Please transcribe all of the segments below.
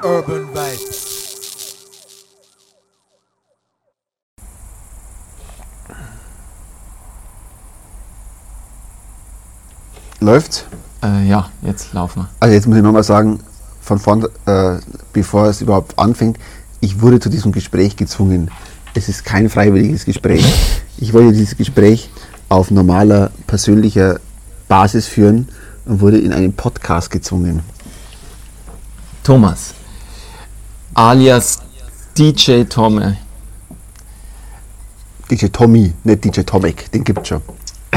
Urban Vibes. Läuft's? Ja, jetzt laufen wir. Also jetzt muss ich nochmal sagen, von vorn, bevor es überhaupt anfängt, ich wurde zu diesem Gespräch gezwungen. Es ist kein freiwilliges Gespräch. Ich wollte dieses Gespräch auf normaler, persönlicher Basis führen und wurde in einen Podcast gezwungen. Thomas, alias DJ Tomme. DJ Tommy, nicht DJ Tomek, den gibt's schon.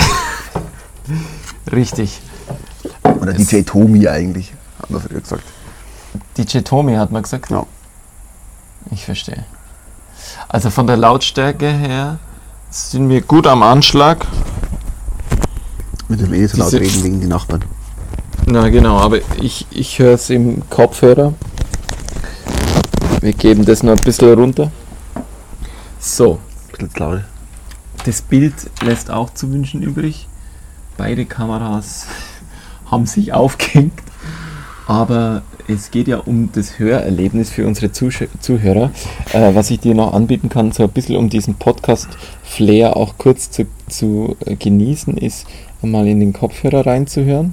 Richtig. Oder DJ Tomi eigentlich, hat man früher gesagt. DJ Tommy hat man gesagt? Ja. Ich verstehe. Also von der Lautstärke her sind wir gut am Anschlag. Mit dem so laut reden wegen den Nachbarn. Na genau, aber ich höre es im Kopfhörer. Wir geben das noch ein bisschen runter. So. Ein bisschen zu laut. Das Bild lässt auch zu wünschen übrig. Beide Kameras haben sich aufgehängt. Aber es geht ja um das Hörerlebnis für unsere Zuhörer. Was ich dir noch anbieten kann, so ein bisschen um diesen Podcast-Flair auch kurz zu genießen, ist mal in den Kopfhörer reinzuhören.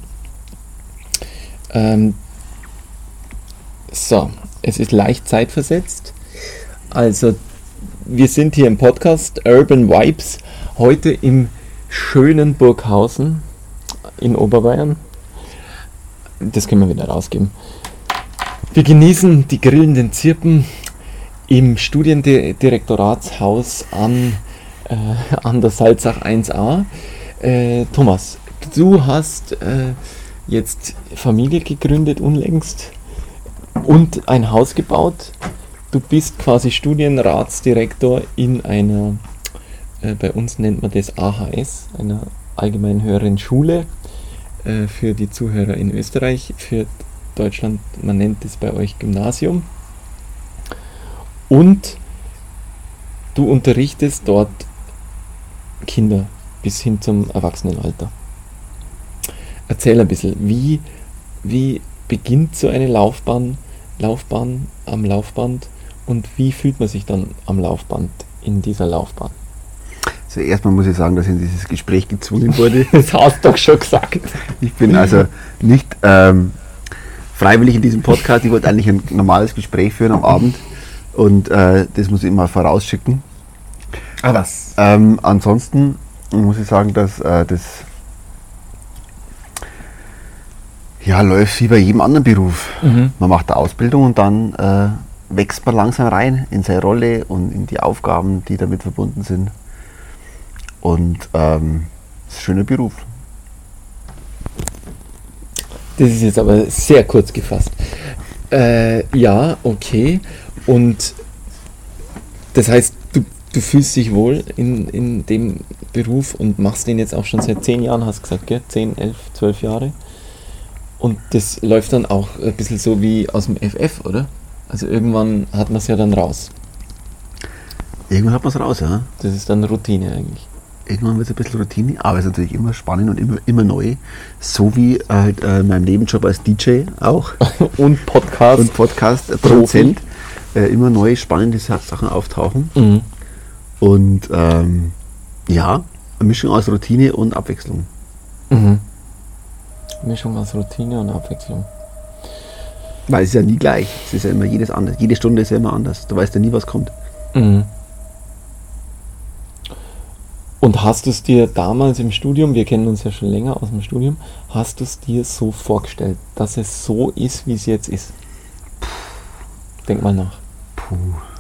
So, es ist leicht zeitversetzt. Also, wir sind hier im Podcast Urban Vibes, heute im schönen Burghausen in Oberbayern. Das können wir wieder rausgeben. Wir genießen die grillenden Zirpen im Studiendirektoratshaus an der Salzach 1a. Thomas, du hast jetzt Familie gegründet unlängst und ein Haus gebaut. Du bist quasi Studienratsdirektor in einer, bei uns nennt man das AHS, einer allgemeinen höheren Schule. Für die Zuhörer in Österreich, für Deutschland, man nennt es bei euch Gymnasium. Und du unterrichtest dort Kinder bis hin zum Erwachsenenalter. Erzähl ein bisschen, wie beginnt so eine Laufbahn am Laufband und wie fühlt man sich dann am Laufband in dieser Laufbahn? Also erstmal muss ich sagen, dass ich in dieses Gespräch gezwungen wurde. Das hast du doch schon gesagt. Ich bin also nicht freiwillig in diesem Podcast. Ich wollte eigentlich ein normales Gespräch führen am Abend und das muss ich mal vorausschicken. Ah, was? Ansonsten muss ich sagen, dass das ja, läuft wie bei jedem anderen Beruf. Mhm. Man macht eine Ausbildung und dann wächst man langsam rein in seine Rolle und in die Aufgaben, die damit verbunden sind. Und es ist ein schöner Beruf. Das ist jetzt aber sehr kurz gefasst. Ja, okay. Und das heißt, du fühlst dich wohl in dem Beruf und machst den jetzt auch schon seit 10 Jahren, hast du gesagt, gell? 10, 11, 12 Jahre. Und das läuft dann auch ein bisschen so wie aus dem FF, oder? Also irgendwann hat man es ja dann raus. Irgendwann hat man es raus, ja. Das ist dann Routine eigentlich. Irgendwann wird es ein bisschen Routine, aber es ist natürlich immer spannend und immer neu. So wie halt in meinem Nebenjob als DJ auch. Und Podcast. Und Podcast-Produzent. Immer neue spannende Sachen auftauchen. Mhm. Und ja, eine Mischung aus Routine und Abwechslung. Mhm. Mischung aus Routine und Abwechslung. Weil es ist ja nie gleich. Es ist ja immer jedes anders. Jede Stunde ist ja immer anders. Du weißt ja nie, was kommt. Mhm. Und hast du es dir damals im Studium, wir kennen uns ja schon länger aus dem Studium, hast du es dir so vorgestellt, dass es so ist, wie es jetzt ist? Denk mal nach. Puh.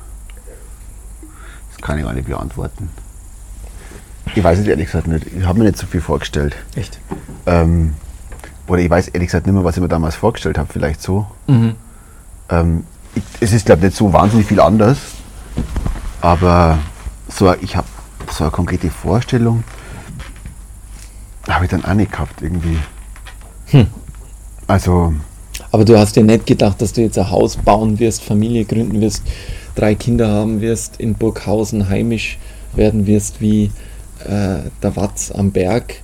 Das kann ich gar nicht beantworten. Ich weiß es ehrlich gesagt nicht. Ich habe mir nicht so viel vorgestellt. Echt? Oder ich weiß ehrlich gesagt nicht mehr, was ich mir damals vorgestellt habe. Vielleicht so. Mhm. Es ist, glaube ich, nicht so wahnsinnig viel anders. Aber ich habe so eine konkrete Vorstellung habe ich dann auch nicht gehabt irgendwie. Also. Aber du hast dir nicht gedacht, dass du jetzt ein Haus bauen wirst, Familie gründen wirst, 3 Kinder haben wirst, in Burghausen heimisch werden wirst wie der Watz am Berg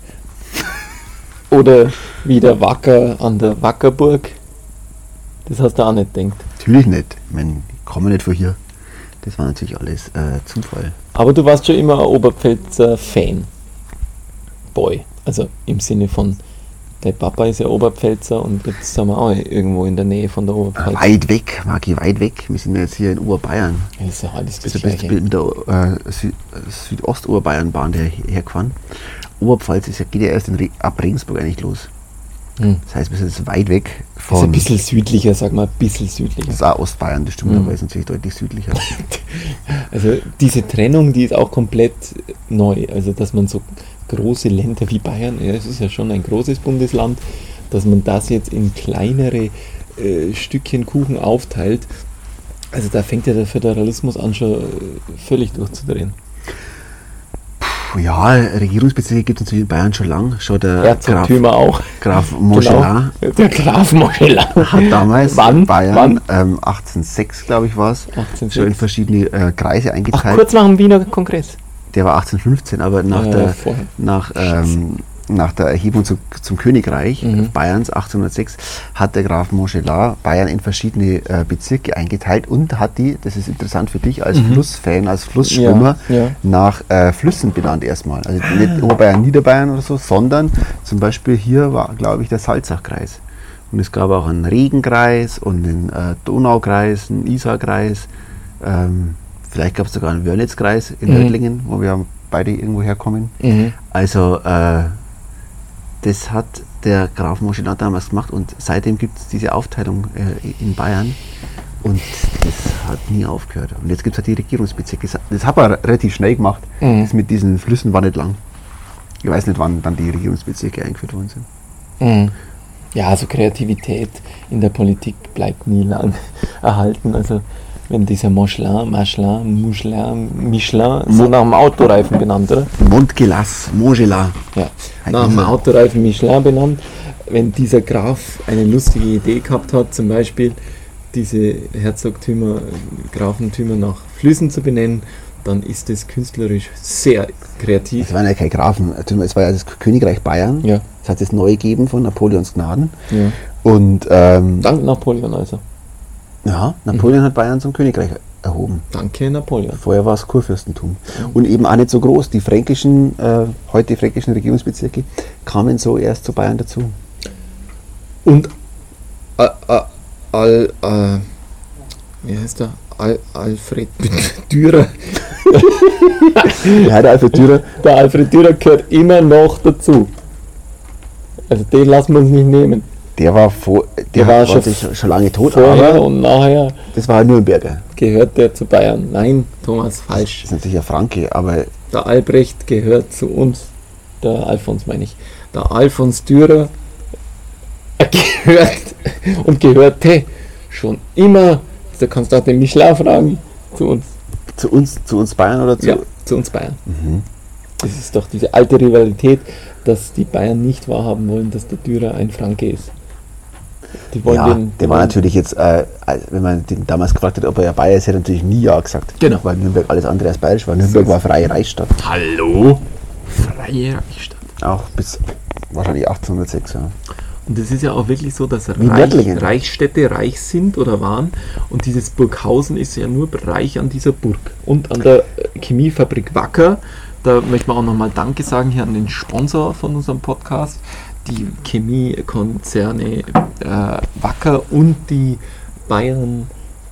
oder wie der Wacker an der Wackerburg. Das hast du auch nicht gedacht. Natürlich nicht. Ich meine, ich komme nicht von hier. Das war natürlich alles Zufall. Aber du warst schon immer ein Oberpfälzer Fan. Boy. Also im Sinne von, dein Papa ist ja Oberpfälzer und jetzt sind wir auch irgendwo in der Nähe von der Oberpfalz. Weit weg, Marki, weit weg. Wir sind jetzt hier in Oberbayern. Das ist ja alles Das das ist ein Gleiche. bisschen mit der Südostoberbayernbahn hergefahren. Oberpfalz geht ja erst ab Regensburg eigentlich los. Das heißt, wir sind jetzt weit weg Das ist von. ein bisschen südlicher, sag mal, ein bisschen südlicher. Das ist auch Ostbayern, das stimmt, aber ist natürlich deutlich südlicher. Also diese Trennung, die ist auch komplett neu. Also dass man so große Länder wie Bayern, ja, es ist ja schon ein großes Bundesland, dass man das jetzt in kleinere Stückchen Kuchen aufteilt. Also da fängt ja der Föderalismus an, schon völlig durchzudrehen. Ja, Regierungsbezirke gibt es natürlich in Bayern schon lang. Schon der Herzogtümer auch. Graf Montgelas Genau. Der Graf Montgelas. hat damals Wann? Bayern 1806, glaube ich, war es, 1806. schon in verschiedene Kreise Ach, eingeteilt. kurz nach dem Wiener Kongress. Der war 1815, aber Vorher. nach der Erhebung zum Königreich Bayerns 1806 hat der Graf Montgelas Bayern in verschiedene Bezirke eingeteilt und hat die, das ist interessant für dich, als Flussfan, als Flussschwimmer Ja. nach Flüssen benannt erstmal. Also nicht Oberbayern, Niederbayern oder so, sondern zum Beispiel hier war, glaube ich, der Salzachkreis. Und es gab auch einen Regenkreis und einen Donaukreis, einen Isarkreis. Vielleicht gab es sogar einen Wörnitzkreis in Nördlingen, wo wir beide irgendwo herkommen. Also das hat der Graf Montgelas damals gemacht und seitdem gibt es diese Aufteilung in Bayern und das hat nie aufgehört. Und jetzt gibt es halt die Regierungsbezirke. Das hat man relativ schnell gemacht. Das mit diesen Flüssen war nicht lang. Ich weiß nicht, wann dann die Regierungsbezirke eingeführt worden sind. Ja, also Kreativität in der Politik bleibt nie lang erhalten. Also wenn dieser Michelin, so nach dem Autoreifen benannt, oder? Montgelas. Ja, nach dem Autoreifen Michelin benannt. Wenn dieser Graf eine lustige Idee gehabt hat, zum Beispiel diese Herzogtümer, Grafentümer nach Flüssen zu benennen, dann ist das künstlerisch sehr kreativ. Es waren ja keine Grafen, es war ja das Königreich Bayern. Ja. Es hat es neu gegeben von Napoleons Gnaden. Ja. Und Dank Napoleon also. ja, Napoleon hat Bayern zum Königreich erhoben. Danke Napoleon. Vorher war es Kurfürstentum. Und eben auch nicht so groß. Die fränkischen, heute fränkischen Regierungsbezirke kamen so erst zu Bayern dazu. Und wie heißt der? Alfred Dürer. Ja, der Alfred Dürer. Der Alfred Dürer gehört immer noch dazu. Also den lassen wir uns nicht nehmen. Der war schon lange tot, Vorher aber und nachher das war ein Nürnberger. gehört der zu Bayern. Nein, Thomas, falsch. Das ist natürlich ein Franke, aber Der Albrecht gehört zu uns. Der Alfons meine ich. Der Alfons Dürer gehört und gehörte schon immer, da kannst du auch den Michelin fragen, zu uns. zu uns Bayern oder zu. Ja, zu uns Bayern. Das ist doch diese alte Rivalität, dass die Bayern nicht wahrhaben wollen, dass der Dürer ein Franke ist. Die wollen Ja, den, der war natürlich jetzt, wenn man den damals gefragt hat, ob er ja Bayer ist, hätte er natürlich nie Ja gesagt. Genau. Weil Nürnberg alles andere als bayerisch war. Nürnberg war freie Reichsstadt. Hallo? Freie Reichsstadt. Auch bis wahrscheinlich 1806. Ja. Und es ist ja auch wirklich so, dass Nördlingen. Reichsstädte reich sind oder waren. Und dieses Burghausen ist ja nur reich an dieser Burg. Und an der Chemiefabrik Wacker. Da möchten wir auch nochmal Danke sagen hier an den Sponsor von unserem Podcast. Die Chemiekonzerne Wacker und die Bayern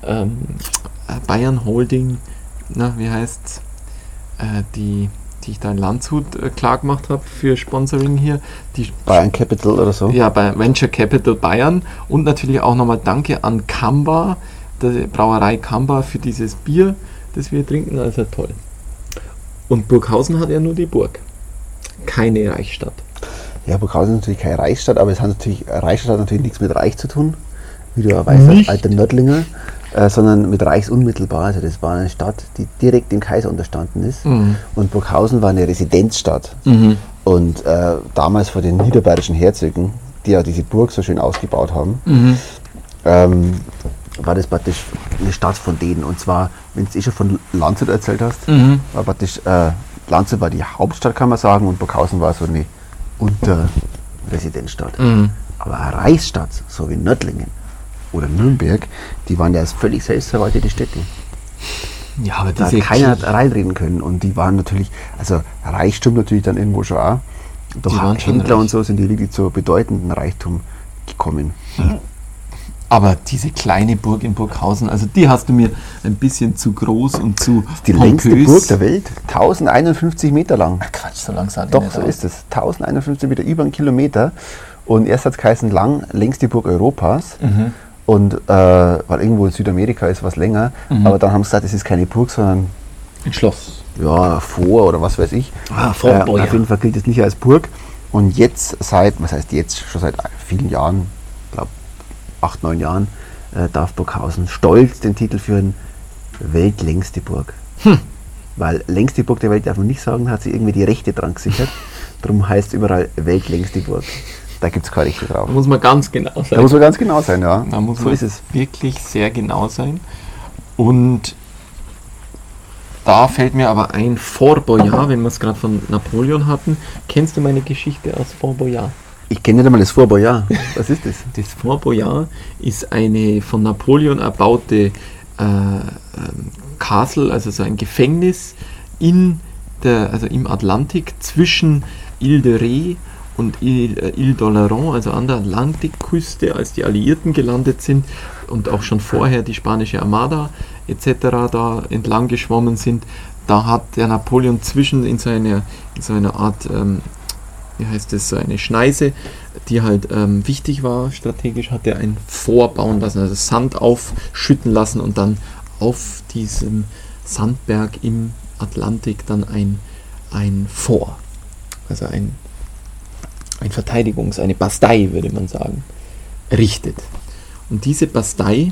Holding, na, wie heißt's? Die ich da in Landshut klar gemacht habe für Sponsoring hier. Die Bayern Capital oder so. Ja, bei Venture Capital Bayern und natürlich auch nochmal Danke an Kamba, der Brauerei Kamba, für dieses Bier, das wir trinken, also toll. Und Burghausen hat ja nur die Burg, keine Reichsstadt. Ja, Burghausen ist natürlich keine Reichsstadt, aber Reichsstadt hat natürlich nichts mit Reich zu tun, wie du ja weißt, alter Nördlinger, sondern mit Reichsunmittelbar. Also das war eine Stadt, die direkt dem Kaiser unterstanden ist. Und Burghausen war eine Residenzstadt. Und damals vor den niederbayerischen Herzögen, die ja diese Burg so schön ausgebaut haben, war das praktisch eine Stadt von denen. Und zwar, wenn du schon von Landshut erzählt hast, war praktisch, Landshut war die Hauptstadt, kann man sagen, und Burghausen war so eine Unterresidenzstadt. Aber eine Reichsstadt, so wie Nördlingen, oder Nürnberg, die waren ja völlig selbstverwaltete Städte. Ja, aber Da hat diese keiner reinreden können. Und die waren natürlich, also Reichtum natürlich dann irgendwo schon auch. Doch Die waren schon Händler reich. und so sind die wirklich zu bedeutenden Reichtum gekommen. Aber diese kleine Burg in Burghausen, also die hast du mir ein bisschen zu groß und zu Die längste Burg der Welt, 1051 Meter lang. Quatsch, so langsam. Doch, so ist es. 1051 Meter, über einen Kilometer. Und erst hat es geheißen, lang, längste Burg Europas. Und weil irgendwo in Südamerika ist was länger. Aber dann haben sie gesagt, es ist keine Burg, sondern Ein Schloss. ja, Fort oder was weiß ich. Fort Boyard. Auf jeden Fall gilt es nicht als Burg. Und jetzt was heißt jetzt, schon seit vielen Jahren, ich glaube 8, 9 Jahren, darf Burghausen stolz den Titel führen, weltlängste Burg. Weil längste Burg der Welt darf man nicht sagen, hat sie irgendwie die Rechte dran gesichert. Darum heißt es überall weltlängste Burg. Da gibt es keine Rechte drauf. Da muss man ganz genau sein. Da muss man ganz genau sein, ja. Da muss So man ist es. wirklich sehr genau sein. Und da fällt mir aber ein, Fort Boyard, wenn wir es gerade von Napoleon hatten. Kennst du meine Geschichte aus Fort Boyard? Ich kenne nicht einmal das Fort Boyard. Was ist das? Das Fort Boyard ist eine von Napoleon erbaute Castle, also so ein Gefängnis also im Atlantik zwischen Ile de Ré und Ile d'Oléron, also an der Atlantikküste, als die Alliierten gelandet sind und auch schon vorher die spanische Armada etc. da entlang geschwommen sind. Da hat der Napoleon in so einer Art, wie heißt das, so eine Schneise, die halt wichtig war, strategisch, hat er ein Fort bauen lassen, also Sand aufschütten lassen und dann auf diesem Sandberg im Atlantik dann ein Fort, also eine Bastei, würde man sagen, errichtet. Und diese Bastei,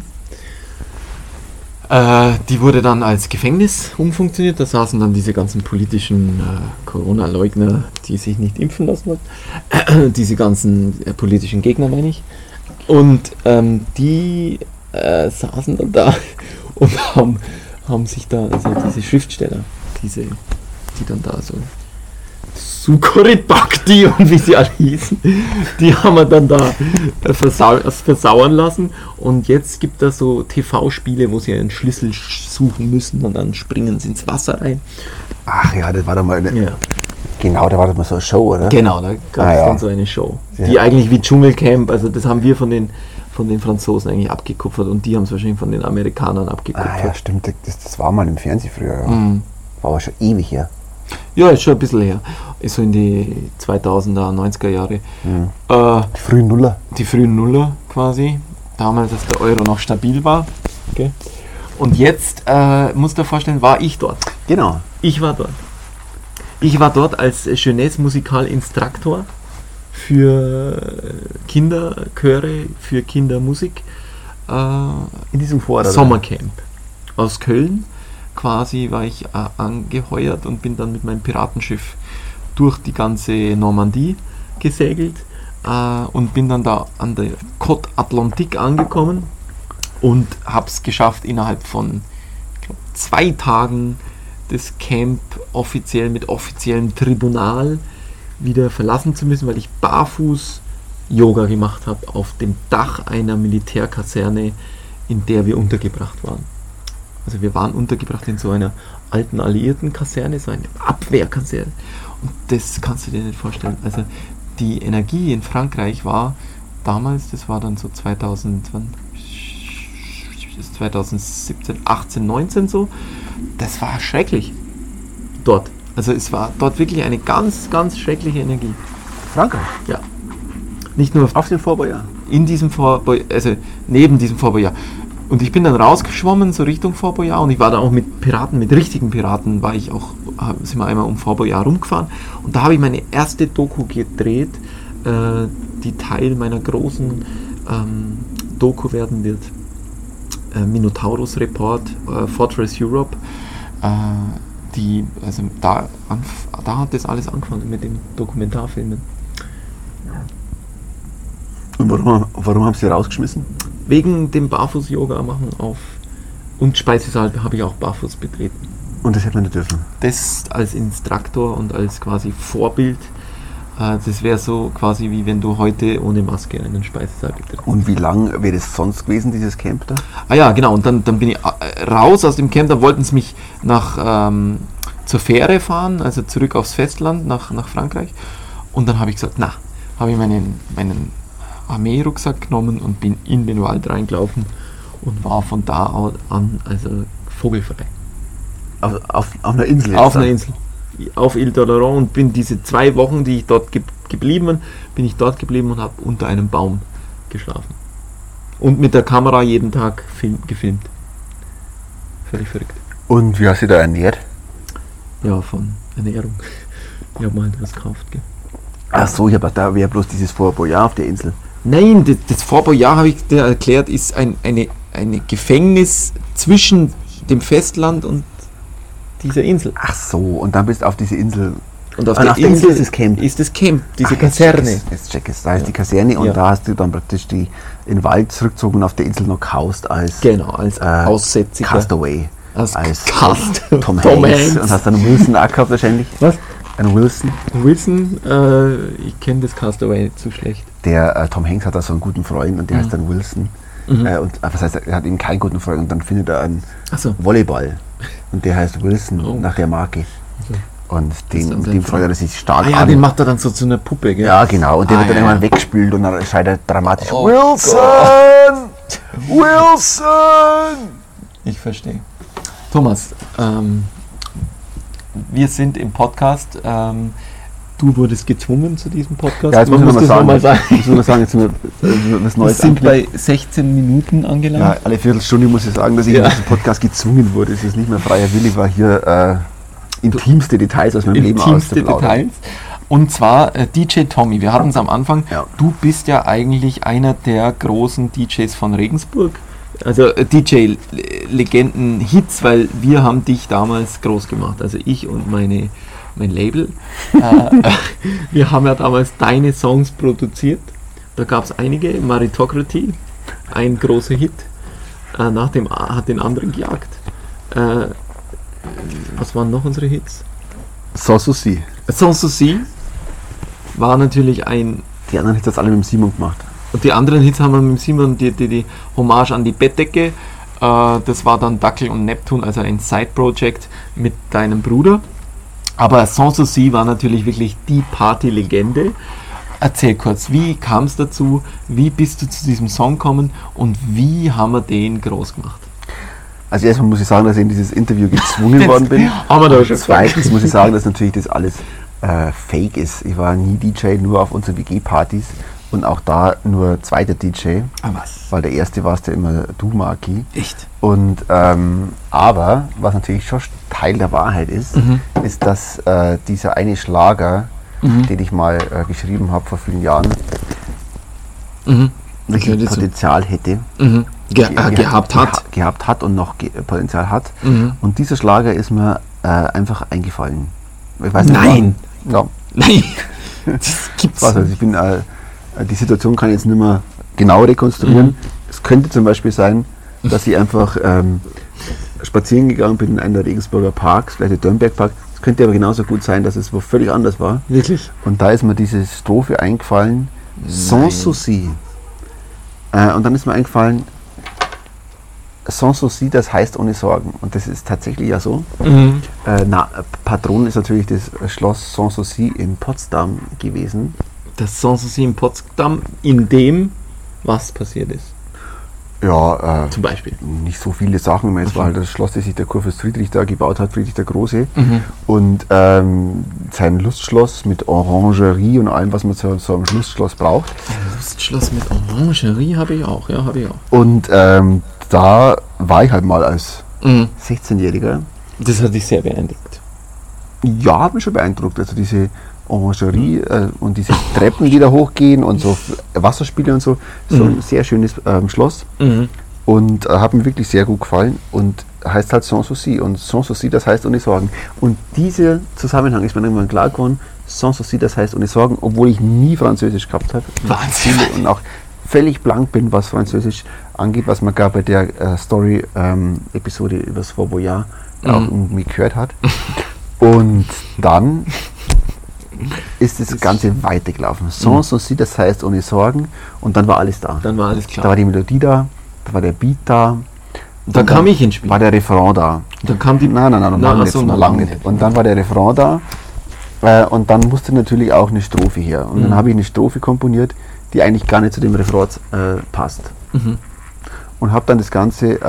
die wurde dann als Gefängnis umfunktioniert. Da saßen dann diese ganzen politischen Corona-Leugner, die sich nicht impfen lassen wollten. Diese ganzen politischen Gegner, meine ich. Und die saßen dann da und haben sich da, also diese Schriftsteller, die dann da so Sucharit Bhakti und wie sie alle hießen, die haben wir dann da versauern lassen. Und jetzt gibt es so TV-Spiele, wo sie einen Schlüssel suchen müssen und dann springen sie ins Wasser rein. Ach ja, das war doch mal Ja. Genau, da war das mal so eine Show, oder? Genau, da gab es dann so eine Show, die eigentlich wie Dschungelcamp, also das haben wir von den Franzosen eigentlich abgekupfert und die haben es wahrscheinlich von den Amerikanern abgekupfert. Ah ja, stimmt, das war mal im Fernsehen früher, ja. Mhm. War aber schon ewig her. Ja, ist schon ein bisschen her. Ist so in die 2000er, 90er Jahre. Die frühen Nuller. Die frühen Nuller quasi. Damals, als der Euro noch stabil war. Okay. Und jetzt, musst du dir vorstellen, war ich dort. Genau. Ich war dort. Ich war dort als Jeunesse Musical Instruktor für Kinderchöre, für Kindermusik. In diesem Fort, oder? Sommercamp aus Köln. Quasi war ich angeheuert und bin dann mit meinem Piratenschiff durch die ganze Normandie gesegelt und bin dann da an der Côte Atlantique angekommen und habe es geschafft, innerhalb von, ich glaub, 2 Tagen das Camp offiziell mit offiziellem Tribunal wieder verlassen zu müssen, weil ich barfuß Yoga gemacht habe auf dem Dach einer Militärkaserne, in der wir untergebracht waren. Also wir waren untergebracht in so einer alten Alliierten-Kaserne, so eine Abwehrkaserne. Und das kannst du dir nicht vorstellen. Also die Energie in Frankreich war damals, das war dann so 2017, 18, 19 so, das war schrecklich dort. Also es war dort wirklich eine ganz, ganz schreckliche Energie. Frankreich? Ja. Nicht nur Auf den Fort Boyard? in diesem also neben diesem Fort Boyard. Und ich bin dann rausgeschwommen, so Richtung Fort Boyard, und ich war da auch mit Piraten, mit richtigen Piraten, sind wir einmal um Fort Boyard rumgefahren. Und da habe ich meine erste Doku gedreht, die Teil meiner großen Doku werden wird. Minotaurus Report, Fortress Europe. Da hat das alles angefangen mit den Dokumentarfilmen. Und warum haben sie rausgeschmissen? Wegen dem Barfuß-Yoga machen und Speisesaal habe ich auch barfuß betreten. Und das hätte man nicht dürfen. Das als Instruktor und als quasi Vorbild Das wäre so quasi wie wenn du heute ohne Maske einen Speisesaal betrittst. Und wie lang wäre das sonst gewesen, dieses Camp da? Ah ja, genau. Und dann bin ich raus aus dem Camp. Da wollten sie mich zur Fähre fahren, also zurück aufs Festland, nach Frankreich. Und dann habe ich gesagt, habe ich meinen Armee-Rucksack genommen und bin in den Wald reingelaufen und war von da an also vogelfrei. Auf einer Insel? Auf einer Insel. Auf Ile d'Oléron, und bin diese 2 Wochen, die ich dort geblieben bin, ich dort geblieben und habe unter einem Baum geschlafen. Und mit der Kamera jeden Tag gefilmt. Völlig verrückt. Und wie hast du dich da ernährt? Ja, von Ernährung. Ich habe mal was gekauft. Gell. Ach so, da wäre bloß dieses Fort Boyard auf der Insel. Nein, das Fort Boyard, habe ich dir erklärt, ist eine Gefängnis zwischen dem Festland und dieser Insel. Ach so, und dann bist du auf diese Insel. Und auf der Insel ist das Camp, diese Kaserne. Jetzt check es. Da ist die Kaserne, und da hast du dann praktisch in den Wald zurückgezogen und auf der Insel noch gehaust als Aussätziger. Castaway. Als Tom Hanks. Und hast dann einen Wilson auch gehabt wahrscheinlich. Was? Ein Wilson. Wilson, ich kenne das Castaway zu schlecht. Der Tom Hanks hat da so einen guten Freund, und der heißt dann Wilson. Und was heißt, er hat eben keinen guten Freund, und dann findet er einen Volleyball. Und der heißt Wilson, nach der Marke. Und mit dem freut er sich stark an. Den macht er dann so zu einer Puppe, gell? Ja, genau. Und der wird dann irgendwann weggespült, und dann schreit er dramatisch: Wilson! Wilson! Ich verstehe. Thomas, wir sind im Podcast. Du wurdest gezwungen zu diesem Podcast. Ja, jetzt muss ich nochmal sagen. Ich muss sagen, jetzt sind wir was Neues. Wir sind bei 16 Minuten angelangt. Ja, alle Viertelstunde muss ich sagen, dass ich in diesen Podcast gezwungen wurde. Es ist nicht mehr freier Wille, war hier intimste Details aus meinem Leben auszuplaudern. Und zwar DJ Tommy. Wir hatten es am Anfang. Ja. Du bist ja eigentlich einer der großen DJs von Regensburg. Also DJ-Legenden-Hits, weil wir haben dich damals groß gemacht. Also ich und mein Label. Wir haben ja damals deine Songs produziert. Da gab es einige. Meritocracy, ein großer Hit. Nach dem hat den anderen gejagt. Was waren noch unsere Hits? Sans Souci. Sans Souci war natürlich ein... Die anderen Hits hat alle mit dem Simon gemacht. Und die anderen Hits haben wir mit dem Simon, die Hommage an die Bettdecke. Das war dann Dackel und Neptun, also ein Side-Project mit deinem Bruder. Aber Sans Souci war natürlich wirklich die Party-Legende. Erzähl kurz, wie kam es dazu? Wie bist du zu diesem Song gekommen? Und wie haben wir den groß gemacht? Also erstmal muss ich sagen, dass ich in dieses Interview gezwungen worden bin. Aber da schon. Zweitens muss ich sagen, dass natürlich das alles fake ist. Ich war nie DJ, nur auf unseren WG-Partys. Und auch da nur zweiter DJ. Was? Weil der erste warst ja immer du, Marki. Echt? Und aber, was natürlich schon Teil der Wahrheit ist, ist, dass dieser eine Schlager, den ich mal geschrieben habe vor vielen Jahren, wirklich Potenzial hätte. Gehabt hat und noch Potenzial hat. Und dieser Schlager ist mir einfach eingefallen. Ich weiß nicht, Nein! Ja. Nein! Das gibt's nicht. Also ich bin, die Situation kann ich jetzt nicht mehr genau rekonstruieren. Es könnte zum Beispiel sein, dass ich einfach spazieren gegangen bin in einem der Regensburger Parks, vielleicht der Dörnbergpark. Es könnte aber genauso gut sein, dass es wo völlig anders war. Wirklich? Und da ist mir diese Strophe eingefallen, Sans Souci. Und dann ist mir eingefallen, Sans Souci, das heißt ohne Sorgen. Und das ist tatsächlich ja so. Patron ist natürlich das Schloss Sans Souci in Potsdam gewesen. Das Sans Souci in Potsdam, in dem was passiert ist? Ja, zum Beispiel. Nicht so viele Sachen. Es war halt das Schloss, das sich der Kurfürst Friedrich da gebaut hat, Friedrich der Große. Und sein Lustschloss mit Orangerie und allem, was man so einem Lustschloss braucht. Ein Lustschloss mit Orangerie habe ich auch, ja, habe ich auch. Und da war ich halt mal als 16-Jähriger. Das hat dich sehr beeindruckt. Ja, hat mich schon beeindruckt. Also diese Orangerie und diese Treppen, die da hochgehen und so Wasserspiele und so. So ein sehr schönes Schloss. Und hat mir wirklich sehr gut gefallen und heißt halt Sans Souci. Und Sans Souci, das heißt ohne Sorgen. Und dieser Zusammenhang ist mir irgendwann klar geworden. Sans Souci, das heißt ohne Sorgen, obwohl ich nie Französisch gehabt habe. Wahnsinn. Und auch völlig blank bin, was Französisch angeht, was man gar bei der Story-Episode über das Fort Boyard auch irgendwie gehört hat. Und dann ist das Ganze weitergelaufen. Sans souci, das heißt ohne Sorgen, und dann war alles da. Dann war alles klar. Da war die Melodie da war der Beat da. Und dann kam ich ins Spiel. War der Refrain da. Dann kam die... Nein, noch lange nicht. Und dann war der Refrain da. Und dann musste natürlich auch eine Strophe her. Und dann habe ich eine Strophe komponiert, die eigentlich gar nicht zu dem Refrain passt. Und habe dann das Ganze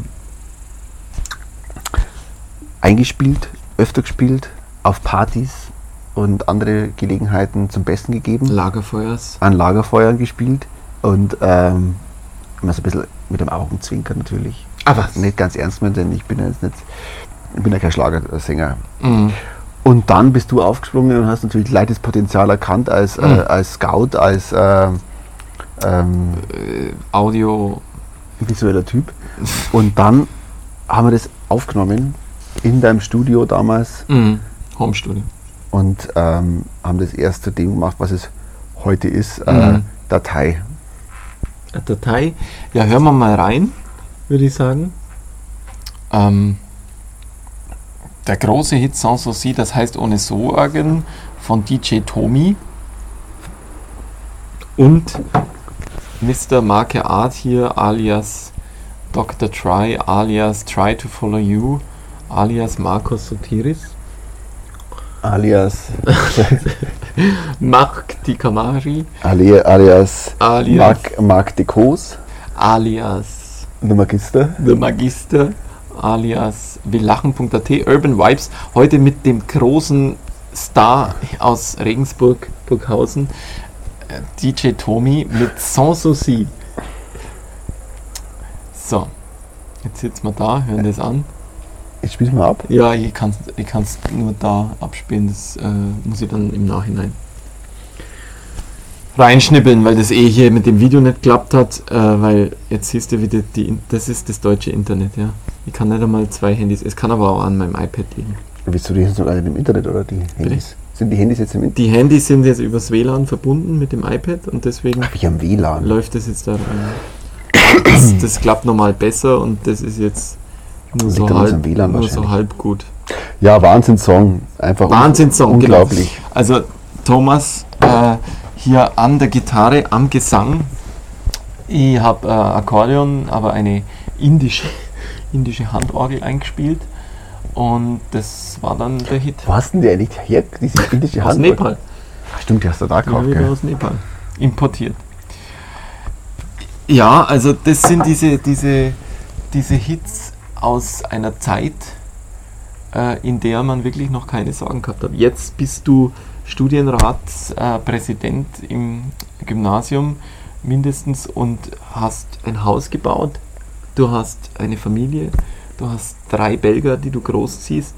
eingespielt, öfter gespielt, auf Partys und andere Gelegenheiten zum Besten gegeben. Lagerfeuers. An Lagerfeuern gespielt und immer so ein bisschen mit dem Augenzwinkern natürlich. Aber nicht ganz ernst mehr, denn ich bin ja kein Schlagersänger. Mhm. Und dann bist du aufgesprungen und hast natürlich gleich das Potenzial erkannt als Scout, als Audio visueller Typ. Und dann haben wir das aufgenommen in deinem Studio damals. Homestudio. Und haben das erst zu dem gemacht, was es heute ist, Datei. Eine Datei. Ja, hören wir mal rein, würde ich sagen. Der große Hit Sans souci, das heißt ohne Sorgen, von DJ Tommy und Mr. Marke Art hier, alias Dr. Try, alias Try to Follow You, alias Marcos Sotiris, alias Marc Di Camari, alias Marc de Kos, alias The Magister, alias willachen.at, Urban Vibes, heute mit dem großen Star aus Regensburg, Burghausen, DJ Tommy mit Sans souci. So, jetzt sitzen wir da, hören das an. Ich spiel's mal ab. Ja, ich kann's nur da abspielen, das muss ich dann im Nachhinein reinschnippeln, weil das hier mit dem Video nicht geklappt hat, weil jetzt siehst du wieder, das ist das deutsche Internet, ja. Ich kann nicht einmal 2 Handys, es kann aber auch an meinem iPad liegen. Wieso, die sind alle im Internet oder die Handys? Sind die Handys jetzt im Internet? Die Handys sind jetzt übers WLAN verbunden mit dem iPad und deswegen am WLAN. Läuft das jetzt da rein. Das klappt normal besser und das ist jetzt nur so halb gut. Ja, Wahnsinnssong. Einfach Wahnsinnssong, unglaublich. Genau. Also Thomas hier an der Gitarre, am Gesang. Ich habe Akkordeon, aber eine indische Handorgel eingespielt. Und das war dann der Hit. Wo hast denn die eigentlich her, diese indische Handorgel? Aus Nepal. Ach, stimmt, die hast du da gekauft, gell? Aus Nepal. Importiert. Ja, also das sind diese Hits aus einer Zeit, in der man wirklich noch keine Sorgen gehabt hat. Jetzt bist du Studienratspräsident im Gymnasium mindestens und hast ein Haus gebaut. Du hast eine Familie. Du hast 3 Belgier, die du großziehst.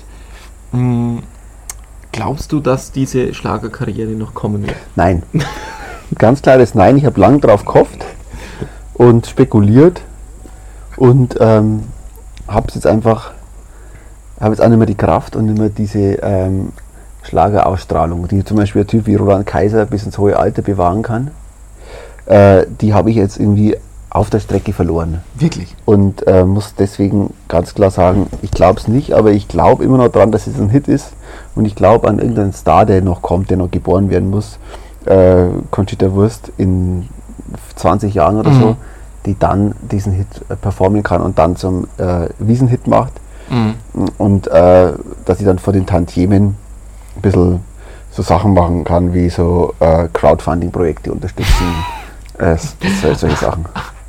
Glaubst du, dass diese Schlagerkarriere noch kommen wird? Nicht ganz klares Nein. Ich habe lange drauf gehofft und spekuliert und habe jetzt auch nicht mehr die Kraft und nicht mehr diese Schlagerausstrahlung, die zum Beispiel ein Typ wie Roland Kaiser bis ins hohe Alter bewahren kann. Die habe ich jetzt irgendwie auf der Strecke verloren. Wirklich? Und muss deswegen ganz klar sagen, ich glaube es nicht, aber ich glaube immer noch dran, dass es ein Hit ist. Und ich glaube an irgendeinen Star, der noch kommt, der noch geboren werden muss. Conchita Wurst in 20 Jahren oder so, die dann diesen Hit performen kann und dann zum Wiesenhit macht. Und dass sie dann vor den Tantiemen ein bisschen so Sachen machen kann, wie so Crowdfunding-Projekte unterstützen. Solche Sachen.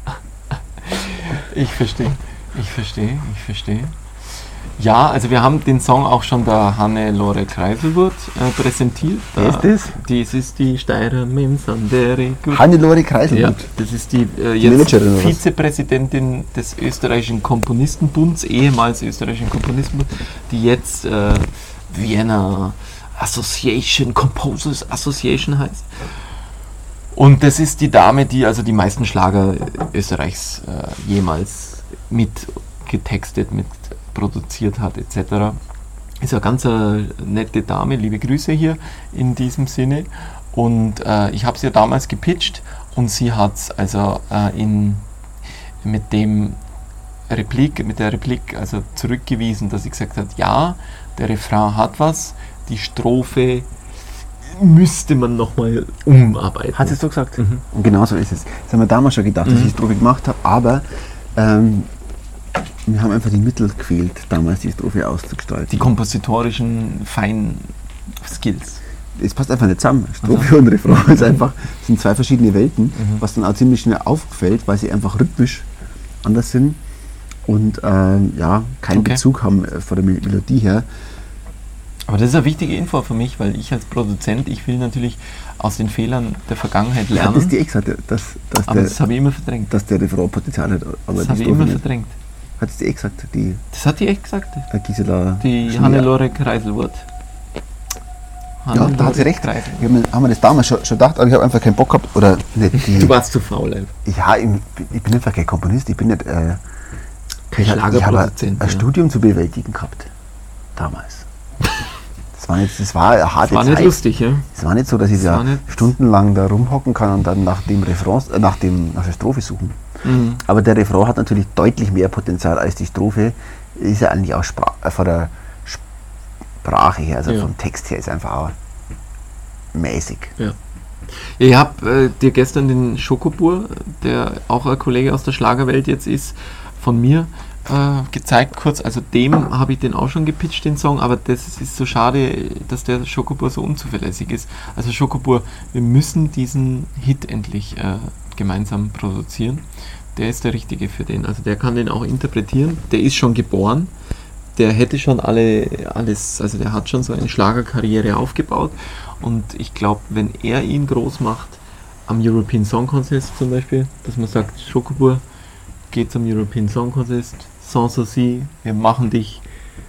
Ich verstehe. Ja, also wir haben den Song auch schon der Hannelore Kreiselwurth präsentiert. Wer ist das? Das ist die Steirer Mensandere. Hannelore Kreiselwurth? Ja, das ist die jetzt Vizepräsidentin des österreichischen Komponistenbunds, ehemals österreichischen Komponistenbunds, die jetzt Vienna Association, Composers Association heißt. Und das ist die Dame, die also die meisten Schlager Österreichs jemals mit getextet, mit produziert hat, etc. Ist eine ganz nette Dame, liebe Grüße hier in diesem Sinne. Und ich habe sie ja damals gepitcht und sie hat es also mit der Replik also zurückgewiesen, dass sie gesagt hat, ja, der Refrain hat was, die Strophe müsste man nochmal umarbeiten. Hat sie es so gesagt? Und genau so ist es. Das haben wir damals schon gedacht, dass ich die Strophe gemacht habe, aber wir haben einfach die Mittel gefehlt, damals die Strophe auszugestalten. Die kompositorischen Fein-Skills. Es passt einfach nicht zusammen. Strophe und Refrain sind zwei verschiedene Welten, was dann auch ziemlich schnell auffällt, weil sie einfach rhythmisch anders sind und keinen Bezug haben von der Melodie her. Aber das ist eine wichtige Info für mich, weil ich als Produzent, ich will natürlich aus den Fehlern der Vergangenheit lernen. Das ist die Ex-Hatte, das habe ich immer verdrängt. Dass der Refrain Potenzial hat. Aber das habe ich immer verdrängt. Hat es die Ex gesagt? Das hat die Ex gesagt. Gisela. Die Hannelore Kreiselwurth. Ja, da hat sie recht. Haben wir das damals schon gedacht, aber ich habe einfach keinen Bock gehabt. Oder nicht du warst zu faul einfach. Ja, ich bin einfach kein Komponist, ich bin nicht kein Schlagerproduzent. Ich habe ein Studium zu bewältigen gehabt. Damals. Das war eine harte Zeit. Das war nicht lustig, ja? Es war nicht so, dass ich da stundenlang da rumhocken kann und dann nach der Strophe suchen. Aber der Refrain hat natürlich deutlich mehr Potenzial als die Strophe. Ist ja eigentlich auch von der Sprache her, also vom Text her, ist einfach auch mäßig. Ja. Ich habe dir gestern den Schokobur, der auch ein Kollege aus der Schlagerwelt jetzt ist, von mir gezeigt kurz, also dem habe ich den auch schon gepitcht, den Song, aber das ist so schade, dass der Schokobur so unzuverlässig ist. Also Schokobur, wir müssen diesen Hit endlich gemeinsam produzieren. Der ist der Richtige für den, also der kann den auch interpretieren, der ist schon geboren, der hätte schon alles, also der hat schon so eine Schlagerkarriere aufgebaut und ich glaube, wenn er ihn groß macht, am European Song Contest zum Beispiel, dass man sagt, Schokobur, geht zum European Song Contest, Sans Souci, wir machen dich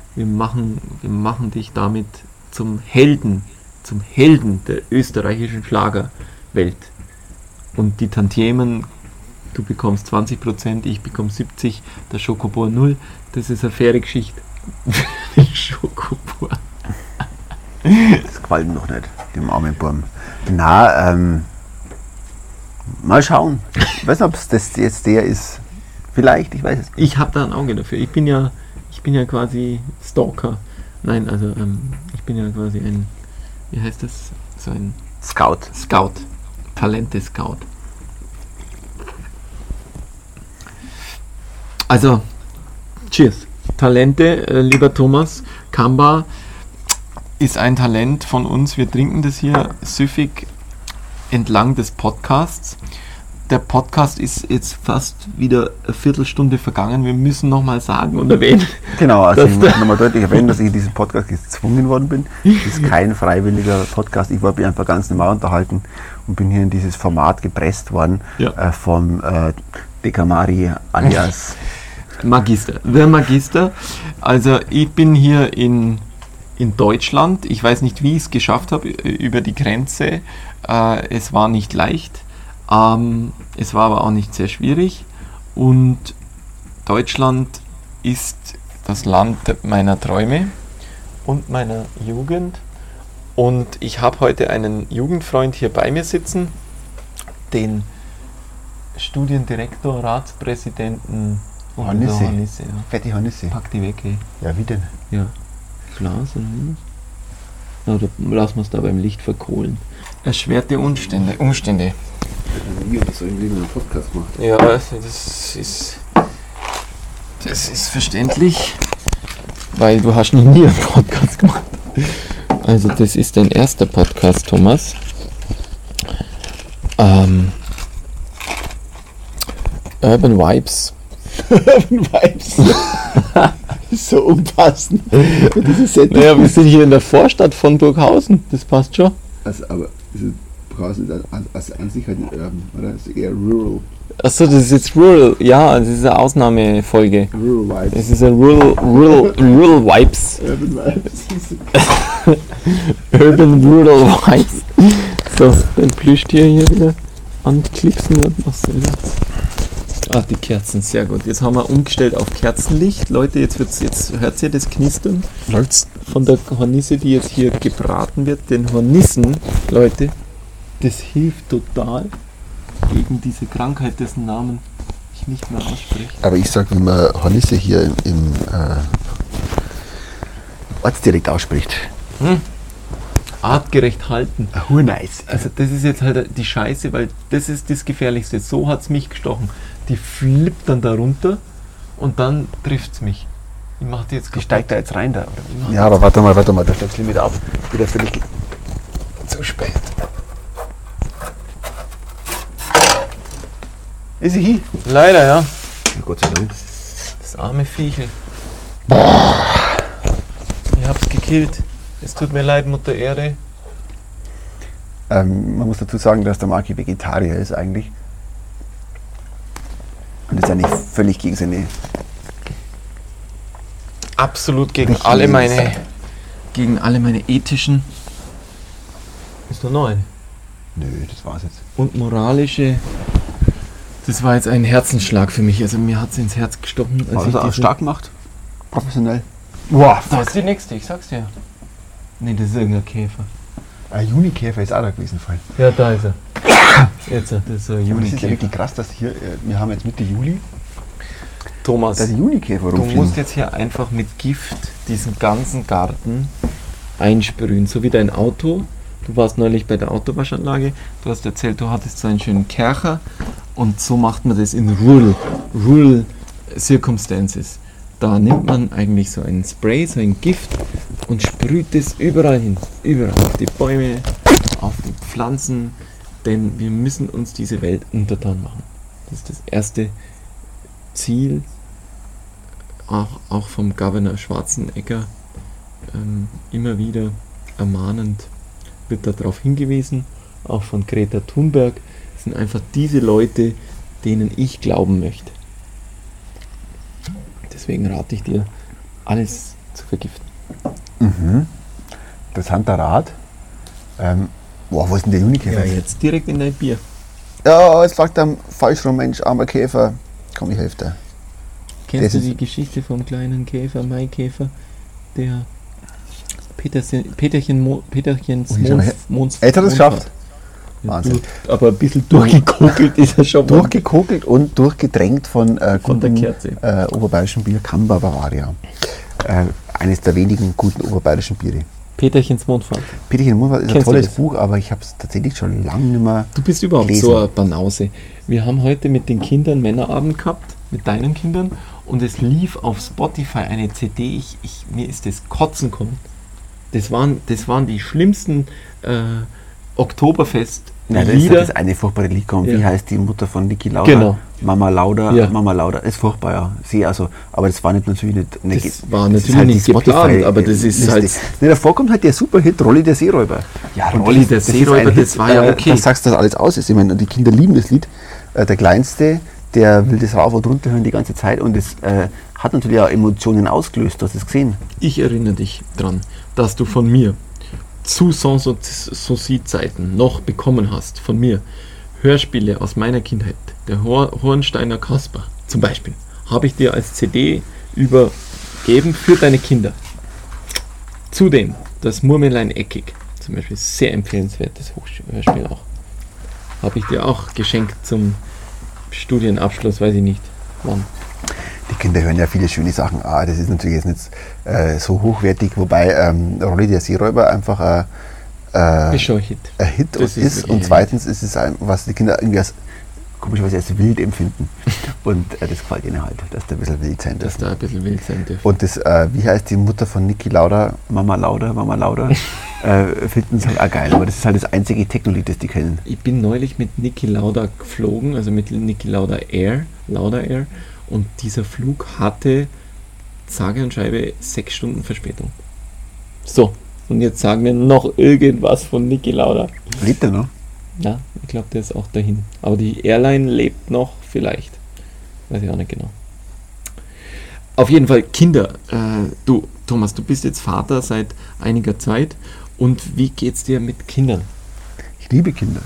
damit zum Helden der österreichischen Schlagerwelt. Und die Tantiemen, du bekommst 20%, ich bekomme 70%, der Schokobur 0, das ist eine faire Geschichte. Schokobur. Das gefällt mir noch nicht, dem armen Burm. Na, mal schauen. Ich weiß nicht, ob es das jetzt der ist. Vielleicht, ich weiß es nicht. Ich habe da ein Auge dafür. Ich bin ja quasi Stalker. Nein, also ich bin ja quasi ein, wie heißt das? So ein Scout. Talente-Scout. Also, cheers. Talente, lieber Thomas. Kamba ist ein Talent von uns. Wir trinken das hier süffig entlang des Podcasts. Der Podcast ist jetzt fast wieder eine Viertelstunde vergangen. Wir müssen nochmal sagen und erwähnen. Genau, also ich möchte nochmal deutlich erwähnen, dass ich in diesen Podcast gezwungen worden bin. Das ist kein freiwilliger Podcast. Ich wollte mich einfach ganz normal unterhalten und bin hier in dieses Format gepresst worden vom Dekamari alias Magister. Der Magister. Also ich bin hier in Deutschland. Ich weiß nicht, wie ich es geschafft habe über die Grenze. Es war nicht leicht. Es war aber auch nicht sehr schwierig und Deutschland ist das Land meiner Träume und meiner Jugend und ich habe heute einen Jugendfreund hier bei mir sitzen, den Studiendirektor, Ratspräsidenten Hornisse. Ja. Fette Hornisse. Pack die weg, ey. Ja, wie denn? Ja. Glas oder lassen wir es da beim Licht verkohlen. Erschwerte Umstände. Wie oder so einen Podcast macht. Ja, das ist verständlich, weil du hast noch nie einen Podcast gemacht. Also das ist dein erster Podcast, Thomas. Urban Vibes. So unpassend. Naja, wir sind hier in der Vorstadt von Burghausen, das passt schon. Also, aber Burghausen ist an sich halt nicht urban, oder? Das ist eher rural. Achso, das ist jetzt rural. Ja, das ist eine Ausnahmefolge. Rural Vibes. Das ist ein rural Vibes. Urban Vibes. Urban Rural Vibes. So, dann Plüschtier hier wieder anklicksen und was soll das? Ach, die Kerzen, sehr gut. Jetzt haben wir umgestellt auf Kerzenlicht. Leute, jetzt hört ihr das Knistern von der Hornisse, die jetzt hier gebraten wird. Den Hornissen, Leute, das hilft total gegen diese Krankheit, dessen Namen ich nicht mehr ausspreche. Aber ich sag, wenn man Hornisse hier im Ortsdialekt ausspricht, artgerecht halten. Nice. Also das ist jetzt halt die Scheiße, weil das ist das Gefährlichste. So hat es mich gestochen. Die flippt dann da runter und dann trifft es mich. Ich mach die jetzt Die kaputt. steigt da jetzt rein da. Ja, aber warte mal, da steigt das Limit auf. Wieder völlig zu spät. Ist sie hin? Leider, ja. Ja, Gott sei Dank. Das arme Viechel. Ich hab's gekillt. Es tut mir leid, Mutter Erde. Man muss dazu sagen, dass der Maki Vegetarier ist eigentlich. Und das ist eigentlich völlig gegen seine... Absolut gegen Richtlinien. alle meine ethischen. Ist da noch eine? Nö, das war's jetzt. Und moralische. Das war jetzt ein Herzensschlag für mich. Also mir hat es ins Herz gestochen. Was ich er auch diesen- stark macht. Professionell. Wow, Da ist die nächste, ich sag's dir. Nee, das ist irgendein Käfer. ein Junikäfer ist auch da gewesen. Voll. Ja, da ist er. Jetzt, das ist ein Aber das ist ja Junikäfer. wirklich krass, dass hier, wir haben jetzt Mitte Juli, Thomas, dass die Junikäfer du rumfliegen. musst jetzt hier einfach mit Gift diesen ganzen Garten einsprühen. So wie dein Auto. Du warst neulich bei der Autowaschanlage. Du hast erzählt, du hattest so einen schönen Kercher. Und so macht man das in Rural Circumstances. Da nimmt man eigentlich so ein Spray, so ein Gift und sprüht es überall hin. Überall. Auf die Bäume, auf die Pflanzen. Denn wir müssen uns diese Welt untertan machen. Das ist das erste Ziel. Auch vom Governor Schwarzenegger immer wieder ermahnend wird darauf hingewiesen. Auch von Greta Thunberg. Das sind einfach diese Leute, denen ich glauben möchte. Deswegen rate ich dir, alles zu vergiften. Interessanter Rat. Wo ist denn der Junikäfer? Jetzt direkt in dein Bier. Ja, jetzt fragt er falsch rum, Mensch, armer Käfer. Komm, ich helfe dir. Kennst Das du ist- die Geschichte vom kleinen Käfer, Maikäfer, der Peterchens Ui, schau mal her. Mond. Jetzt hat er es geschafft. Wahnsinn. Aber ein bisschen durchgekokelt ist er schon. Durchgekokelt und durchgedrängt von Von der gutem Kerze. oberbayerischen Bier Kamba Bavaria. Eines der wenigen guten oberbayerischen Biere. Peterchens Mondfahrt. Peterchen Mundwald ist ein Kennst du tolles das? Buch, aber ich habe es tatsächlich schon lange nicht mehr. Du bist überhaupt Lesen. so eine Banause. Wir haben heute mit den Kindern Männerabend gehabt, mit deinen Kindern, und es lief auf Spotify eine CD, mir ist das Kotzen kommen. Das waren die schlimmsten Oktoberfest Ja, das ist Lieder. das eine furchtbare Lied kommt. Ja. Wie heißt die Mutter von Niki Lauda? Genau. Mama Lauda. Ja. Mama Lauda ist furchtbar, ja. Sie also, aber das war natürlich nicht. Das war ist natürlich nicht die geplant, aber das ist Liste. halt- Nee, davor kommt halt der Superhit Rolli der Seeräuber. Ja, Rolli der Seeräuber, das war ja okay. Da sagst du, dass alles aus ist. Ich meine, die Kinder lieben das Lied. Der Kleinste, der will das rauf und runter hören die ganze Zeit und das hat natürlich auch Emotionen ausgelöst. Du hast es gesehen. Ich erinnere dich dran, dass du von mir zu Sanssouci-Zeiten noch bekommen hast, von mir, Hörspiele aus meiner Kindheit. Der Hornsteiner Kasper zum Beispiel, habe ich dir als CD übergeben für deine Kinder. Zudem das Murmelein Eckig, zum Beispiel sehr empfehlenswertes Hörspiel auch. Habe ich dir auch geschenkt zum Studienabschluss, weiß ich nicht wann. Die Kinder hören ja viele schöne Sachen. Das ist natürlich jetzt nicht so hochwertig, wobei Rolli der Seeräuber einfach Ist schon ein Hit. ein Hit Das ist ist wirklich und ein zweitens ist es was die Kinder irgendwie komischerweise als wild empfinden. Und das gefällt ihnen halt, dass da ein bisschen wild sein Dass dürfen. da ein bisschen wild sein dürfen. Und das, wie heißt die Mutter von Niki Lauda? Mama Lauda, finden es halt auch geil. Aber das ist halt das einzige Techno-Lied, das die kennen. Ich bin neulich mit Niki Lauda geflogen, also mit Niki Lauda Air, und dieser Flug hatte sage und schreibe 6 Stunden Verspätung. So, und jetzt sagen wir noch irgendwas von Niki Lauda. Lebt er noch? Ja, ich glaube, der ist auch dahin. Aber die Airline lebt noch, vielleicht. Weiß ich auch nicht genau. Auf jeden Fall, Kinder. Du, Thomas, du bist jetzt Vater seit einiger Zeit. Und wie geht's dir mit Kindern? Ich liebe Kinder.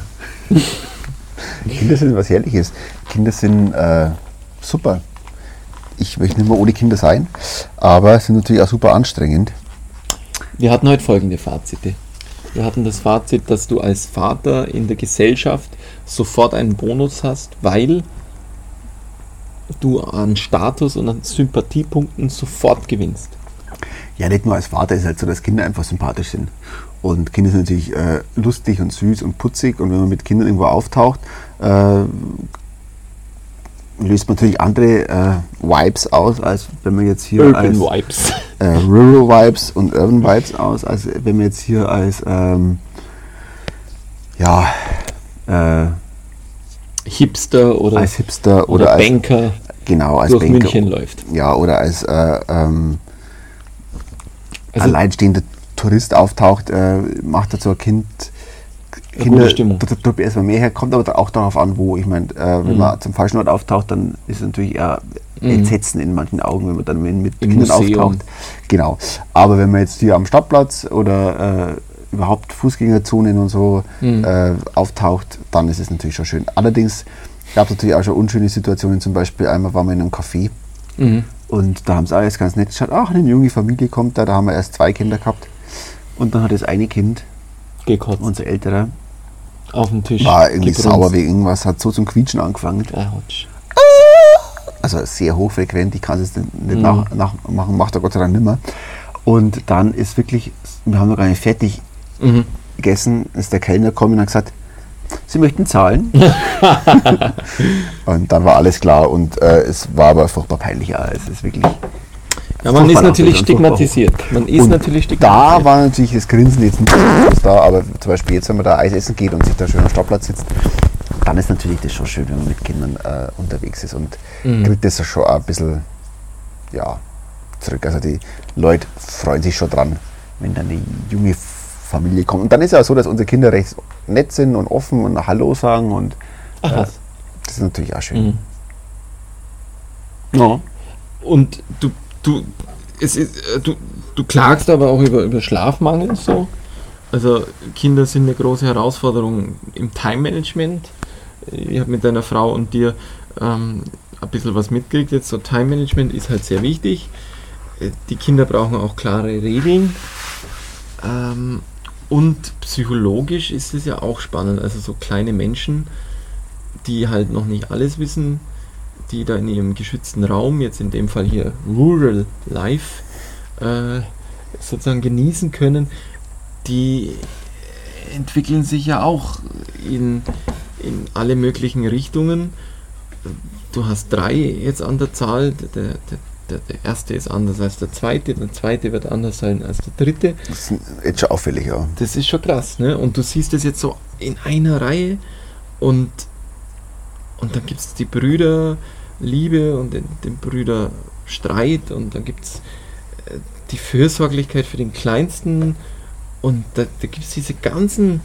Kinder sind was Herrliches. Kinder sind super. Ich möchte nicht mehr ohne Kinder sein, aber sind natürlich auch super anstrengend. Wir hatten heute folgende Fazite. Wir hatten das Fazit, dass du als Vater in der Gesellschaft sofort einen Bonus hast, weil du an Status und an Sympathiepunkten sofort gewinnst. Ja, nicht nur als Vater ist halt so, dass Kinder einfach sympathisch sind. Und Kinder sind natürlich lustig und süß und putzig, und wenn man mit Kindern irgendwo auftaucht, löst man natürlich andere Vibes aus, als wenn man jetzt hier Urban Vibes. Rural Vibes und Urban Vibes aus, als wenn man jetzt hier als Hipster oder als Hipster oder als Banker genau als durch Banker, München läuft. ja, oder als Also- alleinstehender Tourist auftaucht, macht dazu ein Kind Eine gute Stimmung. da erstmal mehr her, kommt aber auch darauf an, wo. Ich meine, wenn man zum falschen Ort auftaucht, dann ist es natürlich eher Entsetzen in manchen Augen, wenn man dann mit Im Kindern Museum. auftaucht. Genau. Aber wenn man jetzt hier am Stadtplatz oder überhaupt Fußgängerzonen und so auftaucht, dann ist es natürlich schon schön. Allerdings gab es natürlich auch schon unschöne Situationen. Zum Beispiel einmal waren wir in einem Café und da haben sie alles ganz nett geschaut. Ach, eine junge Familie kommt da haben wir erst 2 Kinder gehabt. Und dann hat das eine Kind, Gekotzt. unser älterer, Auf dem Tisch. war irgendwie gebrunst. sauer wegen irgendwas, hat so zum Quietschen angefangen. Autsch. Also sehr hochfrequent, ich kann es nicht nachmachen, macht er Gott sei Dank nimmer. Und dann ist wirklich, wir haben noch gar nicht fertig gegessen, ist der Kellner gekommen und hat gesagt, Sie möchten zahlen? Und dann war alles klar und es war aber furchtbar peinlich. Ja, es ist wirklich... Ja, man ist furchtbar natürlich langweilig und furchtbar stigmatisiert. Man ist Und natürlich Da stigmatisiert. war natürlich das Grinsen jetzt nicht so da, aber zum Beispiel jetzt, wenn man da Eis essen geht und sich da schön am Stadtplatz sitzt, dann ist natürlich das schon schön, wenn man mit Kindern unterwegs ist und kriegt das schon auch ein bisschen zurück. Also die Leute freuen sich schon dran, wenn dann eine junge Familie kommt. Und dann ist es auch so, dass unsere Kinder recht nett sind und offen und Hallo sagen und Ach was. das ist natürlich auch schön. Mhm. Ja. Und du klagst aber auch über Schlafmangel so. Also Kinder sind eine große Herausforderung im Time-Management. Ich habe mit deiner Frau und dir ein bisschen was mitgekriegt. Jetzt so Time-Management ist halt sehr wichtig. Die Kinder brauchen auch klare Regeln. Und psychologisch ist es ja auch spannend. Also so kleine Menschen, die halt noch nicht alles wissen, die da in ihrem geschützten Raum, jetzt in dem Fall hier Rural Life, sozusagen genießen können, die entwickeln sich ja auch in alle möglichen Richtungen. Du hast 3 jetzt an der Zahl, der erste ist anders als der zweite wird anders sein als der dritte. Das ist jetzt schon auffällig, ja. Das ist schon krass, ne? Und du siehst es jetzt so in einer Reihe und dann gibt es die Brüderliebe und den Brüderstreit und dann gibt es die Fürsorglichkeit für den Kleinsten und da gibt es diese ganzen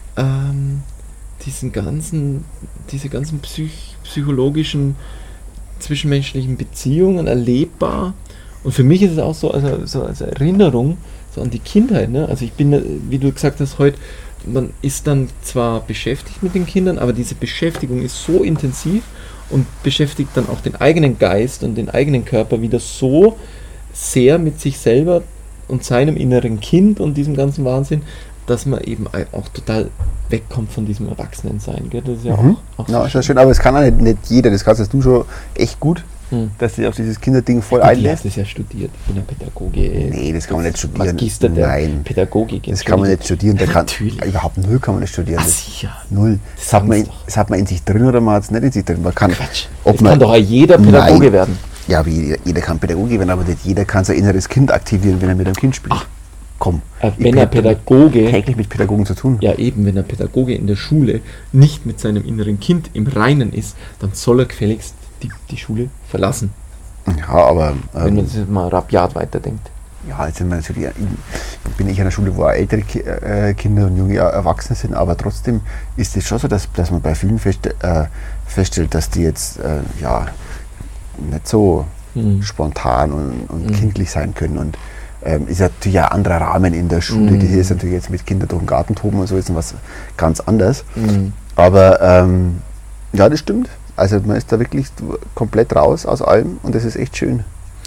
psychologischen zwischenmenschlichen Beziehungen erlebbar. Und für mich ist es auch so als Erinnerung so an die Kindheit. Ne? Also ich bin, wie du gesagt hast heute, man ist dann zwar beschäftigt mit den Kindern, aber diese Beschäftigung ist so intensiv und beschäftigt dann auch den eigenen Geist und den eigenen Körper wieder so sehr mit sich selber und seinem inneren Kind und diesem ganzen Wahnsinn, dass man eben auch total wegkommt von diesem Erwachsenensein. Gell? Das ist ja auch Ja, ist ja schön, aber es kann auch nicht jeder, das kannst du schon echt gut, dass du auf dieses Kinderding voll Ich habe einlässt. das ja studiert. Ich bin ja Pädagoge. Nee, das kann man nicht studieren. Magister der Nein, Pädagogik. das kann man nicht studieren. Da kann, Natürlich. überhaupt null kann man nicht studieren. Ach, Das, sicher. null. Das hat, sagen's doch. das hat man in sich drin oder man hat es nicht in sich drin. Man kann, Quatsch. ob Es man, kann doch auch jeder Pädagoge Nein. werden. Ja, wie jeder kann Pädagoge werden, aber nicht jeder kann sein inneres Kind aktivieren, wenn er mit einem Kind spielt. Komm. Wenn er hab Pädagoge, täglich mit Pädagogen zu tun. ja eben, wenn er Pädagoge in der Schule nicht mit seinem inneren Kind im Reinen ist, dann soll er gefälligst die Schule verlassen. Ja, aber Wenn man das jetzt mal rabiat weiterdenkt. ja, jetzt sind wir natürlich, bin ich an der Schule, wo auch ältere Kinder und junge Erwachsene sind, aber trotzdem ist es schon so, dass man bei vielen feststellt, dass die jetzt nicht so spontan und kindlich sein können. Und ist natürlich ein anderer Rahmen in der Schule. Die hier ist natürlich jetzt mit Kindern durch den Garten toben und so, ist was ganz anderes. Aber ja, das stimmt. Also man ist da wirklich komplett raus aus allem und das ist echt schön.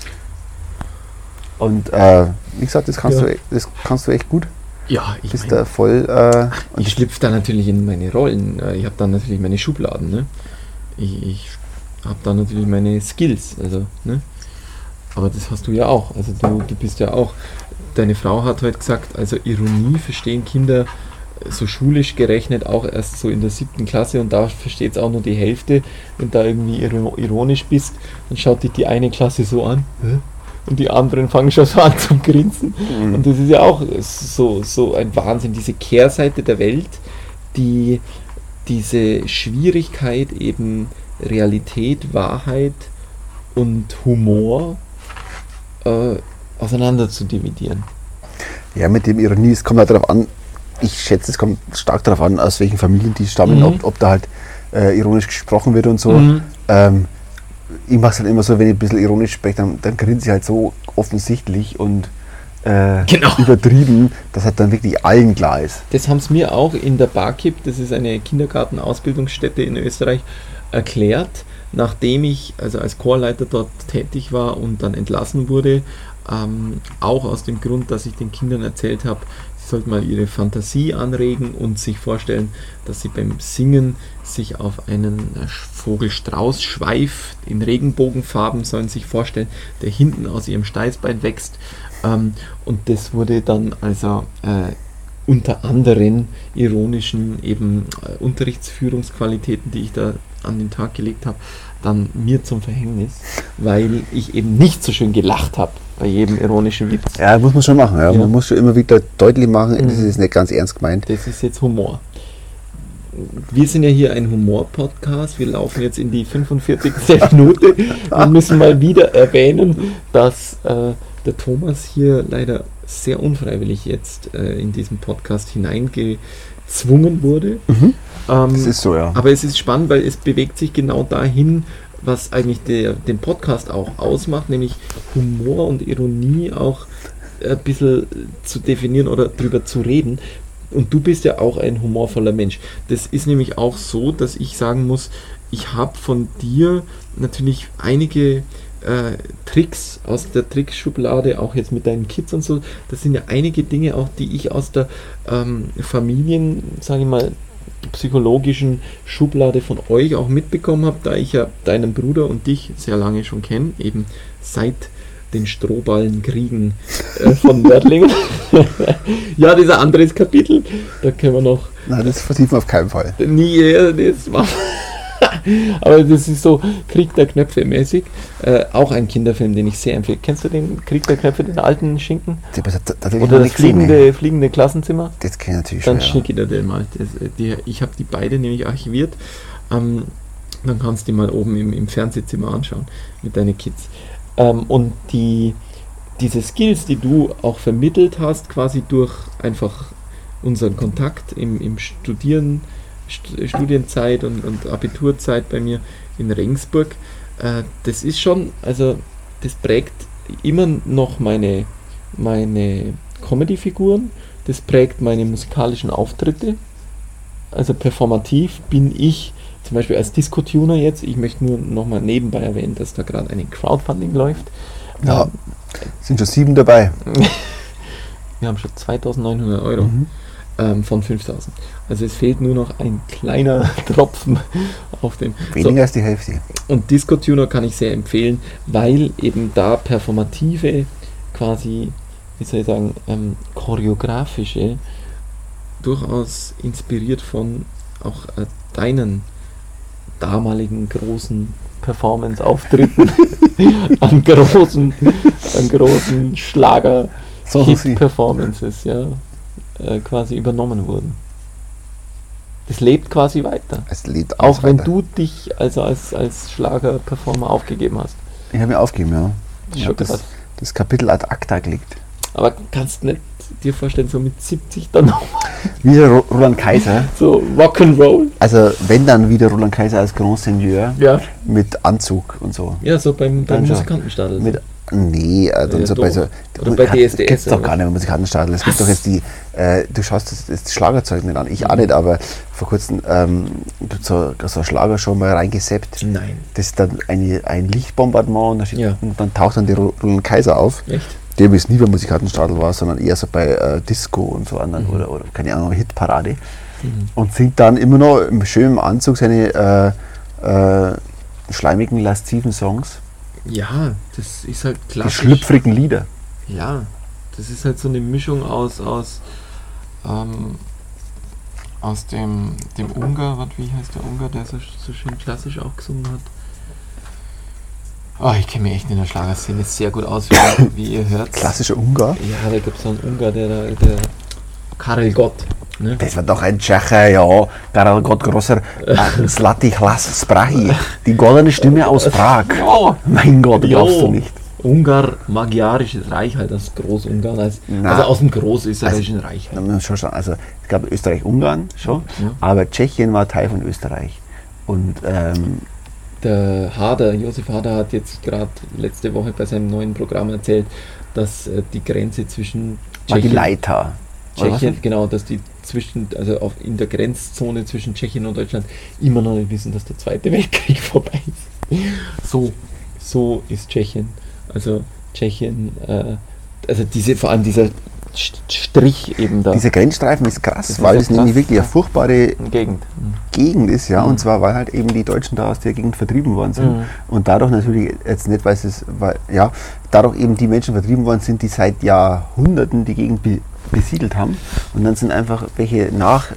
Und wie gesagt, das kannst du echt gut. Ja, ich Bist mein, da voll. Und ich schlüpfe da natürlich in meine Rollen. Ich habe da natürlich meine Schubladen. Ne? Ich habe da natürlich meine Skills. Also, ne? Aber das hast du ja auch. Also du bist ja auch deine Frau hat heute gesagt, also Ironie verstehen Kinder so schulisch gerechnet auch erst so in der 7. Klasse und da versteht es auch nur die Hälfte. Wenn da irgendwie ironisch bist, dann schaut dich die eine Klasse so an und die anderen fangen schon so an zu grinsen. Und das ist ja auch so ein Wahnsinn, diese Kehrseite der Welt, die diese Schwierigkeit eben Realität, Wahrheit und Humor auseinander zu dividieren. Ja, mit dem Ironie, es kommt halt darauf an, ich schätze, es kommt stark darauf an, aus welchen Familien die stammen, ob da halt ironisch gesprochen wird und so. Ich mache es halt immer so, wenn ich ein bisschen ironisch spreche, dann grinse ich halt so offensichtlich und übertrieben, dass halt dann wirklich allen klar ist. Das haben es mir auch in der Barkip, das ist eine Kindergartenausbildungsstätte in Österreich, erklärt, nachdem ich also als Chorleiter dort tätig war und dann entlassen wurde, auch aus dem Grund, dass ich den Kindern erzählt habe, sie sollten mal ihre Fantasie anregen und sich vorstellen, dass sie beim Singen sich auf einen Vogelstrauß-Schweif in Regenbogenfarben sollen sich vorstellen, der hinten aus ihrem Steißbein wächst. Und das wurde dann also unter anderen ironischen eben Unterrichtsführungsqualitäten, die ich da an den Tag gelegt habe, dann mir zum Verhängnis, weil ich eben nicht so schön gelacht habe bei jedem ironischen Witz. Ja, muss man schon machen. Ja. Man muss schon immer wieder deutlich machen, das ist nicht ganz ernst gemeint. Das ist jetzt Humor. Wir sind ja hier ein Humor-Podcast. Wir laufen jetzt in die 45. Minute. Wir müssen mal wieder erwähnen, dass der Thomas hier leider sehr unfreiwillig jetzt in diesen Podcast hineingezwungen wurde. Das ist so, ja. Aber es ist spannend, weil es bewegt sich genau dahin, was eigentlich den Podcast auch ausmacht, nämlich Humor und Ironie auch ein bisschen zu definieren oder drüber zu reden. Und du bist ja auch ein humorvoller Mensch. Das ist nämlich auch so, dass ich sagen muss, ich habe von dir natürlich einige Tricks aus der Trickschublade, auch jetzt mit deinen Kids und so. Das sind ja einige Dinge auch, die ich aus der Familien, sage ich mal, psychologischen Schublade von euch auch mitbekommen habe, da ich ja deinen Bruder und dich sehr lange schon kenne, eben seit den Strohballenkriegen von Nördlingen. Ja, das ist ein anderes Kapitel, da können wir noch... Nein, das vertiefen wir auf keinen Fall. Nie, das war... Aber das ist so Krieg der Knöpfe mäßig. Auch ein Kinderfilm, den ich sehr empfehle. Kennst du den Krieg der Knöpfe, den alten Schinken? Oder das fliegende Klassenzimmer? Das kenne ich natürlich schon. Dann ja. schicke ich dir den mal. Ich habe die beide nämlich archiviert. Dann kannst du die mal oben im Fernsehzimmer anschauen mit deinen Kids. Und diese Skills, die du auch vermittelt hast, quasi durch einfach unseren Kontakt im Studienzeit und Abiturzeit bei mir in Regensburg, das ist schon, also das prägt immer noch meine Comedy-Figuren, das prägt meine musikalischen Auftritte, also performativ bin ich zum Beispiel als Disco-Tuner jetzt, ich möchte nur nochmal nebenbei erwähnen, dass da gerade ein Crowdfunding läuft. Ja, sind schon 7 dabei. Wir haben schon 2.900 Euro. Von 5.000. Also es fehlt nur noch ein kleiner Tropfen auf den... Weniger als die Hälfte. Und Disco-Tuner kann ich sehr empfehlen, weil eben da performative, quasi, wie soll ich sagen, choreografische, durchaus inspiriert von auch deinen damaligen großen Performance-Auftritten an großen Schlager-Hit-Performances, ja. Quasi übernommen wurden. Das lebt quasi weiter. Es lebt auch wenn weiter. Du dich also als Schlagerperformer aufgegeben hast. Ich habe mir aufgegeben, ja. Ich habe das Kapitel ad acta gelegt. Aber kannst du nicht dir vorstellen, so mit 70 dann nochmal? Wieder Roland Kaiser. So Rock'n'Roll. Also wenn dann wieder Roland Kaiser als Grand Seigneur, ja, mit Anzug und so. Ja, so beim Musikantenstadel. Mit Nee, dann ja, so bei so. Oder bei DSDS. Gibt es doch gar nicht mehr Musikantenstadel. Es gibt doch jetzt die. Du schaust das Schlagerzeug nicht an. Ich auch nicht, aber vor kurzem gibt es so eine Schlagershow mal reingeseppt. Nein. Das ist dann ein Lichtbombardement und dann taucht dann die Roland Kaiser auf. Echt? Der bis nie beim Musikantenstadel war, sondern eher so bei Disco und so anderen oder keine Ahnung, Hitparade. Und singt dann immer noch im schönen Anzug seine schleimigen, lasziven Songs. Ja, das ist halt klassisch. Die schlüpfrigen Lieder. Ja, Das ist halt so eine Mischung aus dem Ungar, wie heißt der Ungar, der so schön klassisch auch gesungen hat? Oh, ich kenne mich echt in der Schlagerszene sehr gut aus, wie ihr hört. Klassischer Ungar? Ja, da gibt es so einen Ungar, der Karel Gott. Ne? Das war doch ein Tscheche, ja. Karel Gott, großer Zlatý hlas z Prahy. Die goldene Stimme aus Prag. Ja. Mein Gott, glaubst du nicht. Ungar-Magyarisches Reich halt, das Großungarn, also aus dem Großösterreichischen Reich. Halt. Also es gab Österreich-Ungarn schon, aber Tschechien war Teil von Österreich. Und der Josef Hader hat jetzt gerade letzte Woche bei seinem neuen Programm erzählt, dass die Grenze zwischen die Leiter. Tschechien, genau, dass die in der Grenzzone zwischen Tschechien und Deutschland immer noch nicht wissen, dass der Zweite Weltkrieg vorbei ist. So ist Tschechien. Also Tschechien, vor allem dieser Strich eben da. Dieser Grenzstreifen ist krass, weil es nämlich wirklich eine furchtbare Gegend ist, ja, und zwar weil halt eben die Deutschen da aus der Gegend vertrieben worden sind und dadurch natürlich jetzt nicht, dadurch eben die Menschen vertrieben worden sind, die seit Jahrhunderten die Gegend besiedelt haben und dann sind einfach welche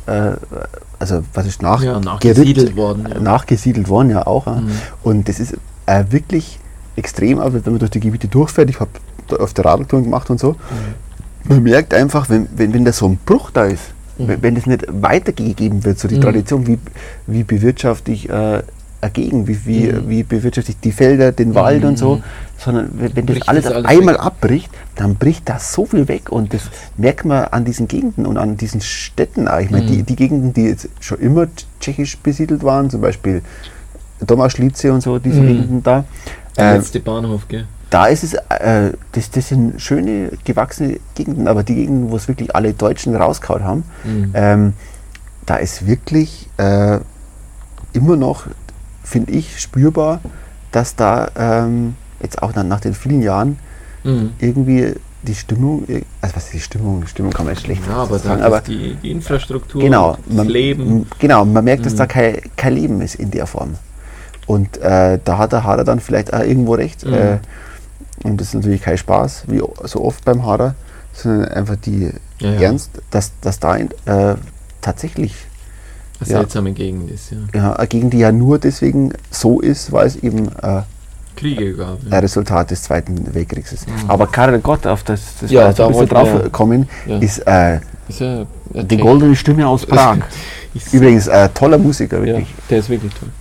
nachgesiedelt worden, ja auch. Und das ist wirklich extrem, aber wenn man durch die Gebiete durchfährt, ich habe auf der Radltour gemacht und so, man merkt einfach, wenn da so ein Bruch da ist, wenn das nicht weitergegeben wird, so die Tradition, wie bewirtschafte ich eine Gegend, wie bewirtschafte ich die Felder, den Wald und so, sondern wenn das alles einmal abbricht, dann bricht da so viel weg und das merkt man an diesen Gegenden und an diesen Städten auch. Ich meine, die Gegenden, die jetzt schon immer tschechisch besiedelt waren, zum Beispiel Domažlice und so, diese Gegenden da. Der letzte Bahnhof, gell? Da ist es, das sind schöne, gewachsene Gegenden, aber die Gegenden, wo es wirklich alle Deutschen rausgehauen haben, da ist wirklich immer noch, finde ich, spürbar, dass da jetzt auch nach den vielen Jahren irgendwie die Stimmung, also was ist die Stimmung kann man jetzt schlecht sagen, aber die Infrastruktur, das Leben. Genau, man merkt, dass da kein Leben ist in der Form. Und da hat der Hader dann vielleicht auch irgendwo recht. Und das ist natürlich kein Spaß, wie so oft beim Hader, sondern einfach Ernst, dass da tatsächlich eine seltsame Gegend ist. Ja, eine Gegend, die ja nur deswegen so ist, weil es eben Kriege gab. Ein Resultat des Zweiten Weltkriegs ist. Aber Karel Gott, auf das da wir drauf kommen, ist die goldene Stimme aus Prag. Übrigens ein toller Musiker, wirklich. Ja, der ist wirklich toll.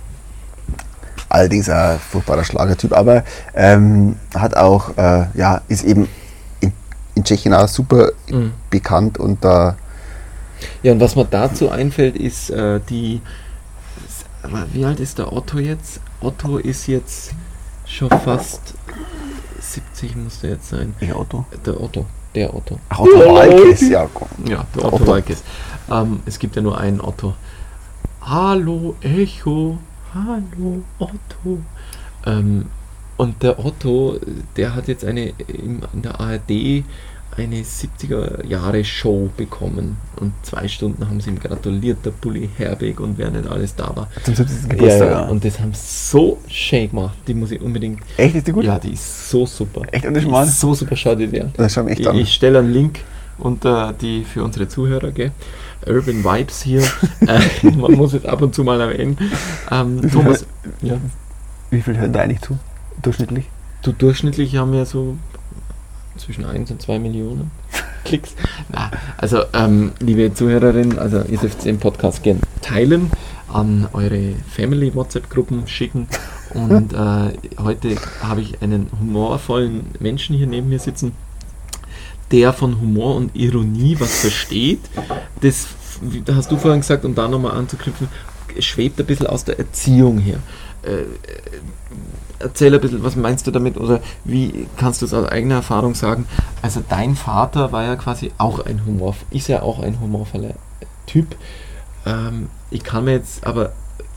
Allerdings ein furchtbarer Schlagertyp, aber hat auch, ist eben in Tschechien auch super bekannt und da. Ja, und was mir dazu einfällt, ist wie alt ist der Otto jetzt? Otto ist jetzt schon fast 70, muss der jetzt sein. Der Otto? Der Otto. Ach, Otto Walkes, ja. Ja, der Otto Walkes. Es gibt ja nur einen Otto. Hallo, Echo. Hallo, Otto. Und der Otto, der hat jetzt in der ARD eine 70er-Jahre-Show bekommen. Und 2 Stunden haben sie ihm gratuliert, der Bulli Herbig und wer nicht alles da war. Zum 70. Geburtstag. Ja. Und das haben so schön gemacht. Die muss ich unbedingt. Echt, ist die gut? Ja, die ist so super. Echt, und ich meine? So super, schau dir die an. Das schauen wir echt an. Ich stelle einen Link unter die für unsere Zuhörer, gell? Urban Vibes hier. Man muss es ab und zu mal erwähnen. Thomas, wie viel hören da eigentlich zu? Durchschnittlich? Durchschnittlich haben wir so zwischen 1 und 2 Millionen Klicks. Na, also, liebe Zuhörerinnen, also ihr dürft den Podcast gerne teilen, an eure Family-WhatsApp-Gruppen schicken. Und heute habe ich einen humorvollen Menschen hier neben mir sitzen, der von Humor und Ironie was versteht. Das hast du vorhin gesagt, um da nochmal anzuknüpfen, schwebt ein bisschen aus der Erziehung her. Erzähl ein bisschen, was meinst du damit oder wie kannst du es aus eigener Erfahrung sagen? Also dein Vater war ja quasi auch ist ja auch ein humorvoller Typ. Ich kann mir jetzt aber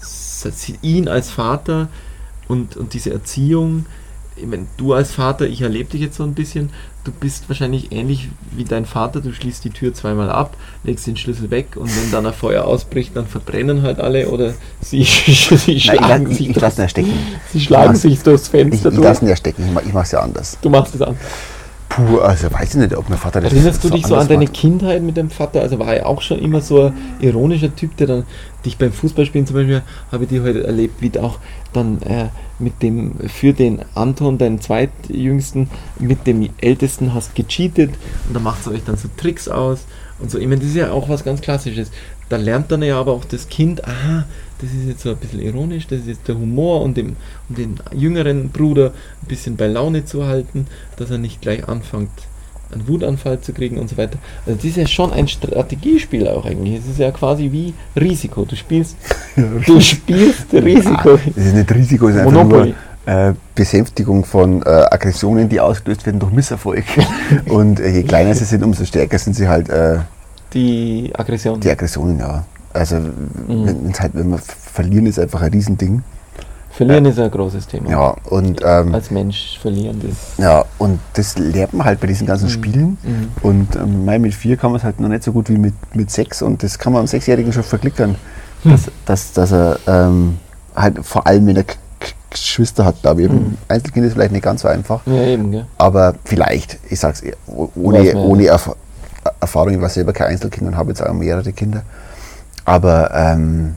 ihn als Vater und diese Erziehung, ich meine, du als Vater, ich erlebe dich jetzt so ein bisschen, du bist wahrscheinlich ähnlich wie dein Vater, du schließt die Tür zweimal ab, legst den Schlüssel weg und wenn dann ein Feuer ausbricht, dann verbrennen halt alle oder sie schlagen sich durchs Fenster durch. Ich lasse ihn ja stecken, ich mache es ja anders. Du machst es an. Puh, also weiß ich nicht, ob mein Vater das Erinnerst du dich so an anders deine macht. Kindheit mit dem Vater? Also war er auch schon immer so ein ironischer Typ, der dann dich beim Fußballspielen zum Beispiel, habe ich die heute erlebt, wie du auch dann mit dem, für den Anton, deinen zweitjüngsten, mit dem Ältesten hast gecheatet und dann macht es euch dann so Tricks aus und so. Ich meine, das ist ja auch was ganz Klassisches. Da lernt dann ja aber auch das Kind, aha, das ist jetzt so ein bisschen ironisch, das ist jetzt der Humor und den jüngeren Bruder ein bisschen bei Laune zu halten, dass er nicht gleich anfängt, einen Wutanfall zu kriegen und so weiter. Also das ist ja schon ein Strategiespiel auch eigentlich. Es ist ja quasi wie Risiko. Du spielst Risiko. Das ist nicht Risiko, es ist einfach Monopoly. nur Besänftigung von Aggressionen, die ausgelöst werden durch Misserfolg. Und je kleiner sie sind, umso stärker sind sie halt Die Aggression. die Aggressionen, ja. Also wenn wir verlieren, ist einfach ein Riesending. Verlieren ist ein großes Thema. Ja, und Als Mensch verlieren das. ja, und das lernt man halt bei diesen ganzen Spielen. Und mit 4 kann man es halt noch nicht so gut wie mit 6 und das kann man am 6-Jährigen schon verklickern. Dass er halt vor allem, wenn er Geschwister hat, glaube ich. Einzelkind ist vielleicht nicht ganz so einfach. Ja, eben, gell? Aber vielleicht, ich sag's ohne Erfahrung, ich war selber kein Einzelkind und habe jetzt auch mehrere Kinder. Aber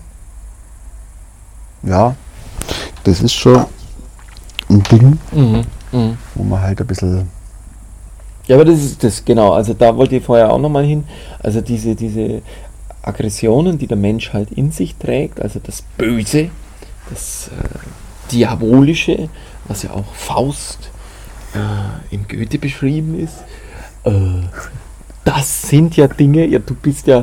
ja, das ist schon ein Ding, wo man halt ein bisschen. Ja, aber das ist das, genau. Also da wollte ich vorher auch nochmal hin. Also diese Aggressionen, die der Mensch halt in sich trägt, also das Böse, das Diabolische, was ja auch Faust in Goethe beschrieben ist, das sind ja Dinge, ja, du bist ja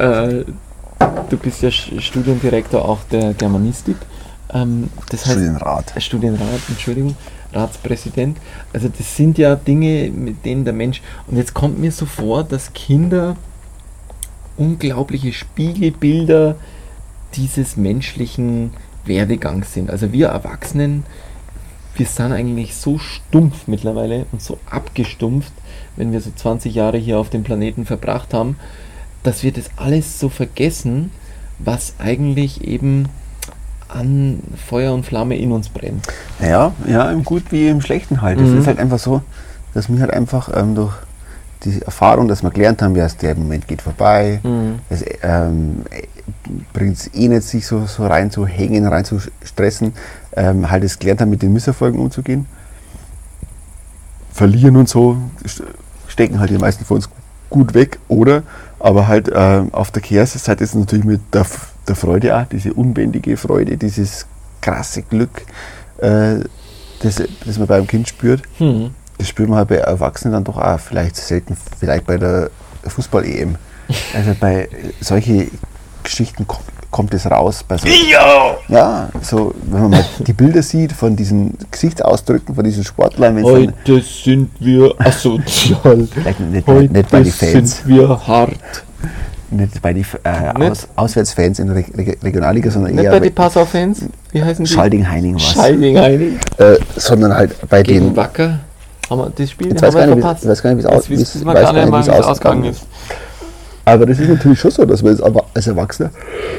Studiendirektor auch der Germanistik. Das heißt, Studienrat, Entschuldigung, Ratspräsident. Also das sind ja Dinge, mit denen der Mensch, und jetzt kommt mir so vor, dass Kinder unglaubliche Spiegelbilder dieses menschlichen Werdegangs sind. Also wir Erwachsenen, wir sind eigentlich so stumpf mittlerweile und so abgestumpft, wenn wir so 20 Jahre hier auf dem Planeten verbracht haben, dass wir das alles so vergessen, was eigentlich eben an Feuer und Flamme in uns brennt. Ja, im Guten wie im Schlechten halt. Es ist halt einfach so, dass wir halt einfach durch die Erfahrung, dass wir gelernt haben, ja, der Moment geht vorbei, es bringt es eh nicht, sich so rein zu hängen, rein zu stressen, halt es gelernt haben, mit den Misserfolgen umzugehen. Verlieren und so stecken halt die meisten von uns gut weg, oder? Aber halt auf der Kehrseite ist es natürlich mit der Freude auch, diese unbändige Freude, dieses krasse Glück, das man beim Kind spürt. Das spürt man halt bei Erwachsenen dann doch auch vielleicht bei der Fußball-EM. Also bei solchen Geschichten kommt es raus. Bei so, ja, so, wenn man mal die Bilder sieht von diesen Gesichtsausdrücken von diesen Sportlern. Heute sind wir asozial. Nicht bei den Fans. Sind wir hart. Nicht bei den Auswärtsfans in der Regionalliga, sondern nicht eher bei den Passau-Fans. Wie heißen die? Schalding-Heining was. Schalding-Heining. Sondern halt bei Gegen den. Wacker. Haben wir das Spiel Ich haben weiß wir gar nicht, wie es ausgegangen ist. Aber das ist natürlich schon so, dass man als Erwachsener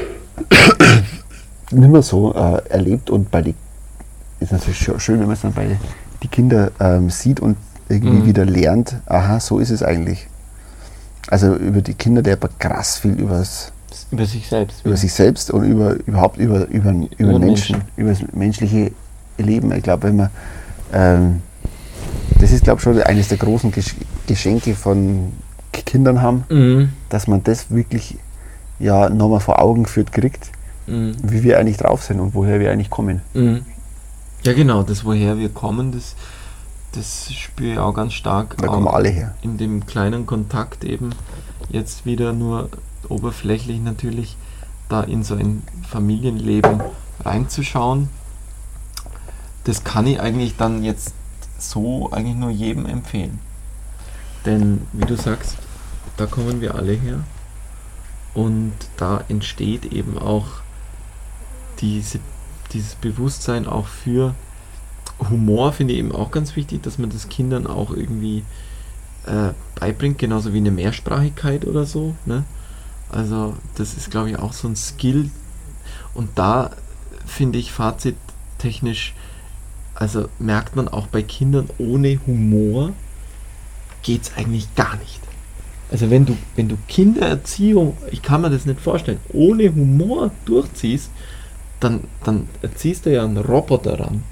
nicht mehr so erlebt und ist natürlich schön, wenn man es dann bei die Kinder sieht und irgendwie wieder lernt, aha, so ist es eigentlich. Also über die Kinder lernt man krass viel über sich selbst und überhaupt über Menschen, über das menschliche Leben. Ich glaube, wenn man das ist, glaube ich, schon eines der großen Geschenke von Kindern haben, dass man das wirklich ja nochmal vor Augen geführt kriegt, wie wir eigentlich drauf sind und woher wir eigentlich kommen. Ja genau, das woher wir kommen, das spüre ich auch ganz stark. Da kommen alle her. In dem kleinen Kontakt eben, jetzt wieder nur oberflächlich natürlich, da in so ein Familienleben reinzuschauen. Das kann ich eigentlich dann jetzt so eigentlich nur jedem empfehlen. Denn, wie du sagst, da kommen wir alle her und da entsteht eben auch dieses Bewusstsein auch für Humor, finde ich eben auch ganz wichtig, dass man das Kindern auch irgendwie beibringt, genauso wie eine Mehrsprachigkeit oder so. Ne? Also das ist, glaube ich, auch so ein Skill und da finde ich fazittechnisch, also merkt man auch bei Kindern ohne Humor geht es eigentlich gar nicht. Also wenn du Kindererziehung, ich kann mir das nicht vorstellen, ohne Humor durchziehst, dann erziehst du ja einen Roboter ran.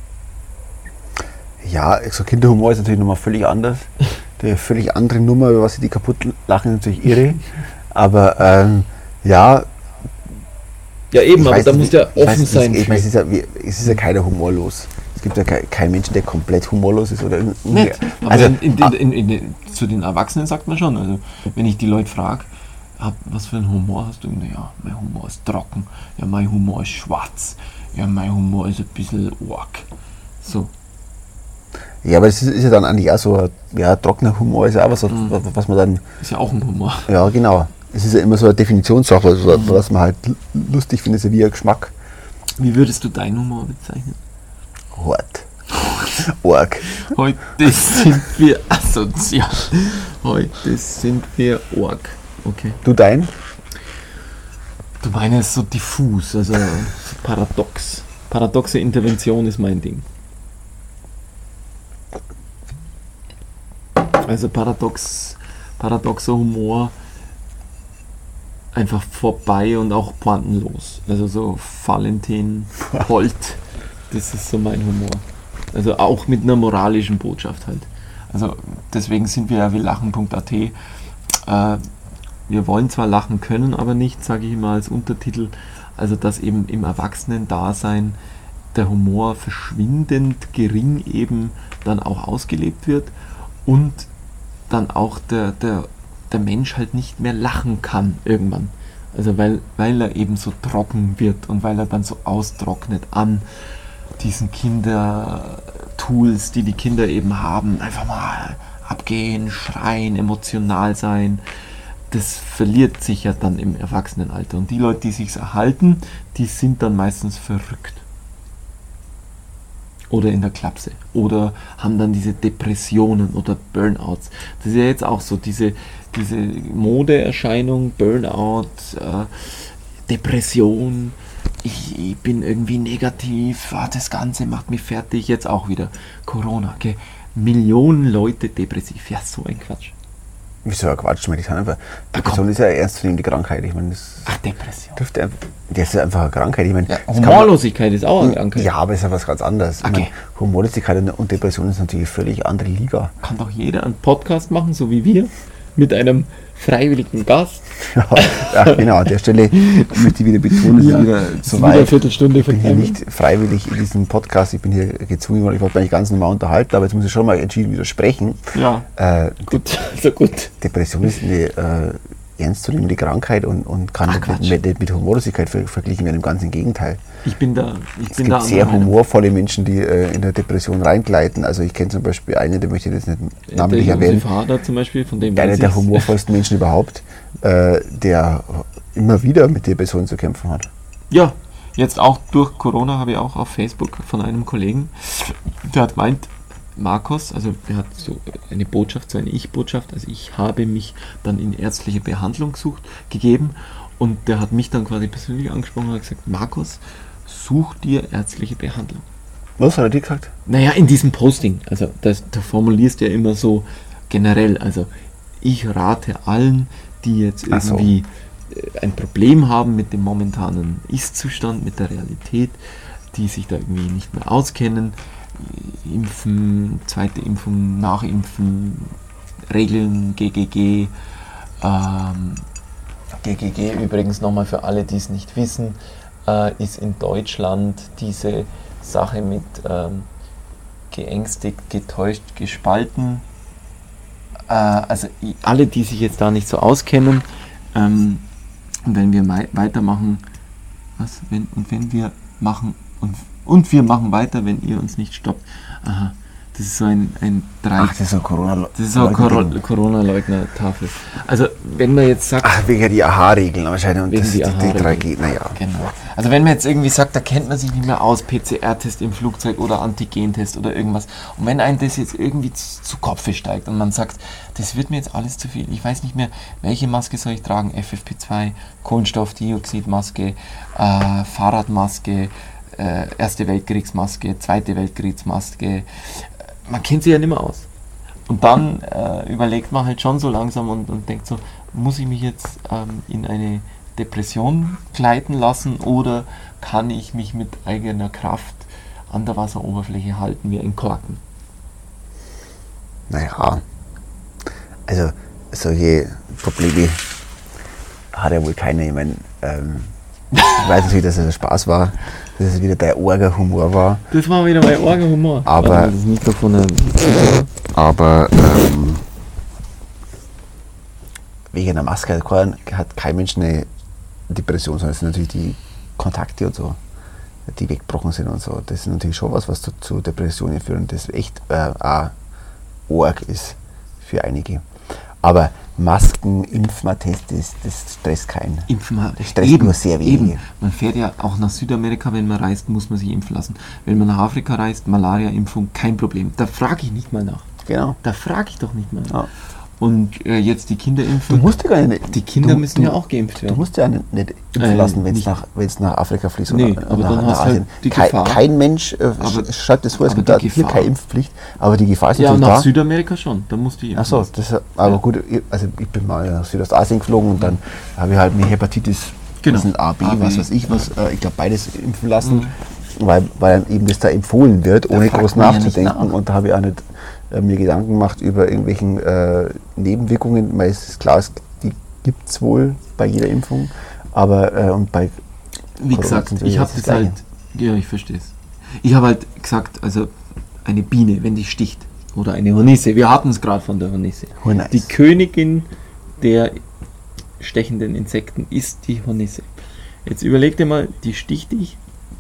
Ja, so Kinderhumor ist natürlich nochmal völlig anders. Eine völlig andere Nummer, über was sie die kaputt lachen, ist natürlich irre. Aber ja. Ja eben, aber da muss ja offen sein. Ich meine, es ist ja keiner humorlos. Es gibt ja keinen Menschen, der komplett humorlos ist. Oder nicht. Aber also, zu den Erwachsenen sagt man schon. Also wenn ich die Leute frage, was für einen Humor hast du? Ja, mein Humor ist trocken. Ja, mein Humor ist schwarz. Ja, mein Humor ist ein bisschen arg. So. Ja, aber das ist ja dann eigentlich auch so, ja, trockener Humor ist ja auch was man dann... Ist ja auch ein Humor. Ja, genau. Es ist ja immer so eine Definitionssache, also, was man halt lustig findet, ist ja wie ein Geschmack. Wie würdest du deinen Humor bezeichnen? Hart. Org. Heute sind wir asozial. Heute sind wir Org. Okay. Du dein? Du meinst so diffus, also paradox. Paradoxe Intervention ist mein Ding. Also paradoxer Humor einfach vorbei und auch pointenlos. Also so Valentin, Holt, das ist so mein Humor. Also auch mit einer moralischen Botschaft halt. Also deswegen sind wir ja wielachen.at. Wir wollen zwar lachen können, aber nicht, sage ich immer als Untertitel, also dass eben im Erwachsenen-Dasein der Humor verschwindend gering eben dann auch ausgelebt wird und dann auch der Mensch halt nicht mehr lachen kann irgendwann. Also weil er eben so trocken wird und weil er dann so austrocknet an diesen Kindertools, die Kinder eben haben. Einfach mal abgehen, schreien, emotional sein. Das verliert sich ja dann im Erwachsenenalter. Und die Leute, die sich's erhalten, die sind dann meistens verrückt. Oder in der Klapse. Oder haben dann diese Depressionen oder Burnouts. Das ist ja jetzt auch so, diese Modeerscheinung, Burnout, Depression, ich bin irgendwie negativ, das Ganze macht mich fertig, jetzt auch wieder Corona. Okay. Millionen Leute depressiv. Ja, so ein Quatsch. Wieso ein Quatsch? Depression ist ja eine ernstzunehmende Krankheit. Ich meine, Depression. Das ist einfach eine Krankheit. Ich meine, ja, Humorlosigkeit ist auch eine Krankheit. Ja, aber es ist ja was ganz anderes. Okay. Ich meine, Humorlosigkeit und Depression ist natürlich eine völlig andere Liga. Kann doch jeder einen Podcast machen, so wie wir, mit einem freiwilligen Gast. Ja, genau, an der Stelle möchte ich wieder betonen, eine Viertelstunde ich bin hier nicht freiwillig in diesem Podcast, ich bin hier gezwungen worden, ich wollte mich ganz normal unterhalten, aber jetzt muss ich schon mal entschieden widersprechen. Ja, gut. Depression ist eine ernstzunehmende Krankheit und kann nicht mit Humorlosigkeit verglichen werden, im ganzen Gegenteil. Es gibt sehr humorvolle Menschen, die in der Depression reingleiten. Also ich kenne zum Beispiel einen, der möchte das nicht namentlich erwähnen. Vater zum Beispiel, von dem einer der humorvollsten Menschen überhaupt, der immer wieder mit Depressionen zu kämpfen hat. Ja, jetzt auch durch Corona habe ich auch auf Facebook von einem Kollegen, der hat gemeint, Markus, also er hat so eine Botschaft, so eine Ich-Botschaft, also ich habe mich dann in ärztliche Behandlung gegeben und der hat mich dann quasi persönlich angesprochen und hat gesagt, Markus, such dir ärztliche Behandlung. Was hat er dir gesagt? Naja, in diesem Posting, also da formulierst du ja immer so generell, also ich rate allen, die jetzt irgendwie ein Problem haben mit dem momentanen Ist-Zustand, mit der Realität, die sich da irgendwie nicht mehr auskennen, Impfen, zweite Impfung, Nachimpfen, Regeln, GGG. GGG übrigens nochmal für alle, die es nicht wissen, ist in Deutschland diese Sache mit geängstigt, getäuscht, gespalten. Also alle, die sich jetzt da nicht so auskennen, und wenn wir weitermachen, und wir machen weiter, wenn ihr uns nicht stoppt. Aha, das ist so ein das ist so eine Corona-Leugner-Tafel. Also wenn man jetzt sagt... wegen die AHA-Regeln wahrscheinlich. Und wegen das die die 3G, naja. Genau. Also wenn man jetzt irgendwie sagt, da kennt man sich nicht mehr aus, PCR-Test im Flugzeug oder Antigentest oder irgendwas. Und wenn einem das jetzt irgendwie zu Kopfe steigt und man sagt, das wird mir jetzt alles zu viel. Ich weiß nicht mehr, welche Maske soll ich tragen? FFP2, Kohlenstoffdioxidmaske, Fahrradmaske, Erste Weltkriegsmaske, Zweite Weltkriegsmaske. Man kennt sie ja nicht mehr aus. Und dann überlegt man halt schon so langsam und denkt so, muss ich mich jetzt in eine Depression gleiten lassen oder kann ich mich mit eigener Kraft an der Wasseroberfläche halten wie ein Korken? Naja, also solche Probleme hat ja wohl keiner. Ich meine, ich weiß natürlich, dass es ein Spaß war, dass es wieder dein Orga-Humor war. Das war wieder mein Orga-Humor. Aber, das Mikrofon aber wegen einer Maske hat kein Mensch eine Depression, sondern es sind natürlich die Kontakte und so, die weggebrochen sind und so. Das ist natürlich schon was zu Depressionen führt und das echt auch arg ist für einige. Aber Masken, Impfattest, das stresst keinen. Das stresst nur sehr wenige. Man fährt ja auch nach Südamerika, wenn man reist, muss man sich impfen lassen. Wenn man nach Afrika reist, Malaria-Impfung, kein Problem. Da frage ich nicht mal nach. Genau. Da frage ich doch nicht mal nach. Ja. Und jetzt die Kinderimpfung. Du musst ja gar nicht. Die Kinder müssen ja auch geimpft werden. Du musst ja nicht impfen lassen, wenn es nach Afrika fließt oder aber nach, dann nach hast Asien. halt die Gefahr. Kein Mensch schreibt das vor, es gibt hier keine Impfpflicht, aber die Gefahr ist ja, natürlich nach da. Südamerika schon, da musst du Achso, aber gut, also ich bin mal nach Südostasien geflogen und dann habe ich halt eine Hepatitis, A, B, was weiß ich, ich glaube beides impfen lassen, weil eben das da empfohlen wird, ohne groß nachzudenken. Und da habe ich auch nicht mir Gedanken gemacht über irgendwelchen Nebenwirkungen, weil es ist klar, die gibt es wohl bei jeder Impfung, aber und bei wie gesagt, ich habe das halt, ja, ich verstehe es. Ich habe halt gesagt, also eine Biene, wenn die sticht, oder eine Hornisse, wir hatten es gerade von der Hornisse. Die Königin der stechenden Insekten ist die Hornisse. Jetzt überleg dir mal, die sticht dich,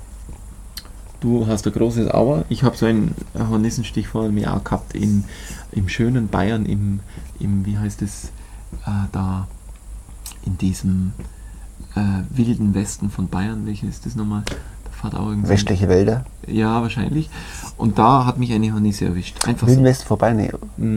du hast ein großes Auer, ich habe so einen Hornissenstich vor einem Jahr gehabt im schönen Bayern, im wie heißt es, da in diesem wilden Westen von Bayern, welches ist das nochmal? Da fährt auch irgendwie westliche Wälder? Ja, wahrscheinlich. Und da hat mich eine Hornisse erwischt. Einfach Wilden so. Westen vorbei? Nee.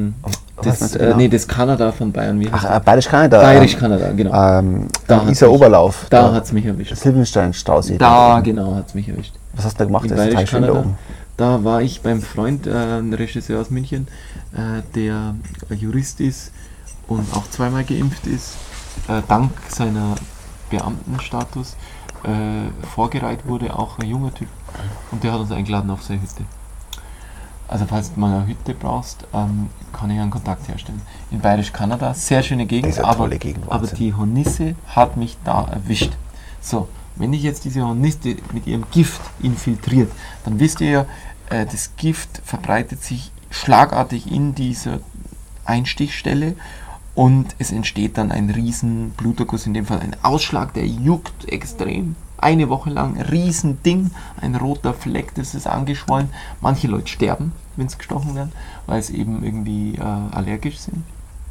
Das Kanada von Bayern. Wie heißt Ach, Bayerisch-Kanada. Bayerisch-Kanada, genau. Da Isar Oberlauf. Da hat es mich erwischt. Silbenstein-Stausee. Da, genau, hat es mich erwischt. Was hast du da gemacht? In Das ist total schön da oben. Da war ich beim Freund, ein Regisseur aus München, der Jurist ist und auch zweimal geimpft ist, dank seiner Beamtenstatus vorgereiht wurde, auch ein junger Typ. Und der hat uns eingeladen auf seine Hütte. Also falls du mal eine Hütte brauchst, kann ich einen Kontakt herstellen. In Bayerisch-Kanada, sehr schöne Gegend, Das ist eine tolle Gegend, aber die Hornisse hat mich da erwischt. So, wenn dich jetzt diese Hornisse mit ihrem Gift infiltriert, dann wisst ihr ja, das Gift verbreitet sich schlagartig in dieser Einstichstelle und es entsteht dann ein riesen Bluterguss, in dem Fall ein Ausschlag, der juckt extrem. Eine Woche lang, riesen Ding, ein roter Fleck, das ist angeschwollen. Manche Leute sterben, wenn sie gestochen werden, weil sie eben irgendwie allergisch sind.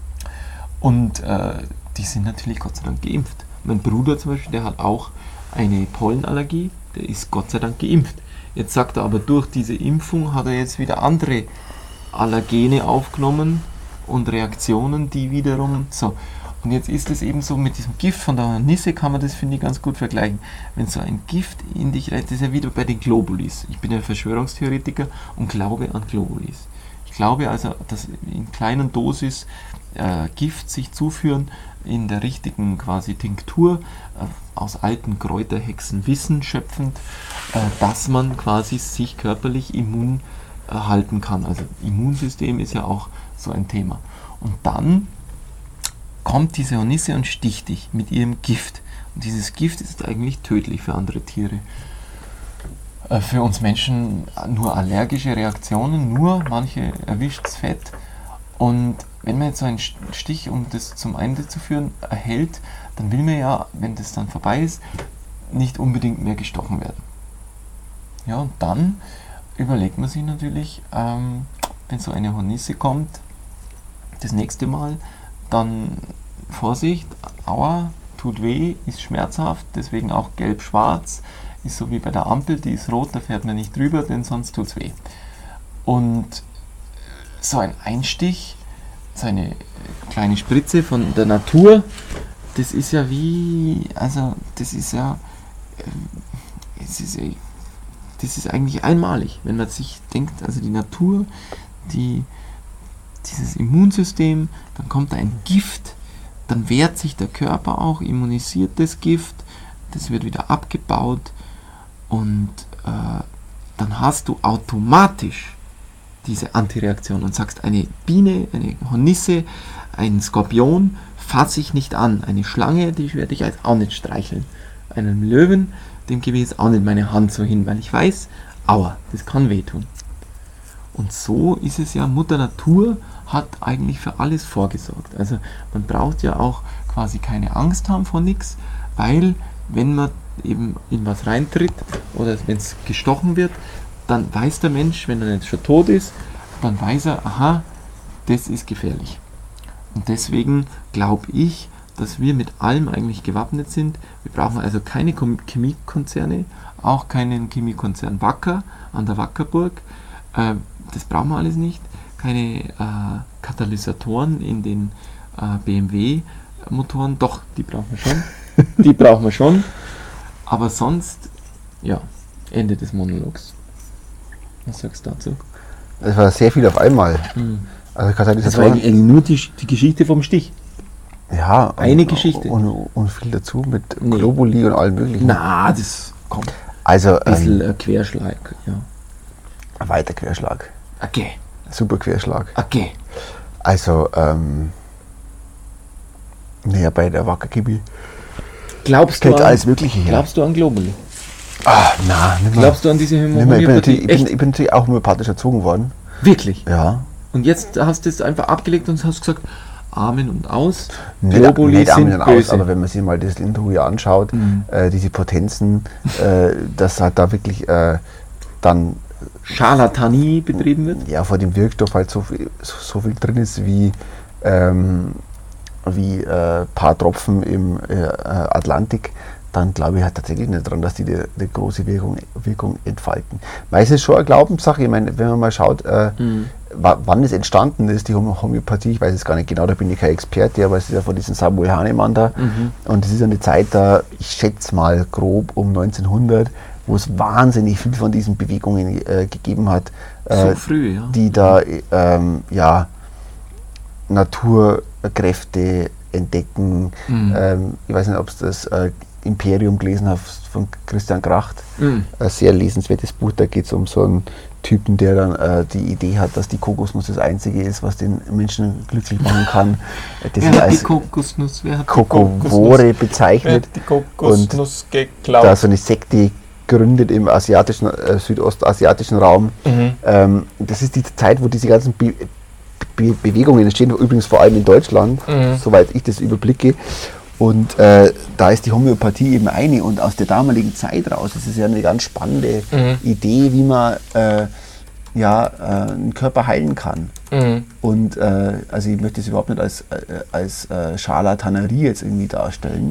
Und die sind natürlich Gott sei Dank geimpft. Mein Bruder zum Beispiel, der hat auch eine Pollenallergie, der ist Gott sei Dank geimpft. Jetzt sagt er aber, durch diese Impfung hat er jetzt wieder andere Allergene aufgenommen und Reaktionen, die wiederum so. Und jetzt ist es eben so, mit diesem Gift von der Hornisse kann man das, finde ich, ganz gut vergleichen. Wenn so ein Gift in dich reißt, das ist ja wieder bei den Globulis. Ich bin ja Verschwörungstheoretiker und glaube an Globulis. Ich glaube also, dass in kleinen Dosis Gift sich zuführen, in der richtigen quasi Tinktur, aus alten Kräuterhexenwissen schöpfend, dass man quasi sich körperlich immun halten kann. Also Immunsystem ist ja auch so ein Thema. Und dann kommt diese Hornisse und sticht dich mit ihrem Gift. Und dieses Gift ist eigentlich tödlich für andere Tiere. Für uns Menschen nur allergische Reaktionen, nur manche erwischt Fett. Und wenn man jetzt so einen Stich, um das zum Ende zu führen, erhält, dann will man ja, wenn das dann vorbei ist, nicht unbedingt mehr gestochen werden. Ja, und dann überlegt man sich natürlich, wenn so eine Hornisse kommt, das nächste Mal, dann Vorsicht, aua, tut weh, ist schmerzhaft, deswegen auch gelb-schwarz, ist so wie bei der Ampel, die ist rot, da fährt man nicht drüber, denn sonst tut's weh. Und so ein Einstich, so eine kleine Spritze von der Natur, das ist ja wie, also das ist ja, das ist eigentlich einmalig, wenn man sich denkt, also die Natur, die dieses Immunsystem, dann kommt ein Gift, dann wehrt sich der Körper auch, immunisiert das Gift, das wird wieder abgebaut und dann hast du automatisch diese Antireaktion und sagst, eine Biene, eine Hornisse, ein Skorpion fasse ich nicht an, eine Schlange, die werde ich jetzt auch nicht streicheln, einen Löwen, dem gebe ich jetzt auch nicht meine Hand so hin, weil ich weiß, aua, das kann wehtun. Und so ist es ja, Mutter Natur hat eigentlich für alles vorgesorgt. Also man braucht ja auch quasi keine Angst haben vor nichts, weil wenn man eben in was reintritt oder wenn es gestochen wird, dann weiß der Mensch, wenn er nicht schon tot ist, dann weiß er, aha, das ist gefährlich. Und deswegen glaube ich, dass wir mit allem eigentlich gewappnet sind. Wir brauchen also keine Chemiekonzerne, auch keinen Chemiekonzern Wacker an der Wackerburg. Das brauchen wir alles nicht. Keine Katalysatoren in den BMW-Motoren. Doch, die brauchen wir schon. Die brauchen wir schon. Aber sonst, ja, Ende des Monologs. Was sagst du dazu? Es war sehr viel auf einmal. Also das war eigentlich nur die Geschichte vom Stich. Ja, eine Geschichte. Und viel dazu mit Globuli und allem möglichen. Na, das kommt. Also ein bisschen Querschlag, ja. Ein weiter Querschlag. Okay. Super Querschlag. Okay. Also, naja, bei der Wackerchemie glaubst du alles Mögliche her. Glaubst du an Globuli? Ah, nein, nicht mehr. Glaubst du an diese Homöopathie? Ich bin natürlich auch homöopathisch erzogen worden. Wirklich? Ja. Und jetzt hast du es einfach abgelegt und hast gesagt, Amen und aus. Globuli nicht sind böse. Aus, aber wenn man sich mal das Lindhuja anschaut, diese Potenzen, dass halt da wirklich dann Scharlatanie betrieben wird? Ja, vor dem Wirkstoff halt so viel drin ist wie paar Tropfen im Atlantik, dann glaube ich halt tatsächlich nicht daran, dass die eine große Wirkung entfalten. Meistens ist es schon eine Glaubenssache. Ich meine, wenn man mal schaut, wann es entstanden ist, die Homöopathie, ich weiß es gar nicht genau, da bin ich kein Experte, aber es ist ja von diesem Samuel Hahnemann da. Und es ist eine Zeit da, ich schätze mal grob um 1900, wo es wahnsinnig viel von diesen Bewegungen gegeben hat, so früh, ja. die da Naturkräfte entdecken. Ich weiß nicht, ob es das Imperium gelesen hast von Christian Kracht. Ein sehr lesenswertes Buch, da geht es um so einen Typen, der dann die Idee hat, dass die Kokosnuss das Einzige ist, was den Menschen glücklich machen kann. Das wer ist hat als die Kokosnuss? Wer hat Kokosvore bezeichnet. Wer hat die Kokosnuss geklaut? Da so eine Sekte gründet im südostasiatischen Raum. Das ist die Zeit, wo diese ganzen Bewegungen entstehen, übrigens vor allem in Deutschland, soweit ich das überblicke. Und da ist die Homöopathie eben eine. Und aus der damaligen Zeit raus ist es ja eine ganz spannende Idee, wie man einen Körper heilen kann. Und also ich möchte es überhaupt nicht als Scharlatanerie jetzt irgendwie darstellen.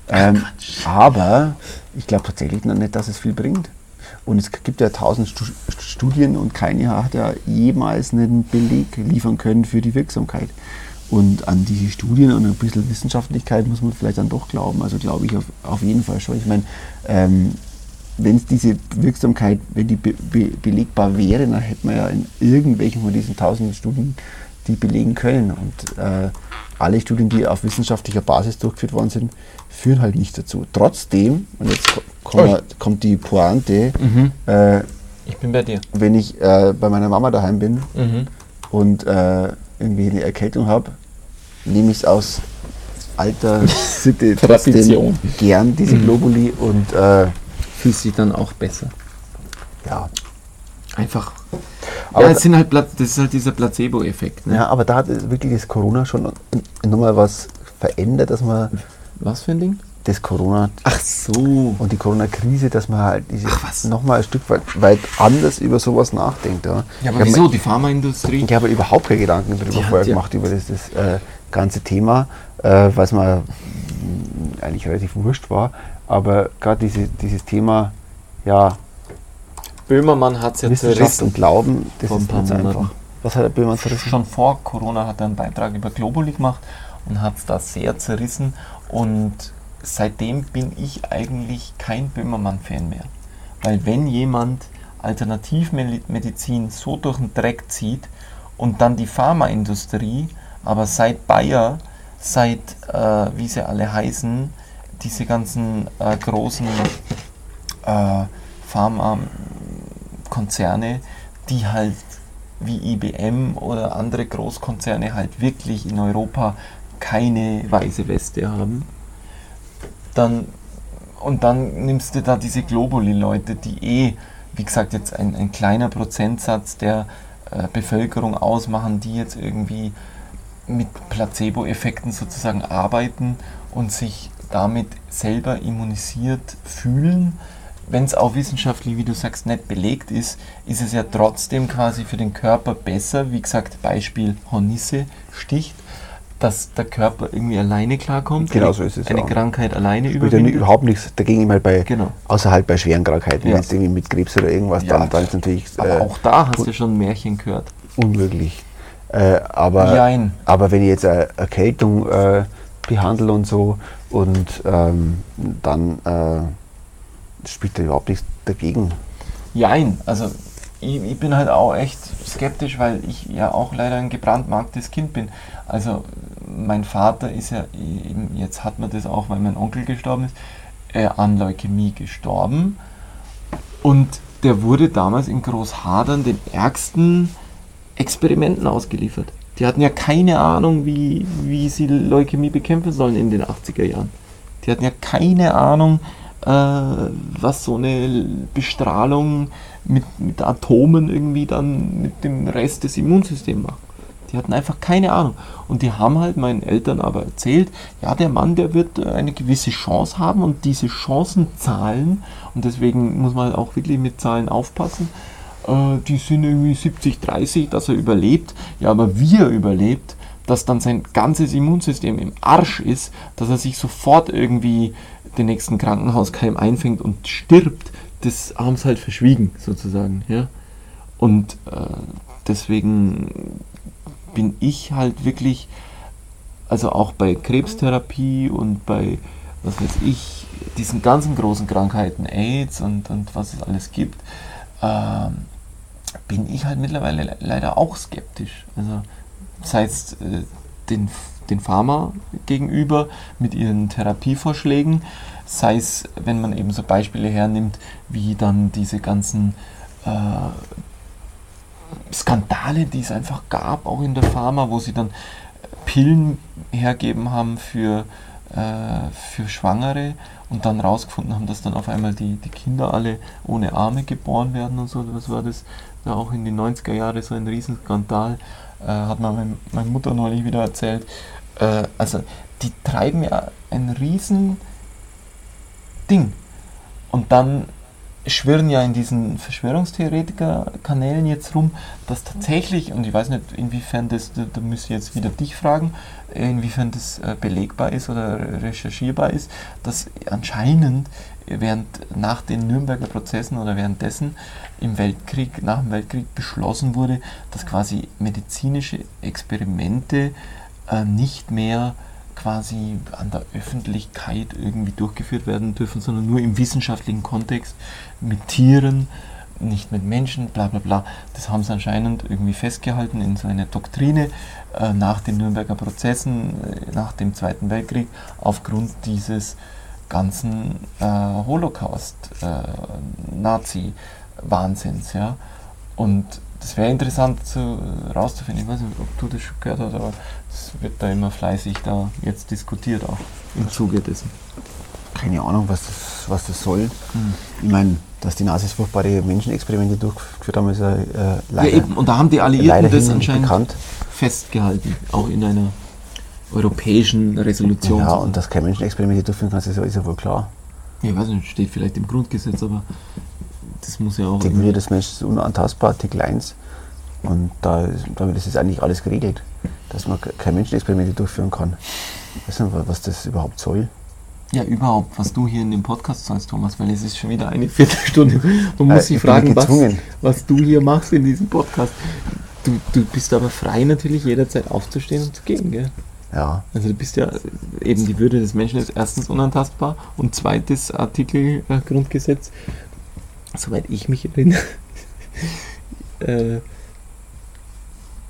Aber ich glaube tatsächlich noch nicht, dass es viel bringt. Und es gibt ja 1000 Studien und keine hat ja jemals einen Beleg liefern können für die Wirksamkeit. Und an diese Studien und ein bisschen Wissenschaftlichkeit muss man vielleicht dann doch glauben. Also glaube ich auf jeden Fall schon. Ich meine, wenn es diese Wirksamkeit, wenn die belegbar wäre, dann hätte man ja in irgendwelchen von diesen 1000 Studien die belegen können. Und alle Studien, die auf wissenschaftlicher Basis durchgeführt worden sind, führen halt nicht dazu. Trotzdem, und jetzt kommt die Pointe, ich bin bei dir. Wenn ich bei meiner Mama daheim bin und irgendwie eine Erkältung habe, nehme ich es aus alter Sitte trotzdem gern, diese Globuli, und fühlt sich dann auch besser. Ja. Einfach. Aber es sind halt, das ist halt dieser Placebo-Effekt. Ne? Ja, aber da hat wirklich das Corona schon nochmal was verändert, dass man. Was für ein Ding? Das Corona. Ach so. Und die Corona-Krise, dass man halt nochmal ein Stück weit anders über sowas nachdenkt. Ja, aber wieso? Die Pharmaindustrie? Ich habe überhaupt keine Gedanken darüber vorher gemacht, über das ganze Thema, was mir eigentlich relativ wurscht war. Aber gerade dieses Thema, ja. Böhmermann hat es ja Wissenschaft zerrissen. Und Glauben, das vor ein ist paar nicht Monaten. einfach. Was hat der Böhmermann zerrissen? Schon vor Corona hat er einen Beitrag über Globuli gemacht und hat es da sehr zerrissen. Und seitdem bin ich eigentlich kein Böhmermann-Fan mehr. Weil wenn jemand Alternativmedizin so durch den Dreck zieht Und dann die Pharmaindustrie, aber seit Bayer, wie sie alle heißen, diese ganzen großen Pharmakonzerne, die halt wie IBM oder andere Großkonzerne halt wirklich in Europa keine weiße Weste haben. Dann nimmst du da diese Globuli-Leute, die wie gesagt, jetzt ein kleiner Prozentsatz der Bevölkerung ausmachen, die jetzt irgendwie mit Placebo-Effekten sozusagen arbeiten und sich damit selber immunisiert fühlen. Wenn es auch wissenschaftlich, wie du sagst, nicht belegt ist, ist es ja trotzdem quasi für den Körper besser, wie gesagt, Beispiel Hornisse-Sticht, dass der Körper irgendwie alleine klarkommt, Genau so ist es eine auch. Krankheit alleine Spricht ja überwindet. überhaupt nichts dagegen, außer halt bei schweren Krankheiten. Ja. Wenn es irgendwie mit Krebs oder irgendwas, Ja. dann ist natürlich Aber auch da hast du schon ein Märchen gehört. unmöglich. Aber wenn ich jetzt eine Erkältung behandle und so und dann spricht da überhaupt nichts dagegen. Jein, also ich bin halt auch echt skeptisch, weil ich ja auch leider ein gebrandmarktes Kind bin. Also mein Vater ist ja, jetzt hat man das auch, weil mein Onkel gestorben ist, an Leukämie gestorben. Und der wurde damals in Großhadern den ärgsten Experimenten ausgeliefert. Die hatten ja keine Ahnung, wie sie Leukämie bekämpfen sollen in den 80er Jahren. Die hatten ja keine Ahnung, was so eine Bestrahlung mit Atomen irgendwie dann mit dem Rest des Immunsystems macht. Die hatten einfach keine Ahnung. Und die haben halt meinen Eltern aber erzählt, ja, der Mann, der wird eine gewisse Chance haben und diese Chancenzahlen, und deswegen muss man halt auch wirklich mit Zahlen aufpassen, die sind irgendwie 70-30, dass er überlebt. Ja, aber wie er überlebt, dass dann sein ganzes Immunsystem im Arsch ist, dass er sich sofort irgendwie den nächsten Krankenhauskeim einfängt und stirbt, das haben sie halt verschwiegen, sozusagen. Ja? Und deswegen bin ich halt wirklich, also auch bei Krebstherapie und bei, was weiß ich, diesen ganzen großen Krankheiten, AIDS und was es alles gibt, bin ich halt mittlerweile leider auch skeptisch. Also sei es den Pharma gegenüber mit ihren Therapievorschlägen, sei es, wenn man eben so Beispiele hernimmt, wie dann diese ganzen Skandale, die es einfach gab, auch in der Pharma, wo sie dann Pillen hergeben haben für Schwangere und dann rausgefunden haben, dass dann auf einmal die Kinder alle ohne Arme geboren werden und so. Was war das? Ja, auch in den 90er Jahren so ein Riesenskandal, hat mir meine Mutter neulich wieder erzählt. Also die treiben ja ein Riesen Ding. Und dann schwirren ja in diesen Verschwörungstheoretiker-Kanälen jetzt rum, dass tatsächlich, und ich weiß nicht, inwiefern da müsste ich jetzt wieder dich fragen, inwiefern das belegbar ist oder recherchierbar ist, dass anscheinend nach den Nürnberger Prozessen oder währenddessen nach dem Weltkrieg beschlossen wurde, dass quasi medizinische Experimente nicht mehr quasi an der Öffentlichkeit irgendwie durchgeführt werden dürfen, sondern nur im wissenschaftlichen Kontext mit Tieren, nicht mit Menschen, bla bla bla. Das haben sie anscheinend irgendwie festgehalten in so einer Doktrine nach den Nürnberger Prozessen, nach dem Zweiten Weltkrieg, aufgrund dieses ganzen Holocaust-Nazi-Wahnsinns. Ja? Und das wäre interessant rauszufinden. Ich weiß nicht, ob du das schon gehört hast, aber es wird da immer fleißig da jetzt diskutiert, auch im Zuge dessen. Keine Ahnung, was das soll. Ich meine, dass die Nazis furchtbare Menschenexperimente durchgeführt haben, ist ja leider. Ja, eben. Und da haben die Alliierten das anscheinend bekannt festgehalten, auch in einer europäischen Resolution. Ja, und dass keine Menschenexperimente durchführen kann, ist ja wohl klar. Ich weiß nicht, steht vielleicht im Grundgesetz, aber das muss ja auch. Die Würde des Menschen ist unantastbar, Artikel 1. Und damit ist eigentlich alles geregelt, dass man keine Menschenexperimente durchführen kann. Ich weiß nicht, was das überhaupt soll. Ja, überhaupt, was du hier in dem Podcast sollst, Thomas, weil es ist schon wieder eine Viertelstunde. Du musst dich fragen, was du hier machst in diesem Podcast. Du bist aber frei natürlich jederzeit aufzustehen und zu gehen, gell? Ja. Also du bist ja eben, die Würde des Menschen ist erstens unantastbar und zweites Artikel Grundgesetz, soweit ich mich erinnere,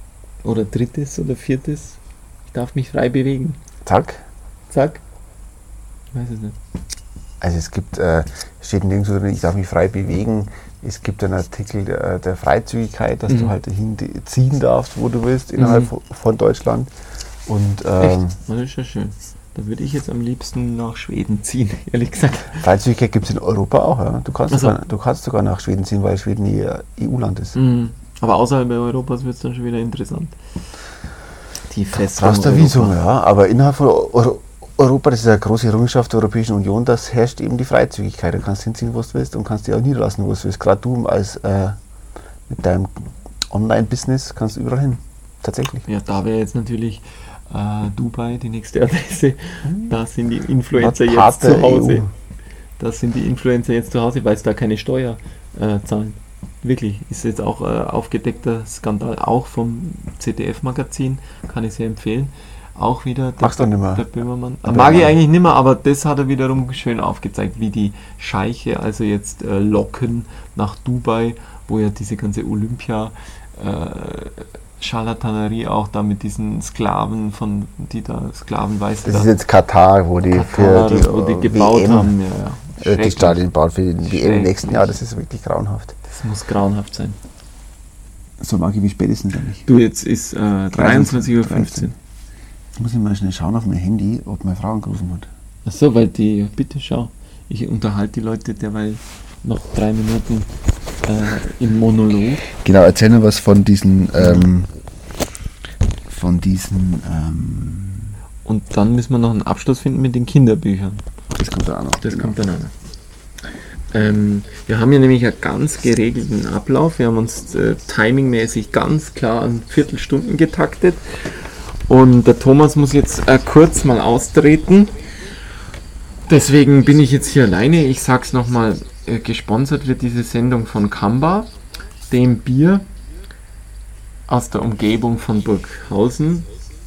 oder drittes oder viertes. Ich darf mich frei bewegen. Zack. Zack. Ich weiß es nicht. Also es gibt, steht nirgendwo drin, ich darf mich frei bewegen. Es gibt einen Artikel der Freizügigkeit, dass du halt hinziehen darfst, wo du willst, innerhalb von Deutschland. Und, Echt? Das ist ja schön. Da würde ich jetzt am liebsten nach Schweden ziehen, ehrlich gesagt. Freizügigkeit gibt es in Europa auch. Ja? Du kannst sogar nach Schweden ziehen, weil Schweden EU-Land ist. Aber außerhalb Europas wird es dann schon wieder interessant. Die Festung. Du brauchst ein Visum, ja. Aber innerhalb von Europa, das ist eine große Errungenschaft der Europäischen Union, das herrscht eben die Freizügigkeit. Du kannst hinziehen, wo du willst und kannst dich auch niederlassen, wo du willst. Gerade du mit deinem Online-Business kannst du überall hin. Tatsächlich. Ja, da wäre jetzt natürlich Dubai die nächste Adresse. Da sind die Influencer jetzt zu Hause. EU. Da sind die Influencer jetzt zu Hause, weil es da keine Steuer zahlen. Wirklich, ist jetzt auch aufgedeckter Skandal, auch vom ZDF-Magazin, kann ich sehr empfehlen. Auch wieder Magst du nicht mehr? Der Böhmermann. Mag ich eigentlich nicht mehr, aber das hat er wiederum schön aufgezeigt, wie die Scheiche also jetzt locken nach Dubai, wo ja diese ganze Olympia Scharlatanerie auch da mit diesen Sklaven Sklavenweiße. Das ist jetzt Katar, wo die wo die gebaut WM, haben. die Stadien bauen für die WM im nächsten Jahr. Das ist wirklich grauenhaft. Das muss grauenhaft sein. So mag ich wie spät ist denn eigentlich? Du, jetzt ist 23:15 Uhr. Muss ich mal schnell schauen auf mein Handy, ob meine Frau angerufen hat. Achso, weil bitte schau. Ich unterhalte die Leute derweil noch 3 Minuten im Monolog. Genau, erzähl mir was von diesen und dann müssen wir noch einen Abschluss finden mit den Kinderbüchern. Das kommt dann auch noch. Das kommt dann auch noch. Wir haben hier nämlich einen ganz geregelten Ablauf. Wir haben uns timingmäßig ganz klar an Viertelstunden getaktet. Und der Thomas muss jetzt kurz mal austreten. Deswegen bin ich jetzt hier alleine. Ich sag's nochmal, gesponsert wird diese Sendung von Kamba, dem Bier aus der Umgebung von Burghausen.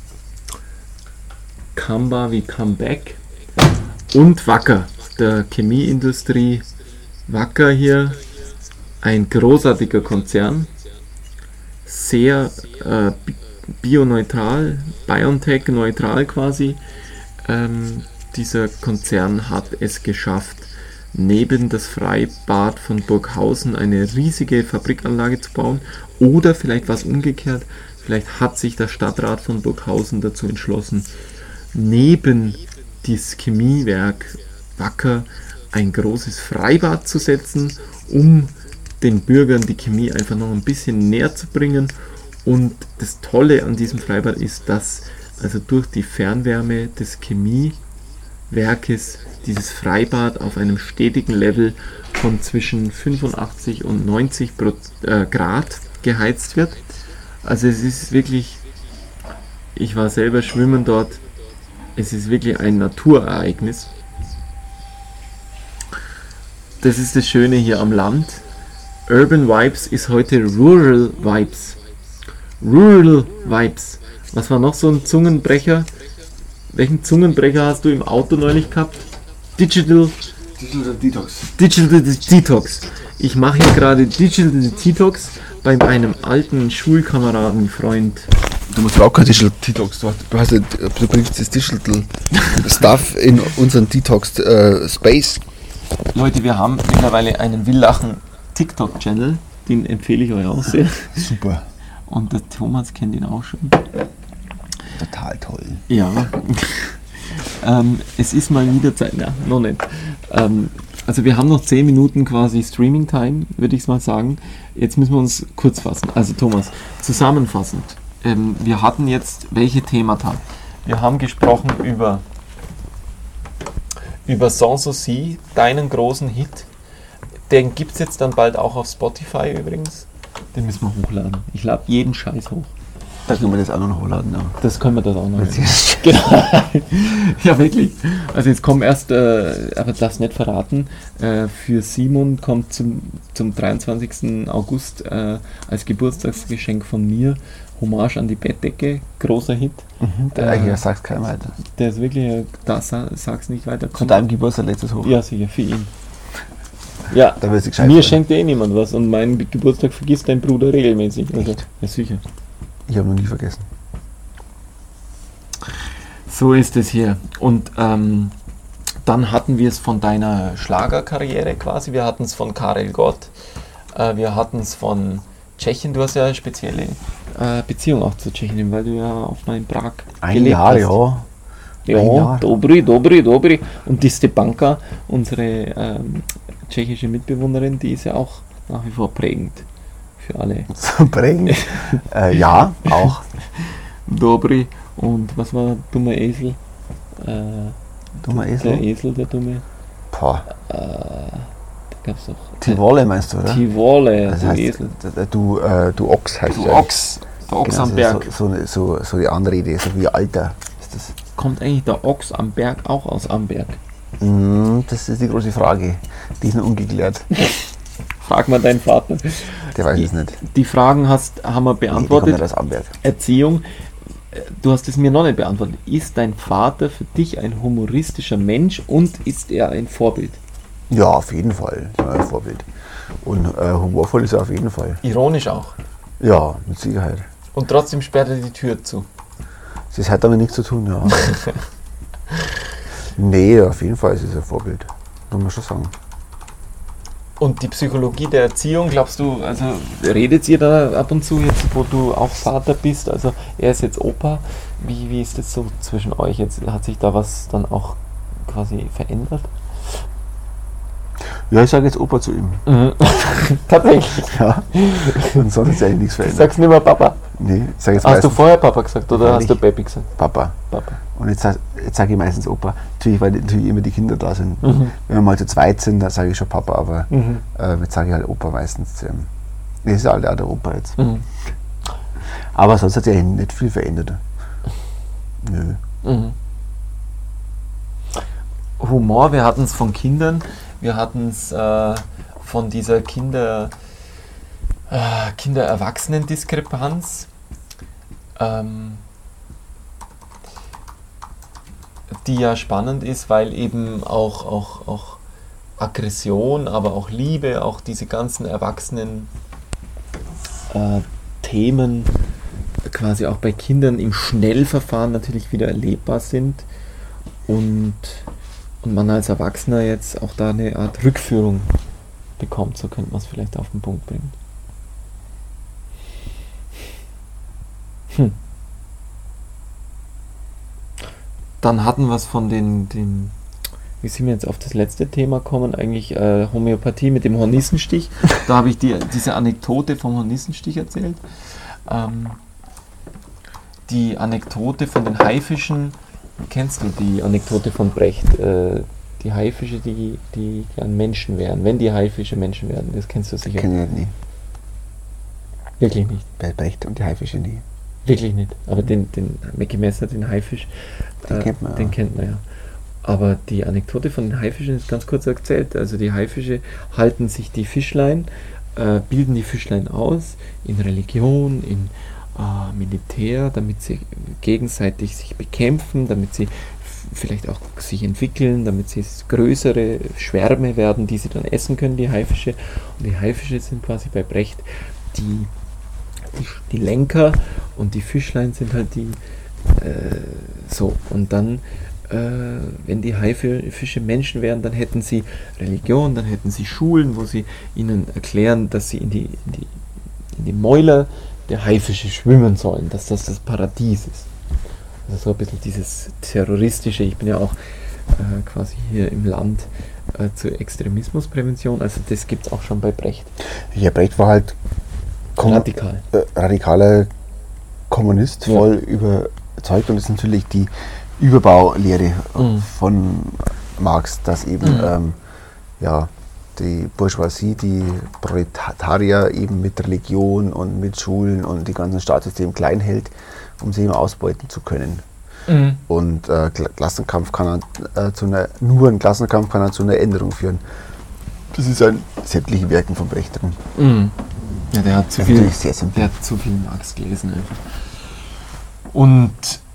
Kamba wie Comeback. Und Wacker, der Chemieindustrie. Wacker hier, ein großartiger Konzern. Sehr bioneutral, BioNTech-neutral quasi. Dieser Konzern hat es geschafft, neben das Freibad von Burghausen eine riesige Fabrikanlage zu bauen. Oder vielleicht was umgekehrt, vielleicht hat sich der Stadtrat von Burghausen dazu entschlossen, neben dieses Chemiewerk Wacker ein großes Freibad zu setzen, um den Bürgern die Chemie einfach noch ein bisschen näher zu bringen. Und das Tolle an diesem Freibad ist, dass also durch die Fernwärme des Chemiewerkes dieses Freibad auf einem stetigen Level von zwischen 85 und 90 Grad geheizt wird. Also es ist wirklich, ich war selber schwimmen dort, es ist wirklich ein Naturereignis. Das ist das Schöne hier am Land. Urban Vibes ist heute Rural Vibes. Rural Vibes. Was war noch so ein Zungenbrecher? Welchen Zungenbrecher hast du im Auto neulich gehabt? Digital Detox. Digital Detox. Ich mache hier gerade Digital Detox bei einem alten Schulkameraden, Freund. Du musst auch kein Digital Detox. Du bringst das Digital Stuff in unseren Detox Space. Leute, wir haben mittlerweile einen Willachen TikTok-Channel. Den empfehle ich euch auch sehr. Super. Und der Thomas kennt ihn auch schon. Total toll. Ja. Es ist mal wieder Zeit. Na, noch nicht. Also wir haben noch 10 Minuten quasi Streaming-Time, würde ich mal sagen. Jetzt müssen wir uns kurz fassen. Also Thomas, zusammenfassend. Wir hatten jetzt welche Themata? Wir haben gesprochen über Sanssouci, deinen großen Hit. Den gibt es jetzt dann bald auch auf Spotify übrigens. Den müssen wir hochladen. Ich lade jeden Scheiß hoch. Da können wir das auch noch hochladen. Ja. Das können wir das auch noch. Genau. Ja, wirklich. Also jetzt kommen erst, aber das nicht verraten, für Simon kommt zum 23. August als Geburtstagsgeschenk von mir Hommage an die Bettdecke, großer Hit. Ich sag's keinem weiter. Der ist wirklich, sag's nicht weiter. Zu deinem Geburtstag letztes hoch. Ja, sicher, für ihn. Ja, da mir schenkt eh niemand was und meinen Geburtstag vergisst dein Bruder regelmäßig. Also, ja, sicher. Ich habe noch nie vergessen. So ist es hier. Und dann hatten wir es von deiner Schlagerkarriere quasi. Wir hatten es von Karel Gott. Wir hatten es von Tschechien. Du hast ja eine spezielle Beziehung auch zu Tschechien, weil du ja auch mal in Prag gelebt hast. Ja. Ein Ja, Jahr. dobry. Und die Stepanka, unsere tschechische Mitbewohnerin, die ist ja auch nach wie vor prägend für alle. So prägend. Ja, auch. Dobry. Und was war dummer Esel? Dummer Der Esel. Esel, der dumme. Boah. Da gab es doch. Tivole meinst du, oder? Tivole, Das du heißt, Esel. du Ochs heißt Du der. Ochs. Der Ochs am Berg. So die Anrede, so wie Alter ist das. Kommt eigentlich der Ochs am Berg auch aus Amberg? Das ist die große Frage. Die ist noch ungeklärt. Frag mal deinen Vater. Der weiß es nicht. Die Fragen haben wir Nee, die kommt beantwortet. nicht aus Amberg. Erziehung. Du hast es mir noch nicht beantwortet. Ist dein Vater für dich ein humoristischer Mensch und ist er ein Vorbild? Ja, auf jeden Fall. Ein Vorbild. Und humorvoll ist er auf jeden Fall. Ironisch auch. Ja, mit Sicherheit. Und trotzdem sperrt er die Tür zu. Das hat damit nichts zu tun, ja. Nee, auf jeden Fall ist es ein Vorbild. Muss man schon sagen. Und die Psychologie der Erziehung, glaubst du, also redet ihr da ab und zu jetzt, wo du auch Vater bist, also er ist jetzt Opa, wie ist das so zwischen euch jetzt? Hat sich da was dann auch quasi verändert? Ja, ich sage jetzt Opa zu ihm. Tatsächlich. Ja. Und sonst hat sich eigentlich nichts Du verändert. sagst nicht mehr Papa. Nee, ich sage jetzt Hast du meistens vorher Papa gesagt oder Freilich. hast du Baby gesagt? Papa. Papa. Und jetzt sage ich meistens Opa. Natürlich, weil natürlich immer die Kinder da sind. Wenn wir mal zu zweit sind, dann sage ich schon Papa, aber jetzt sage ich halt Opa meistens zu ihm. Nee, ist ja halt auch der Opa jetzt. Aber sonst hat sich eigentlich nicht viel verändert. Nö. Humor, wir hatten es von Kindern, wir hatten es von dieser Kinder-Erwachsenen-Diskrepanz, die ja spannend ist, weil eben auch Aggression, aber auch Liebe, auch diese ganzen erwachsenen Themen quasi auch bei Kindern im Schnellverfahren natürlich wieder erlebbar sind und man als Erwachsener jetzt auch da eine Art Rückführung bekommt, so könnte man es vielleicht auf den Punkt bringen. Dann hatten wir es von den wie sind wir jetzt auf das letzte Thema kommen, eigentlich Homöopathie mit dem Hornissenstich. Da habe ich dir diese Anekdote vom Hornissenstich erzählt. Die Anekdote von den Haifischen, kennst du die Anekdote von Brecht? Die Haifische, die gern Menschen wären, wenn die Haifische Menschen werden, das kennst du sicher. Kenne ich nie. Wirklich nicht. Bei Brecht und die Haifische nie. Wirklich nicht. Aber den Mackie Messer, den Haifisch, den kennt man ja. Aber die Anekdote von den Haifischen ist ganz kurz erzählt. Also die Haifische halten sich die Fischlein, bilden die Fischlein aus in Religion, in Militär, damit sie gegenseitig sich bekämpfen, damit sie vielleicht auch sich entwickeln, damit sie größere Schwärme werden, die sie dann essen können, die Haifische. Und die Haifische sind quasi bei Brecht die Lenker und die Fischlein sind halt die so. Und dann wenn die Haifische Menschen wären, dann hätten sie Religion, dann hätten sie Schulen, wo sie ihnen erklären, dass sie in die Mäuler der Haifische schwimmen sollen, dass das das Paradies ist. Also so ein bisschen dieses terroristische, ich bin ja auch quasi hier im Land zur Extremismusprävention, also das gibt es auch schon bei Brecht. Ja, Brecht war halt radikaler Kommunist, voll überzeugt, und ist natürlich die Überbaulehre von Marx, dass eben die Bourgeoisie, die Proletarier eben mit Religion und mit Schulen und die ganzen Staatssystem klein hält, um sie eben ausbeuten zu können. Und Klassenkampf kann nur ein Klassenkampf kann zu einer Änderung führen. Das ist ein sämtliche Werken von Brecht drin. Ja, der hat zu viel Marx gelesen einfach. Und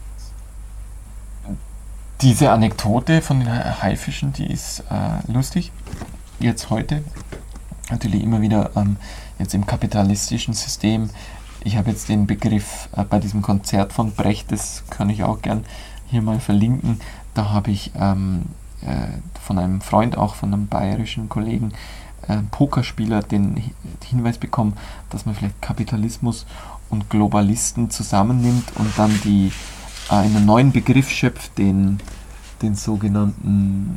diese Anekdote von den Haifischen, die ist lustig. Jetzt heute, natürlich immer wieder jetzt im kapitalistischen System ich habe jetzt den Begriff bei diesem Konzert von Brecht, das kann ich auch gern hier mal verlinken, da habe ich von einem Freund, auch von einem bayerischen Kollegen, Pokerspieler, den Hinweis bekommen, dass man vielleicht Kapitalismus und Globalisten zusammennimmt und dann einen neuen Begriff schöpft, den sogenannten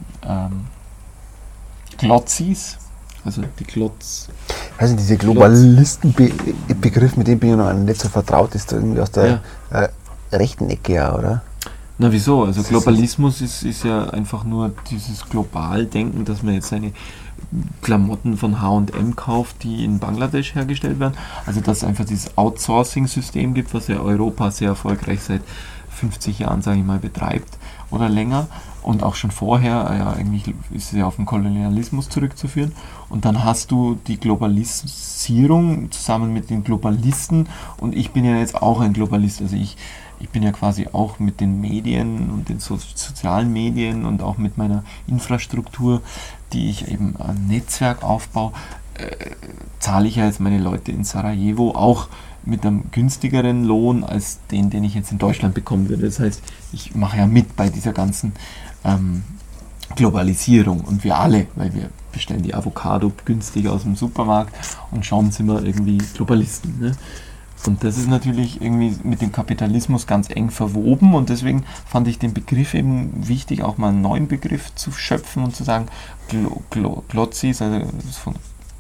Glotzis, also die Glotz. Also dieser Globalisten-Begriff, mit dem bin ich noch nicht so vertraut, ist irgendwie aus der rechten Ecke, ja, oder? Na wieso? Also Globalismus ist ja einfach nur dieses Globaldenken, dass man jetzt seine Klamotten von H&M kauft, die in Bangladesch hergestellt werden. Also dass es einfach dieses Outsourcing-System gibt, was ja Europa sehr erfolgreich seit 50 Jahren, sage ich mal, betreibt oder länger. Und auch schon vorher, eigentlich ist es ja auf den Kolonialismus zurückzuführen. Und dann hast du die Globalisierung zusammen mit den Globalisten. Und ich bin ja jetzt auch ein Globalist. Also ich bin ja quasi auch mit den Medien und den sozialen Medien und auch mit meiner Infrastruktur, die ich eben ein Netzwerk aufbaue, zahle ich ja jetzt meine Leute in Sarajevo auch mit einem günstigeren Lohn als den ich jetzt in Deutschland bekommen würde. Das heißt, ich mache ja mit bei dieser ganzen Globalisierung und wir alle, weil wir bestellen die Avocado günstig aus dem Supermarkt und schon sind wir irgendwie Globalisten. Ne? Und das ist natürlich irgendwie mit dem Kapitalismus ganz eng verwoben und deswegen fand ich den Begriff eben wichtig, auch mal einen neuen Begriff zu schöpfen und zu sagen, Glotzis, also von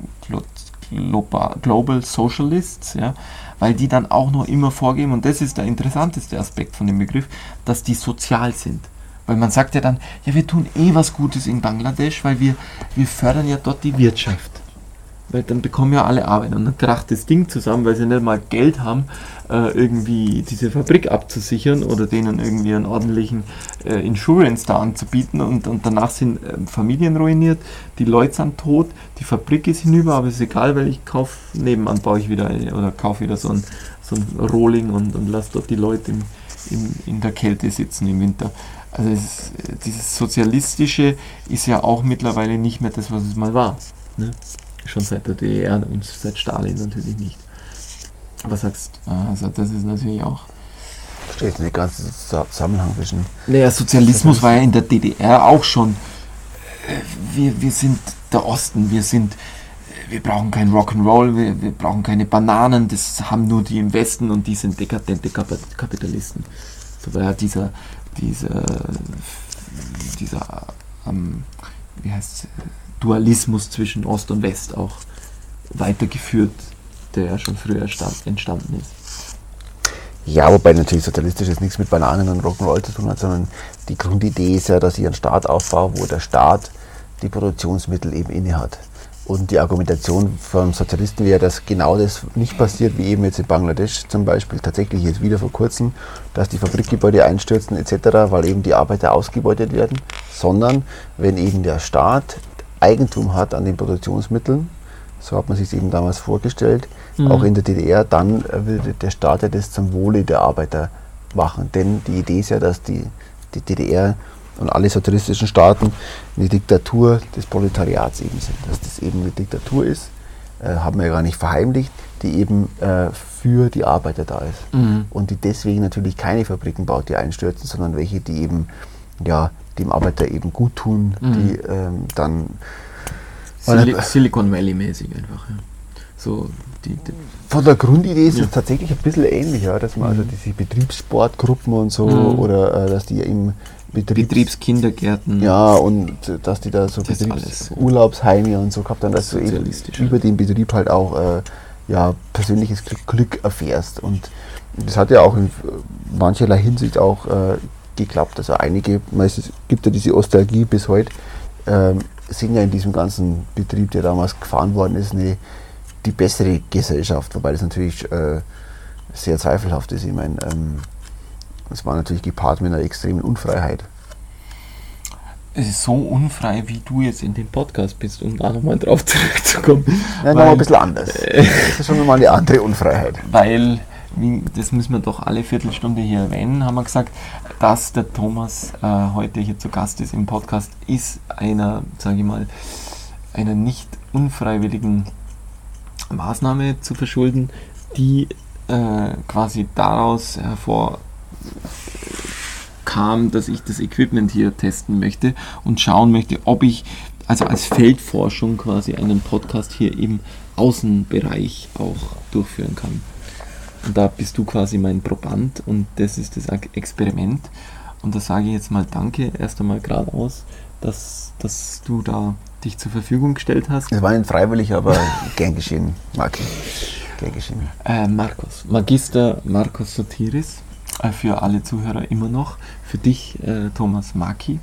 Global Socialists, ja, weil die dann auch noch immer vorgeben, und das ist der interessanteste Aspekt von dem Begriff, dass die sozial sind. Weil man sagt ja dann, ja, wir tun was Gutes in Bangladesch, weil wir fördern ja dort die Wirtschaft. Weil dann bekommen ja alle Arbeit und dann kracht das Ding zusammen, weil sie nicht mal Geld haben, irgendwie diese Fabrik abzusichern oder denen irgendwie einen ordentlichen Insurance da anzubieten und danach sind Familien ruiniert, die Leute sind tot, die Fabrik ist hinüber, aber ist egal, weil ich kaufe, nebenan baue ich wieder oder kaufe wieder so ein Rohling und lasse dort die Leute in der Kälte sitzen im Winter. Also dieses Sozialistische ist ja auch mittlerweile nicht mehr das, was es mal war. Ne? Schon seit der DDR und seit Stalin natürlich nicht. Was sagst du? Also das ist natürlich auch... Verstehst du den ganzen Zusammenhang zwischen... Naja, Sozialismus war ja in der DDR auch schon... Wir sind der Osten, wir brauchen kein Rock'n'Roll, wir brauchen keine Bananen, das haben nur die im Westen und die sind dekadente Kapitalisten. So war ja dieser wie heißt Dualismus zwischen Ost und West auch weitergeführt, der ja schon früher entstanden ist. Ja, wobei natürlich sozialistisch jetzt nichts mit Bananen und Rock'n'Roll zu tun hat, sondern die Grundidee ist ja, dass ich einen Staat aufbaue, wo der Staat die Produktionsmittel eben inne hat. Und die Argumentation von Sozialisten wäre, dass genau das nicht passiert, wie eben jetzt in Bangladesch zum Beispiel, tatsächlich jetzt wieder vor kurzem, dass die Fabrikgebäude einstürzen etc., weil eben die Arbeiter ausgebeutet werden, sondern wenn eben der Staat Eigentum hat an den Produktionsmitteln, so hat man sich eben damals vorgestellt, auch in der DDR, dann würde der Staat ja das zum Wohle der Arbeiter machen. Denn die Idee ist ja, dass die DDR und alle sozialistischen Staaten eine Diktatur des Proletariats eben sind. Dass das eben eine Diktatur ist, haben wir ja gar nicht verheimlicht, die eben für die Arbeiter da ist. Und die deswegen natürlich keine Fabriken baut, die einstürzen, sondern welche, die eben dem Arbeiter eben gut tun, die dann... Silicon Valley mäßig einfach. Ja. So von der Grundidee ist es tatsächlich ein bisschen ähnlich, ja, dass man also diese Betriebssportgruppen und so oder dass die im Betriebskindergärten. Ja, und dass die da so Betriebsurlaubsheime und so gehabt haben, dass du eben über den Betrieb halt auch persönliches Glück erfährst. Und das hat ja auch in mancherlei Hinsicht auch geklappt. Also es gibt ja diese Nostalgie bis heute, sind ja in diesem ganzen Betrieb, der damals gefahren worden ist, die bessere Gesellschaft, wobei das natürlich sehr zweifelhaft ist. Ich meine, es war natürlich gepaart mit einer extremen Unfreiheit. Es ist so unfrei, wie du jetzt in dem Podcast bist, um da nochmal drauf zurückzukommen. Ja, noch ein bisschen anders. Das ist schon mal eine andere Unfreiheit. Weil, das müssen wir doch alle Viertelstunde hier erwähnen, haben wir gesagt, dass der Thomas heute hier zu Gast ist im Podcast, ist einer nicht unfreiwilligen Maßnahme zu verschulden, die quasi daraus hervorkam, dass ich das Equipment hier testen möchte und schauen möchte, ob ich also als Feldforschung quasi einen Podcast hier im Außenbereich auch durchführen kann. Und da bist du quasi mein Proband und das ist das Experiment. Und da sage ich jetzt mal Danke erst einmal geradeaus, dass du da dich zur Verfügung gestellt hast. Das war nicht freiwillig, aber gern geschehen, Marki. Gern geschehen. Markus, Magister Markus Sotiris, für alle Zuhörer immer noch. Für dich, Thomas Maki.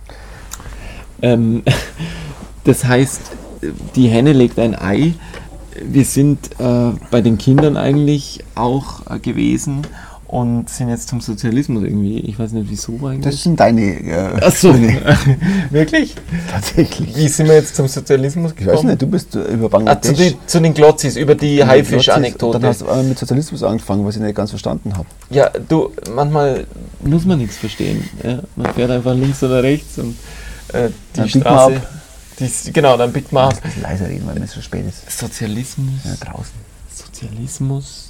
Das heißt, die Henne legt ein Ei. Wir sind bei den Kindern eigentlich auch gewesen und sind jetzt zum Sozialismus irgendwie. Ich weiß nicht, wieso eigentlich. Das sind deine... Achso, wirklich? Tatsächlich. Wie sind wir jetzt zum Sozialismus gekommen? Ich weiß nicht, du bist über Bangladesch. Zu den Glotzis, über die Haifisch-Anekdote. Dann hast du mit Sozialismus angefangen, was ich nicht ganz verstanden habe. Ja, du, manchmal muss man nichts verstehen. Ja? Man fährt einfach links oder rechts und die dann Straße... Genau, dann biegt man ab. ein bisschen leiser reden, weil es so spät ist. Sozialismus. Ja, draußen. Sozialismus.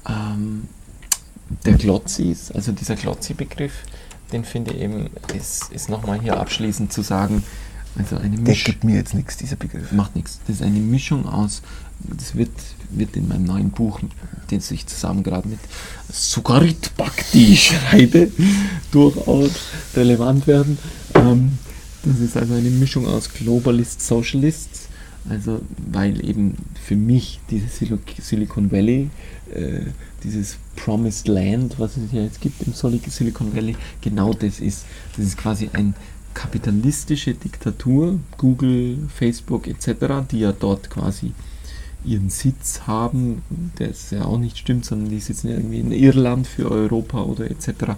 Der Glotzis, also dieser Glotzi-Begriff, den finde ich eben, ist nochmal hier abschließend zu sagen, also eine Der Mischung. gibt mir jetzt nichts, dieser Begriff. Macht nichts. Das ist eine Mischung aus, das wird in meinem neuen Buch, das ich zusammen gerade mit Sucharit Bhakti schreibe, durchaus relevant werden. Das ist also eine Mischung aus Globalist, Socialists, also weil eben für mich dieses Silicon Valley, dieses Promised Land, was es ja jetzt gibt im Silicon Valley, genau das ist. Das ist quasi eine kapitalistische Diktatur, Google, Facebook etc., die ja dort quasi ihren Sitz haben, der ist ja auch nicht stimmt, sondern die sitzen ja irgendwie in Irland für Europa oder etc.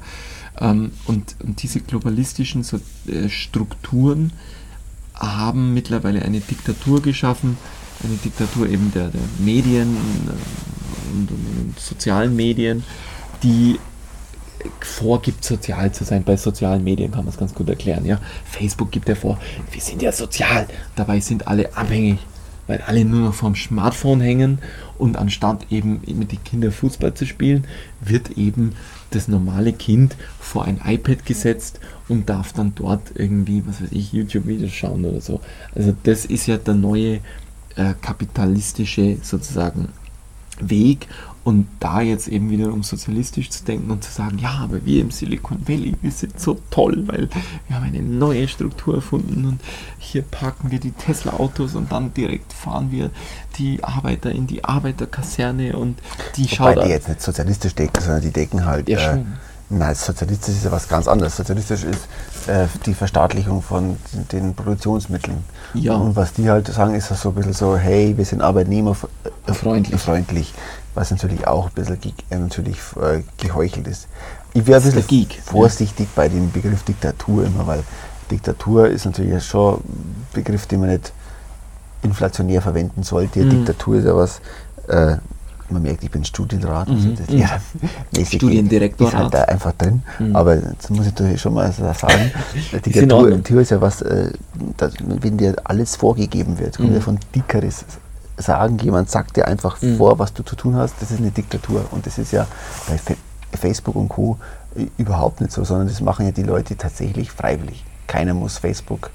Und diese globalistischen Strukturen haben mittlerweile eine Diktatur geschaffen, eine Diktatur eben der Medien und sozialen Medien, die vorgibt, sozial zu sein. Bei sozialen Medien kann man es ganz gut erklären. Ja? Facebook gibt ja vor, wir sind ja sozial, dabei sind alle abhängig, weil alle nur noch vorm Smartphone hängen und anstatt eben mit den Kindern Fußball zu spielen, wird eben das normale Kind vor ein iPad gesetzt und darf dann dort irgendwie, was weiß ich, YouTube-Videos schauen oder so. Also das ist ja der neue kapitalistische sozusagen Weg und da jetzt eben wiederum sozialistisch zu denken und zu sagen, ja, aber wir im Silicon Valley, wir sind so toll, weil wir haben eine neue Struktur erfunden und hier parken wir die Tesla-Autos und dann direkt fahren wir die Arbeiter in die Arbeiterkaserne und die schauen... Wobei die jetzt nicht sozialistisch denken, sondern die denken halt... Ja, schon. Nein, sozialistisch ist ja was ganz anderes. Sozialistisch ist die Verstaatlichung von den Produktionsmitteln. Ja. Und was die halt sagen, ist so ein bisschen so, hey, wir sind arbeitnehmerfreundlich, was natürlich auch ein bisschen geheuchelt ist. Ich wäre ein bisschen vorsichtig bei dem Begriff Diktatur immer, weil Diktatur ist natürlich schon ein Begriff, den man nicht inflationär verwenden sollte. Diktatur ist ja was... man merkt, ich bin Studienrat, also das Studiendirektorat. Ist halt da einfach drin. Aber jetzt muss ich natürlich schon mal sagen, Diktatur ist ja was, wenn dir alles vorgegeben wird, kommt ja von Dikaris sagen, jemand sagt dir einfach vor, was du zu tun hast, das ist eine Diktatur. Und das ist ja bei Facebook und Co. überhaupt nicht so, sondern das machen ja die Leute tatsächlich freiwillig. Keiner muss Facebook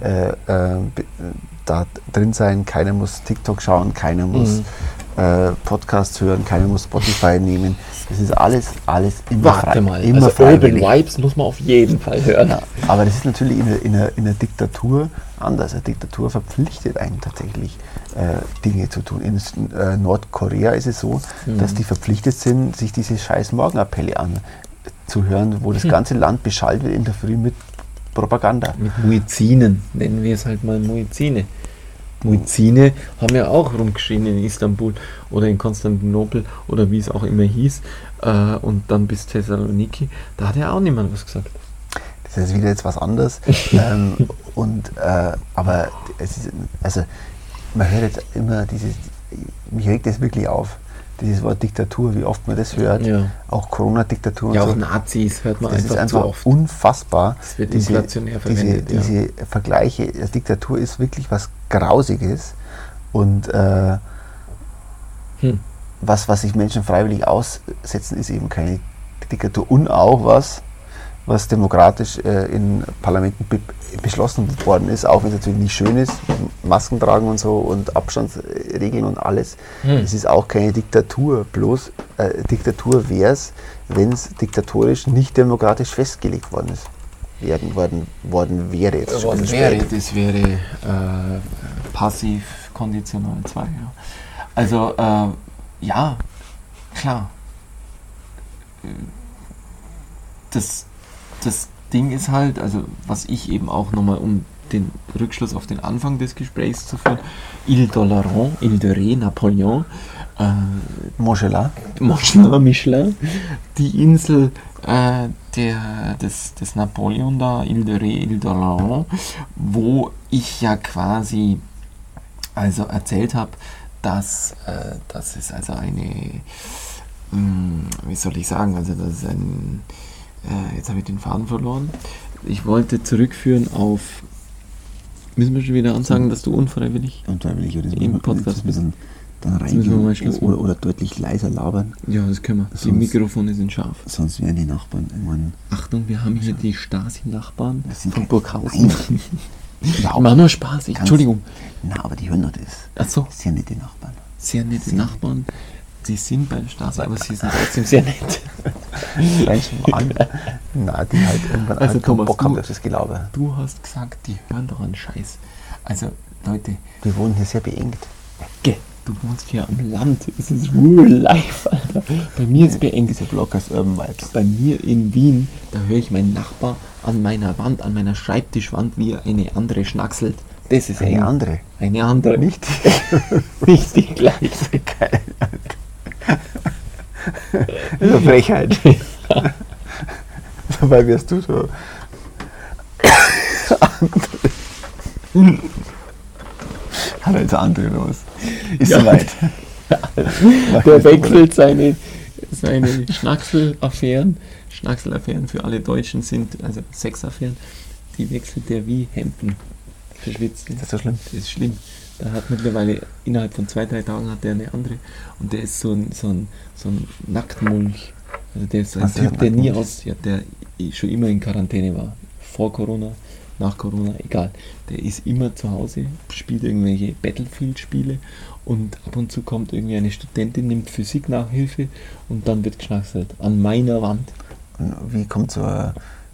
da drin sein, keiner muss TikTok schauen, keiner muss Podcasts hören, keiner muss Spotify nehmen. Das ist alles immer freiwillig. Immer also freiwillig. Urban Vibes muss man auf jeden Fall hören. Ja, aber das ist natürlich in einer Diktatur anders. Eine Diktatur verpflichtet einen tatsächlich, Dinge zu tun. In Nordkorea ist es so, dass die verpflichtet sind, sich diese scheiß Morgenappelle anzuhören, wo das ganze Land beschallt wird in der Früh mit Propaganda. Mit Muezzinen, nennen wir es halt mal Muezzine. Muezzine haben ja auch rumgeschrien in Istanbul oder in Konstantinopel oder wie es auch immer hieß und dann bis Thessaloniki, da hat ja auch niemand was gesagt. Das ist wieder jetzt was anderes. Aber es ist, also man hört jetzt immer mich regt das wirklich auf, dieses Wort Diktatur, wie oft man das hört, auch Corona-Diktatur ja, und auch so. Nazis hört man das einfach ist einfach zu oft. Unfassbar. Das wird inflationär verwendet. Diese Vergleiche, Diktatur ist wirklich was Grausiges und was sich Menschen freiwillig aussetzen, ist eben keine Diktatur. Und auch was demokratisch in Parlamenten beschlossen worden ist, auch wenn es natürlich nicht schön ist, Masken tragen und so und Abstandsregeln und alles. Es ist auch keine Diktatur, bloß Diktatur wäre es, wenn es diktatorisch nicht demokratisch festgelegt worden ist. Worden wäre jetzt schon Das wäre passiv konditional 2. Ja. Also ja, klar. Das Ding ist halt, also was ich eben auch nochmal, um den Rückschluss auf den Anfang des Gesprächs zu führen, Ile d'Oléron, Ile de Ré, Napoleon, Michelin, die Insel des Napoleon da, Ile de Ré, Ile d'Oléron, wo ich ja quasi also erzählt habe, dass es also eine, wie soll ich sagen, also das ist ein, jetzt habe ich den Faden verloren. Ich wollte zurückführen auf, müssen wir schon wieder ansagen, dass du unfreiwillig im Podcast bist. Dann reingehen oder deutlich leiser labern. Ja, das können wir. Die Mikrofone sind scharf. Sonst werden die Nachbarn irgendwann... Achtung, wir haben hier die Stasi-Nachbarn von Burghausen. Ja, mach nur Spaß, Entschuldigung. Na, aber die hören doch das. Ach so. Sehr nette Nachbarn. Sehr nette Nachbarn. Sie sind bei der Stasi, aber sie sind trotzdem sehr nett. Na, die halt irgendwann also Thomas, Bock haben auf das Gelaber. Du hast gesagt, die hören doch einen Scheiß. Also, Leute. Wir wohnen hier sehr beengt. Du wohnst hier am Land. Es ist real life, Alter. Bei mir ist beengt. Diese Blockers Urban Vibes. Bei mir in Wien, da höre ich meinen Nachbar an meiner Wand, an meiner Schreibtischwand, wie er eine andere schnackselt. Das ist eine andere. Eine andere. Nicht die gleiche. Geil. Eine Frechheit. Dabei wirst du so. Hat er jetzt andere los? Ist soweit. Der wechselt seine Schnackselaffären für alle Deutschen sind, also Sexaffären, die wechselt der wie Hemden. Verschwitzt. Ist das so schlimm? Das ist schlimm. Da hat mittlerweile innerhalb von 2-3 Tagen hat der eine andere und der ist so ein Nacktmulch. Also der ist ein Typ, der nie der schon immer in Quarantäne war. Vor Corona, nach Corona, egal. Der ist immer zu Hause, spielt irgendwelche Battlefield-Spiele und ab und zu kommt irgendwie eine Studentin, nimmt Physik-Nachhilfe und dann wird geschnackselt. An meiner Wand. Und wie kommt so ein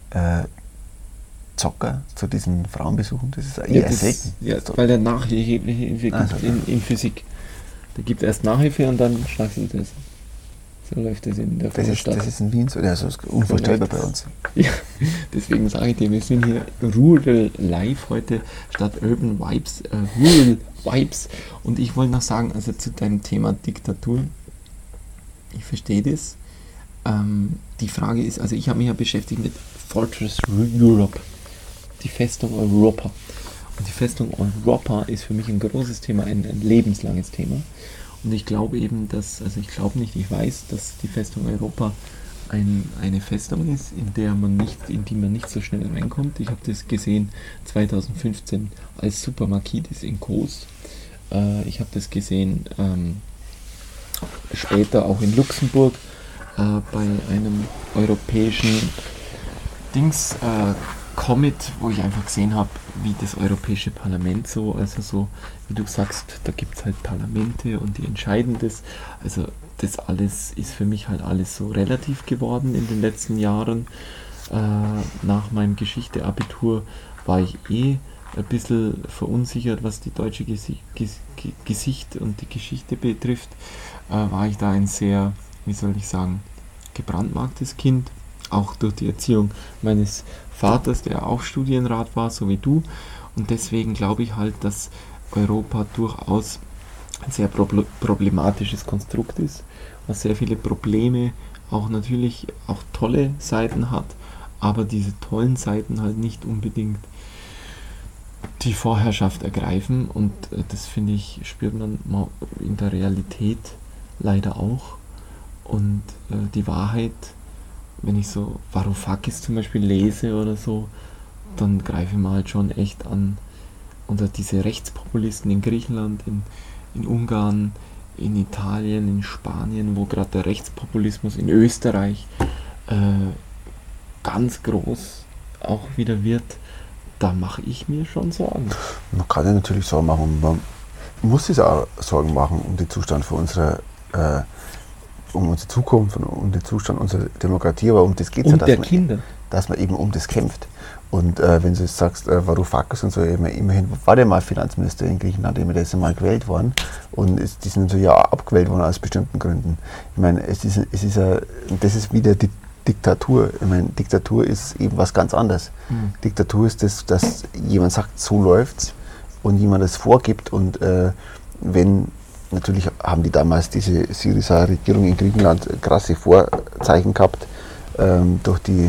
Zocker zu diesen Frauenbesuchen? Das ist eher selten. Ja, weil der Nachhilfe gibt in Physik. Der gibt erst Nachhilfe und dann schnackselt es. So läuft das in der Vorstadt. Das ist in Wien so, das ist unvorstellbar bei uns. Ja, deswegen sage ich dir, wir sind hier Rural Live heute statt Urban Vibes, Rural Vibes. Und ich wollte noch sagen, also zu deinem Thema Diktatur, ich verstehe das. Die Frage ist, also ich habe mich ja beschäftigt mit Fortress Europe, die Festung Europa. Und die Festung Europa ist für mich ein großes Thema, ein lebenslanges Thema. Und ich glaube eben, ich weiß, dass die Festung Europa eine Festung ist, in die man nicht so schnell reinkommt. Ich habe das gesehen 2015 als Supermarkidis in Kos. Ich habe das gesehen später auch in Luxemburg bei einem europäischen Comet, wo ich einfach gesehen habe, wie das Europäische Parlament wie du sagst, da gibt es halt Parlamente und die entscheiden das. Also das alles ist für mich halt alles so relativ geworden in den letzten Jahren. Nach meinem Geschichte-Abitur war ich ein bisschen verunsichert, was die deutsche Gesicht und die Geschichte betrifft. War ich da ein sehr, wie soll ich sagen, gebrandmarktes Kind, auch durch die Erziehung meines Vaters, der auch Studienrat war, so wie du. Und deswegen glaube ich halt, dass Europa durchaus ein sehr problematisches Konstrukt ist, was sehr viele Probleme, auch natürlich auch tolle Seiten hat, aber diese tollen Seiten halt nicht unbedingt die Vorherrschaft ergreifen. Und das, finde ich, spürt man in der Realität leider auch. Und die Wahrheit, wenn ich so Varoufakis zum Beispiel lese oder so, dann greife ich mal halt schon echt an unter diese Rechtspopulisten in Griechenland, in Ungarn, in Italien, in Spanien, wo gerade der Rechtspopulismus, in Österreich ganz groß auch wieder wird, da mache ich mir schon Sorgen. Man kann ja natürlich Sorgen machen. Man muss sich auch Sorgen machen um den Zustand für unsere, um unsere Zukunft und um den Zustand unserer Demokratie. Aber um das geht es ja, dass man eben um das kämpft. Und wenn du jetzt sagst, Varoufakis und so, immerhin war der mal Finanzminister in Griechenland, der ist ja mal gewählt worden. Und die sind natürlich auch abgewählt worden aus bestimmten Gründen. Ich meine, das ist wieder die Diktatur. Ich meine, Diktatur ist eben was ganz anderes. Diktatur ist das, dass jemand sagt, so läuft's und jemand das vorgibt. Und natürlich haben die damals diese Syriza-Regierung in Griechenland krasse Vorzeichen gehabt durch die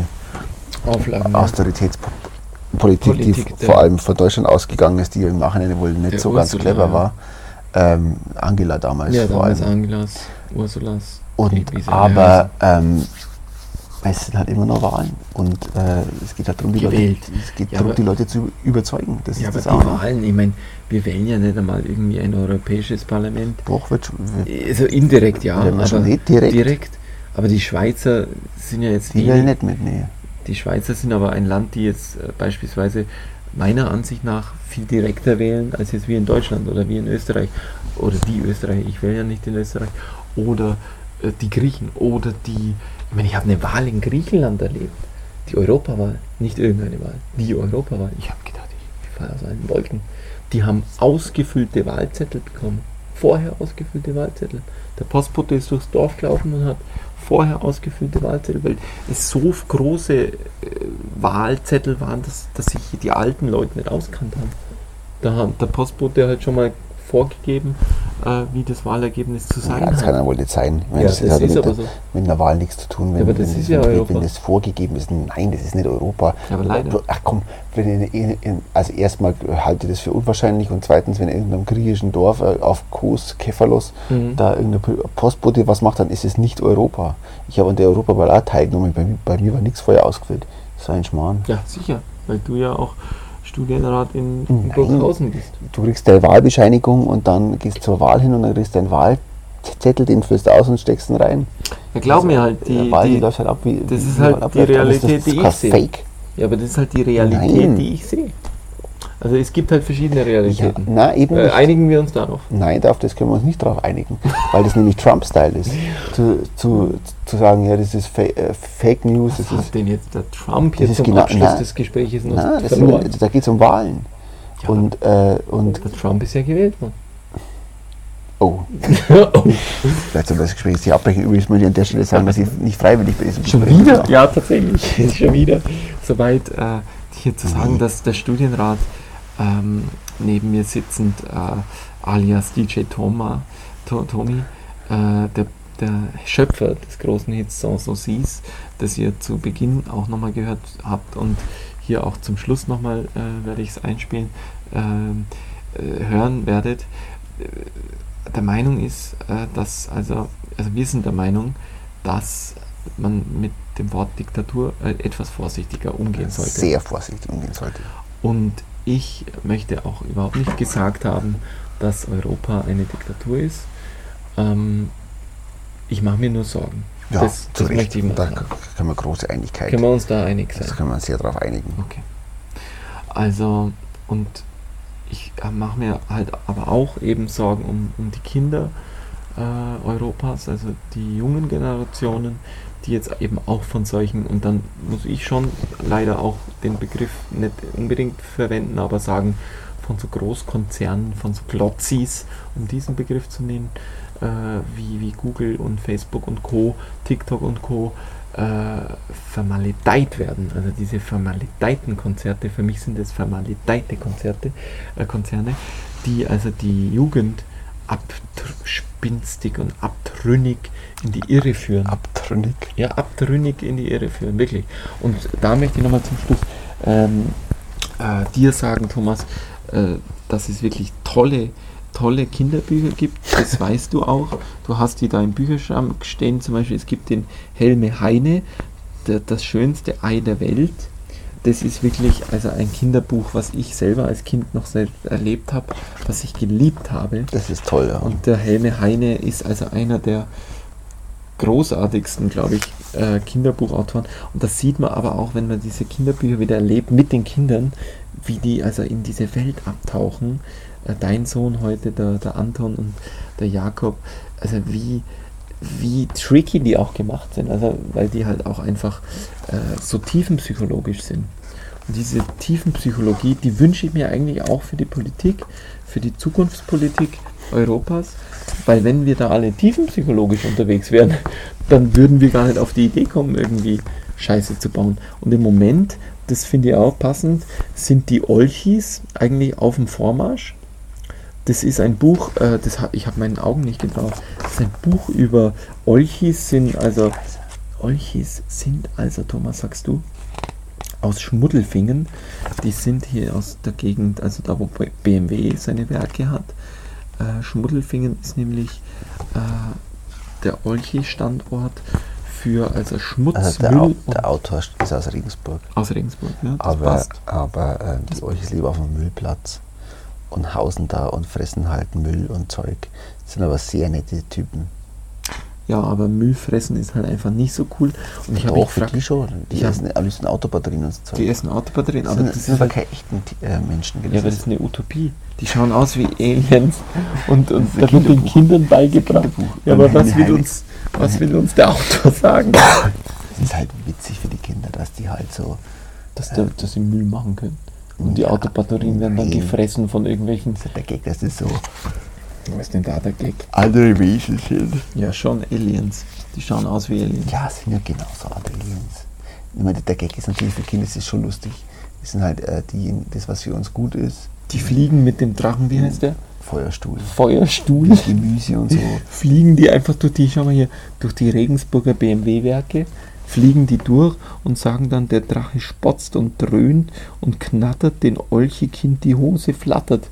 Austeritätspolitik, die vor allem von Deutschland ausgegangen ist, die im Nachhinein wohl nicht so ganz clever war. Angela damals. Ja, damals Angelas, Ursulas. Aber es sind halt immer noch Wahlen und es geht halt darum, die Leute zu überzeugen. Das ja, ist aber das die Wahlen, ich meine, wir wählen ja nicht einmal irgendwie ein europäisches Parlament. Doch, also indirekt, ja, aber schon nicht direkt. Aber die Schweizer sind ja jetzt die nicht mit, nee. Die Schweizer sind aber ein Land, die jetzt beispielsweise meiner Ansicht nach viel direkter wählen, als jetzt wir in Deutschland oder wie in Österreich. Oder die Österreicher, ich wähle ja nicht in Österreich. Oder die Griechen. Oder ich meine, ich habe eine Wahl in Griechenland erlebt. Die Europawahl, nicht irgendeine Wahl. Die Europawahl. Ich habe gedacht, ich falle aus allen Wolken. Die haben ausgefüllte Wahlzettel bekommen. Vorher ausgefüllte Wahlzettel. Der Postbote ist durchs Dorf gelaufen und hat vorher ausgefüllte Wahlzettel, weil es so große Wahlzettel waren, dass sich die alten Leute nicht auskannt haben. Da hat der Postbote halt schon mal vorgegeben, wie das Wahlergebnis zu sein hat. Das kann ja wohl nicht sein. Ich meine, das ist aber so. Mit einer Wahl nichts zu tun, wenn das vorgegeben ist. Nein, das ist nicht Europa. Ja, aber leider. Ach komm, also erstmal halte ich das für unwahrscheinlich und zweitens, wenn in irgendeinem griechischen Dorf auf Kos, Kefalos, da irgendein Postbote was macht, dann ist es nicht Europa. Ich habe an der Europawahl auch teilgenommen, bei mir war nichts vorher ausgefüllt. Das war ein Schmarrn. Ja, sicher, weil du ja auch Studienrat in Burghausen bist. Du kriegst deine Wahlbescheinigung und dann gehst zur Wahl hin und dann kriegst du deinen Wahlzettel, den füllst du aus und steckst ihn rein. Ja, glaub mir halt, die läuft halt ab, das ist halt die Realität, die ich sehe. Fake. Ja, aber das ist halt die Realität, die ich sehe. Also es gibt halt verschiedene Realitäten. Ja, eben einigen wir uns darauf? Nein, auf das können wir uns nicht drauf einigen, weil das nämlich Trump-Style ist. Zu sagen, ja, das ist Fake News. Was hat denn jetzt der Trump jetzt zum Abschluss des Gesprächs noch verloren? Da geht es um Wahlen. Ja, und der Trump ist ja gewählt worden. Oh. Vielleicht soll das Gespräch sich abbrechen. Übrigens muss ich an der Stelle sagen, dass ich nicht freiwillig bin. Schon wieder? Ja, tatsächlich. Ist schon wieder soweit, hier zu sagen, dass der Studienrat neben mir sitzend, alias DJ Tommy, der Schöpfer des großen Hits Sans Saucisse, das ihr zu Beginn auch nochmal gehört habt und hier auch zum Schluss nochmal werde ich es einspielen, hören werdet, der Meinung ist, dass, also wir sind der Meinung, dass man mit dem Wort Diktatur etwas vorsichtiger umgehen sollte. Sehr vorsichtig umgehen sollte. Und ich möchte auch überhaupt nicht gesagt haben, dass Europa eine Diktatur ist. Ich mache mir nur Sorgen. Ja, das möchte ich mal da sagen. können wir große Einigkeit. Können wir uns da einig sein? Das können wir uns sehr darauf einigen. Okay. Also, und ich mache mir halt aber auch eben Sorgen um die Kinder Europas, also die jungen Generationen, die jetzt eben auch von solchen, und dann muss ich schon leider auch den Begriff nicht unbedingt verwenden, aber sagen, von so Großkonzernen, von so Glotzis, um diesen Begriff zu nehmen, wie Google und Facebook und Co., TikTok und Co., vermaledeit werden. Also diese vermaledeiten Konzerte, für mich sind das vermaledeite Konzerne, die also die Jugend abspinstig und abtrünnig in die Irre führen. Abtrünnig? Ja, abtrünnig in die Irre führen, wirklich. Und da möchte ich nochmal zum Schluss dir sagen, Thomas, dass es wirklich tolle Kinderbücher gibt, das weißt du auch. Du hast die da im Bücherschrank stehen, zum Beispiel, es gibt den Helme Heine, das schönste Ei der Welt. das ist wirklich also ein Kinderbuch, was ich selber als Kind noch selbst erlebt habe, was ich geliebt habe. Das ist toll, ja. Und der Helme Heine ist also einer der großartigsten, glaube ich, Kinderbuchautoren. Und das sieht man aber auch, wenn man diese Kinderbücher wieder erlebt mit den Kindern, wie die also in diese Welt abtauchen. Dein Sohn heute, der Anton und der Jakob, also wie tricky die auch gemacht sind, also weil die halt auch einfach so tiefenpsychologisch sind. Und diese Tiefenpsychologie, die wünsche ich mir eigentlich auch für die Politik, für die Zukunftspolitik Europas, weil wenn wir da alle tiefenpsychologisch unterwegs wären, dann würden wir gar nicht auf die Idee kommen, irgendwie Scheiße zu bauen. Und im Moment, das finde ich auch passend, sind die Olchis eigentlich auf dem Vormarsch. Das ist ein Buch, ich habe meinen Augen nicht getraut. Das ist ein Buch über Olchis, Thomas, sagst du, aus Schmuddelfingen. Die sind hier aus der Gegend, also da, wo BMW seine Werke hat. Schmuddelfingen ist nämlich der Olchi-Standort für also Schmutz, Also Müll. der Autor ist aus Regensburg. Aus Regensburg, ja, das Aber, passt. aber die Olchis leben auf dem Müllplatz und hausen da und fressen halt Müll und Zeug. Das sind aber sehr nette Typen. Ja, aber Müll fressen ist halt einfach nicht so cool. Und ich habe mich gefragt, die schon. Die essen Autobatterien und so Zeug. die essen Autobatterien, aber Das sind aber keine echten Menschen. ja, aber das ist eine Utopie. Die schauen aus wie Aliens und ist ein da wird den Kinderbuch. Kindern beigebracht. Kinderbuch. Ja, aber was Nein. will uns der Autor sagen? Es ist halt witzig für die Kinder, dass die halt so. Dass sie Müll machen können. Und die Ja, Autobatterien werden dann nein. gefressen von irgendwelchen. Der Gag, dass das so Was ist denn da der Gag? andere Wesen sind. Ja, schon Aliens. Die schauen aus wie Aliens. Ja, sind ja genauso andere Aliens. Ich meine, der Gag ist natürlich für Kinder, das ist schon lustig. Das sind halt das, was für uns gut ist. Die fliegen mit dem Drachen, wie heißt der? Feuerstuhl. Feuerstuhl. Gemüse und so. Fliegen die einfach schau mal hier, durch die Regensburger BMW-Werke, fliegen die durch und sagen dann, der Drache spotzt und dröhnt und knattert, den Olchekind die Hose flattert.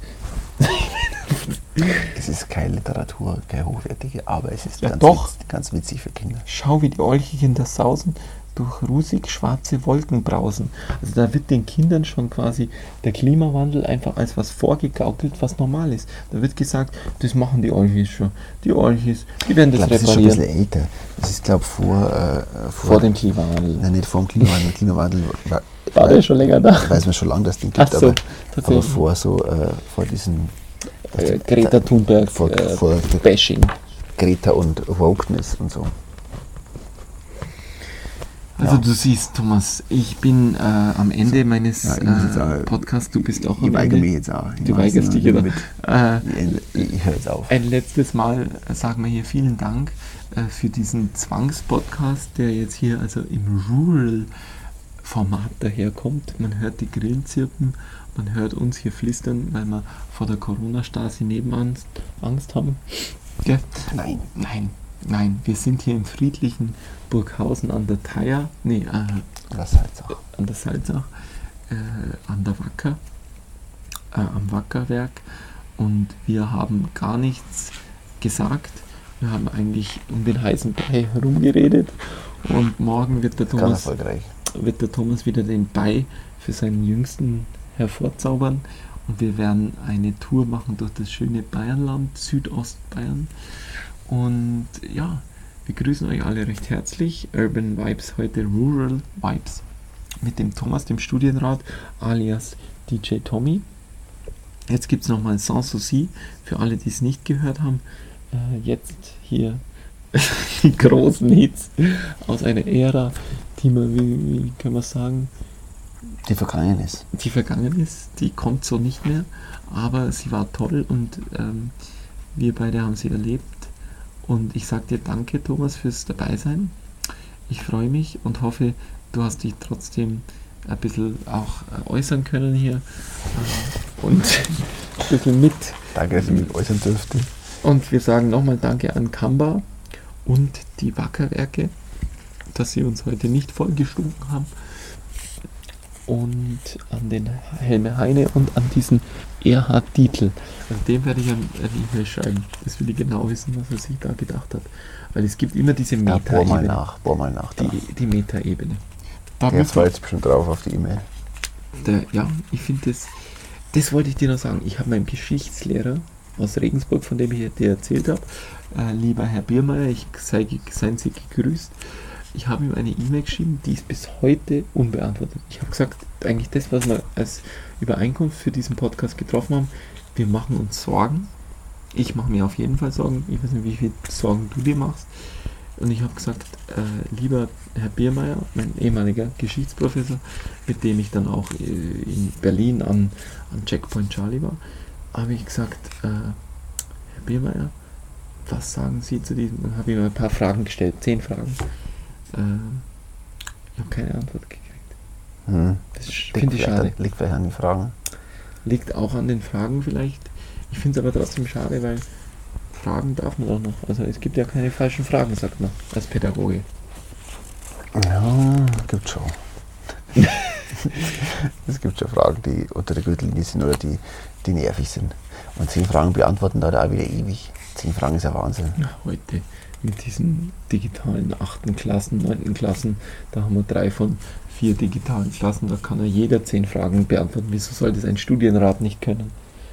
Es ist keine Literatur, keine hochwertige, aber es ist Ja, ganz, doch. ganz witzig für Kinder. Schau, wie die Olchekinder sausen, durch rusig schwarze Wolken brausen. Also da wird den Kindern schon quasi der Klimawandel einfach als was vorgegaukelt, was normal ist. Da wird gesagt, das machen die Olchis schon. Die Olchis, die werden Ich das glaube, das ist schon ein reparieren. bisschen älter. Das ist, glaube ich, Vor dem Klimawandel. Nein, nicht vor dem Klimawandel. Klimawandel War der schon länger da? weiß man schon lange, dass es den Ach gibt, so, aber tatsächlich. vor diesem Greta Thunberg vor der Bashing. Greta und Wokeness und so. Also Ja. du siehst, Thomas, ich bin am Ende meines Ja, ich muss jetzt auch- Podcasts, du bist auch Ich am weigere Ende. mich jetzt auch. Du weigerst dich wieder wieder. Ich höre jetzt auf. Ein letztes Mal sagen wir hier vielen Dank für diesen Zwangspodcast, der jetzt hier also im Rural-Format daherkommt. Man hört die Grillen zirpen, man hört uns hier flüstern, weil wir vor der Corona-Stasi nebenan Angst haben. Gell? Nein. Nein, wir sind hier im friedlichen Burghausen an der Theier, Das halt auch. an der Salzach, an der Wacker, am Wackerwerk, und wir haben gar nichts gesagt. Wir haben eigentlich um den heißen Brei herumgeredet, und morgen wird der Ganz Thomas, erfolgreich. wieder den Brei für seinen Jüngsten hervorzaubern, und wir werden eine Tour machen durch das schöne Bayernland, Südostbayern. Und ja, wir grüßen euch alle recht herzlich. Urban Vibes, heute Rural Vibes mit dem Thomas, dem Studienrat, alias DJ Tommy. Jetzt gibt es nochmal Sans Souci für alle, die es nicht gehört haben. Jetzt hier die großen Hits aus einer Ära, die man, wie können wir sagen, Die vergangen ist. die vergangen ist. Die kommt so nicht mehr, aber sie war toll, und wir beide haben sie erlebt. Und ich sage dir danke, Thomas, fürs Dabeisein. Ich freue mich und hoffe, du hast dich trotzdem ein bisschen auch äußern können hier und ein bisschen mit. Danke, dass ich mich äußern dürfte. Und wir sagen nochmal Danke an Kamba und die Wackerwerke, dass sie uns heute nicht vollgestunken haben. Und an den Helme Heine und an diesen Erhard Dietl. An dem werde ich eine E-Mail schreiben. Das will ich genau wissen, was er sich da gedacht hat. Weil es gibt immer diese Ja, bohr mal Meta-Ebene. nach. Da. Die Meta-Ebene. Da Der müssen freut wir, sich bestimmt drauf auf die E-Mail. Ich finde das wollte ich dir noch sagen. Ich habe meinen Geschichtslehrer aus Regensburg, von dem ich dir erzählt habe, lieber Herr Biermeier, seien Sie gegrüßt. Ich habe ihm eine E-Mail geschrieben, die ist bis heute unbeantwortet. Ich habe gesagt, eigentlich das, was wir als Übereinkunft für diesen Podcast getroffen haben, wir machen uns Sorgen. Ich mache mir auf jeden Fall Sorgen. Ich weiß nicht, wie viel Sorgen du dir machst. Und ich habe gesagt, lieber Herr Biermeier, mein ehemaliger Geschichtsprofessor, mit dem ich dann auch in Berlin an Checkpoint Charlie war, habe ich gesagt, Herr Biermeier, was sagen Sie zu diesem? Dann habe ich mir ein paar Fragen gestellt, 10 Fragen. Ich habe keine Antwort gekriegt. Das finde ich schade. Liegt vielleicht an den Fragen. Liegt auch an den Fragen vielleicht. Ich finde es aber trotzdem schade, weil Fragen darf man auch noch. Also es gibt ja keine falschen Fragen, sagt man, als Pädagoge. Ja, gibt schon. Es gibt schon Fragen, die unter der Gürtellinie sind oder die nervig sind. Und 10 Fragen beantworten dauert auch wieder ewig. 10 Fragen ist ja Wahnsinn. Ja, heute mit diesen digitalen 8. Klassen, 9. Klassen, da haben wir 3 von 4 digitalen Klassen, da kann ja jeder 10 Fragen beantworten. Wieso soll das ein Studienrat nicht können?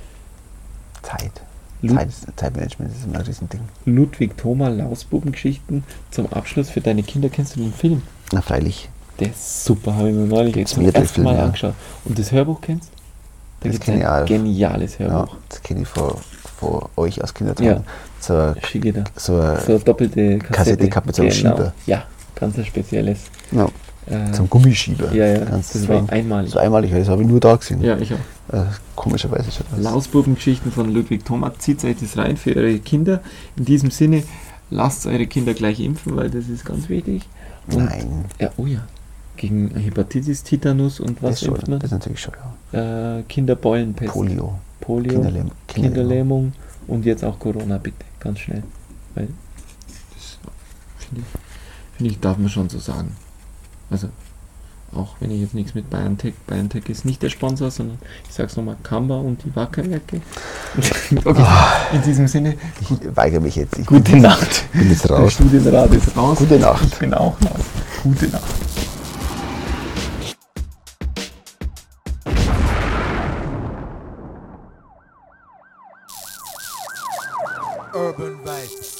Zeitmanagement ist immer ein Riesending. Ludwig Thoma, Lausbubengeschichten zum Abschluss für deine Kinder. Kennst du den Film? Na freilich. Der ist super, habe ich mir neulich Gibt's zum ersten Mal angeschaut. Und das Hörbuch kennst du? Da das gibt es ein geniales Hörbuch. Ja, das kenne ich von euch aus Kindertagen. Ja. So eine doppelte Kassette gehabt mit so einem Schieber. Ja, ganz ein spezielles. Ja. Zum Gummischieber. Ja, das war einmalig. So einmalig, das habe ich nur da gesehen. Ja, ich auch. Komischerweise schon. Lausbubengeschichten von Ludwig Thoma. Zieht euch das rein für eure Kinder. In diesem Sinne, lasst eure Kinder gleich impfen, weil das ist ganz wichtig. Und, Nein. Ja, gegen Hepatitis, Tetanus und was impft man? Das ist natürlich schon, ja. Kinderbeulenpest. Polio. Kinderlähmung und jetzt auch Corona, bitte. Ganz schnell. Weil das finde ich, darf man schon so sagen. Also, auch wenn ich jetzt nichts mit BioNTech ist nicht der Sponsor, sondern ich sag's nochmal, Kamba und die Wackerwerke. Okay, in diesem Sinne. Ich weigere mich jetzt. Gute Nacht. Ich bin jetzt raus. Der Studienrat ist raus. Gute Nacht. Ich bin auch raus. Gute Nacht. Urban Vibes.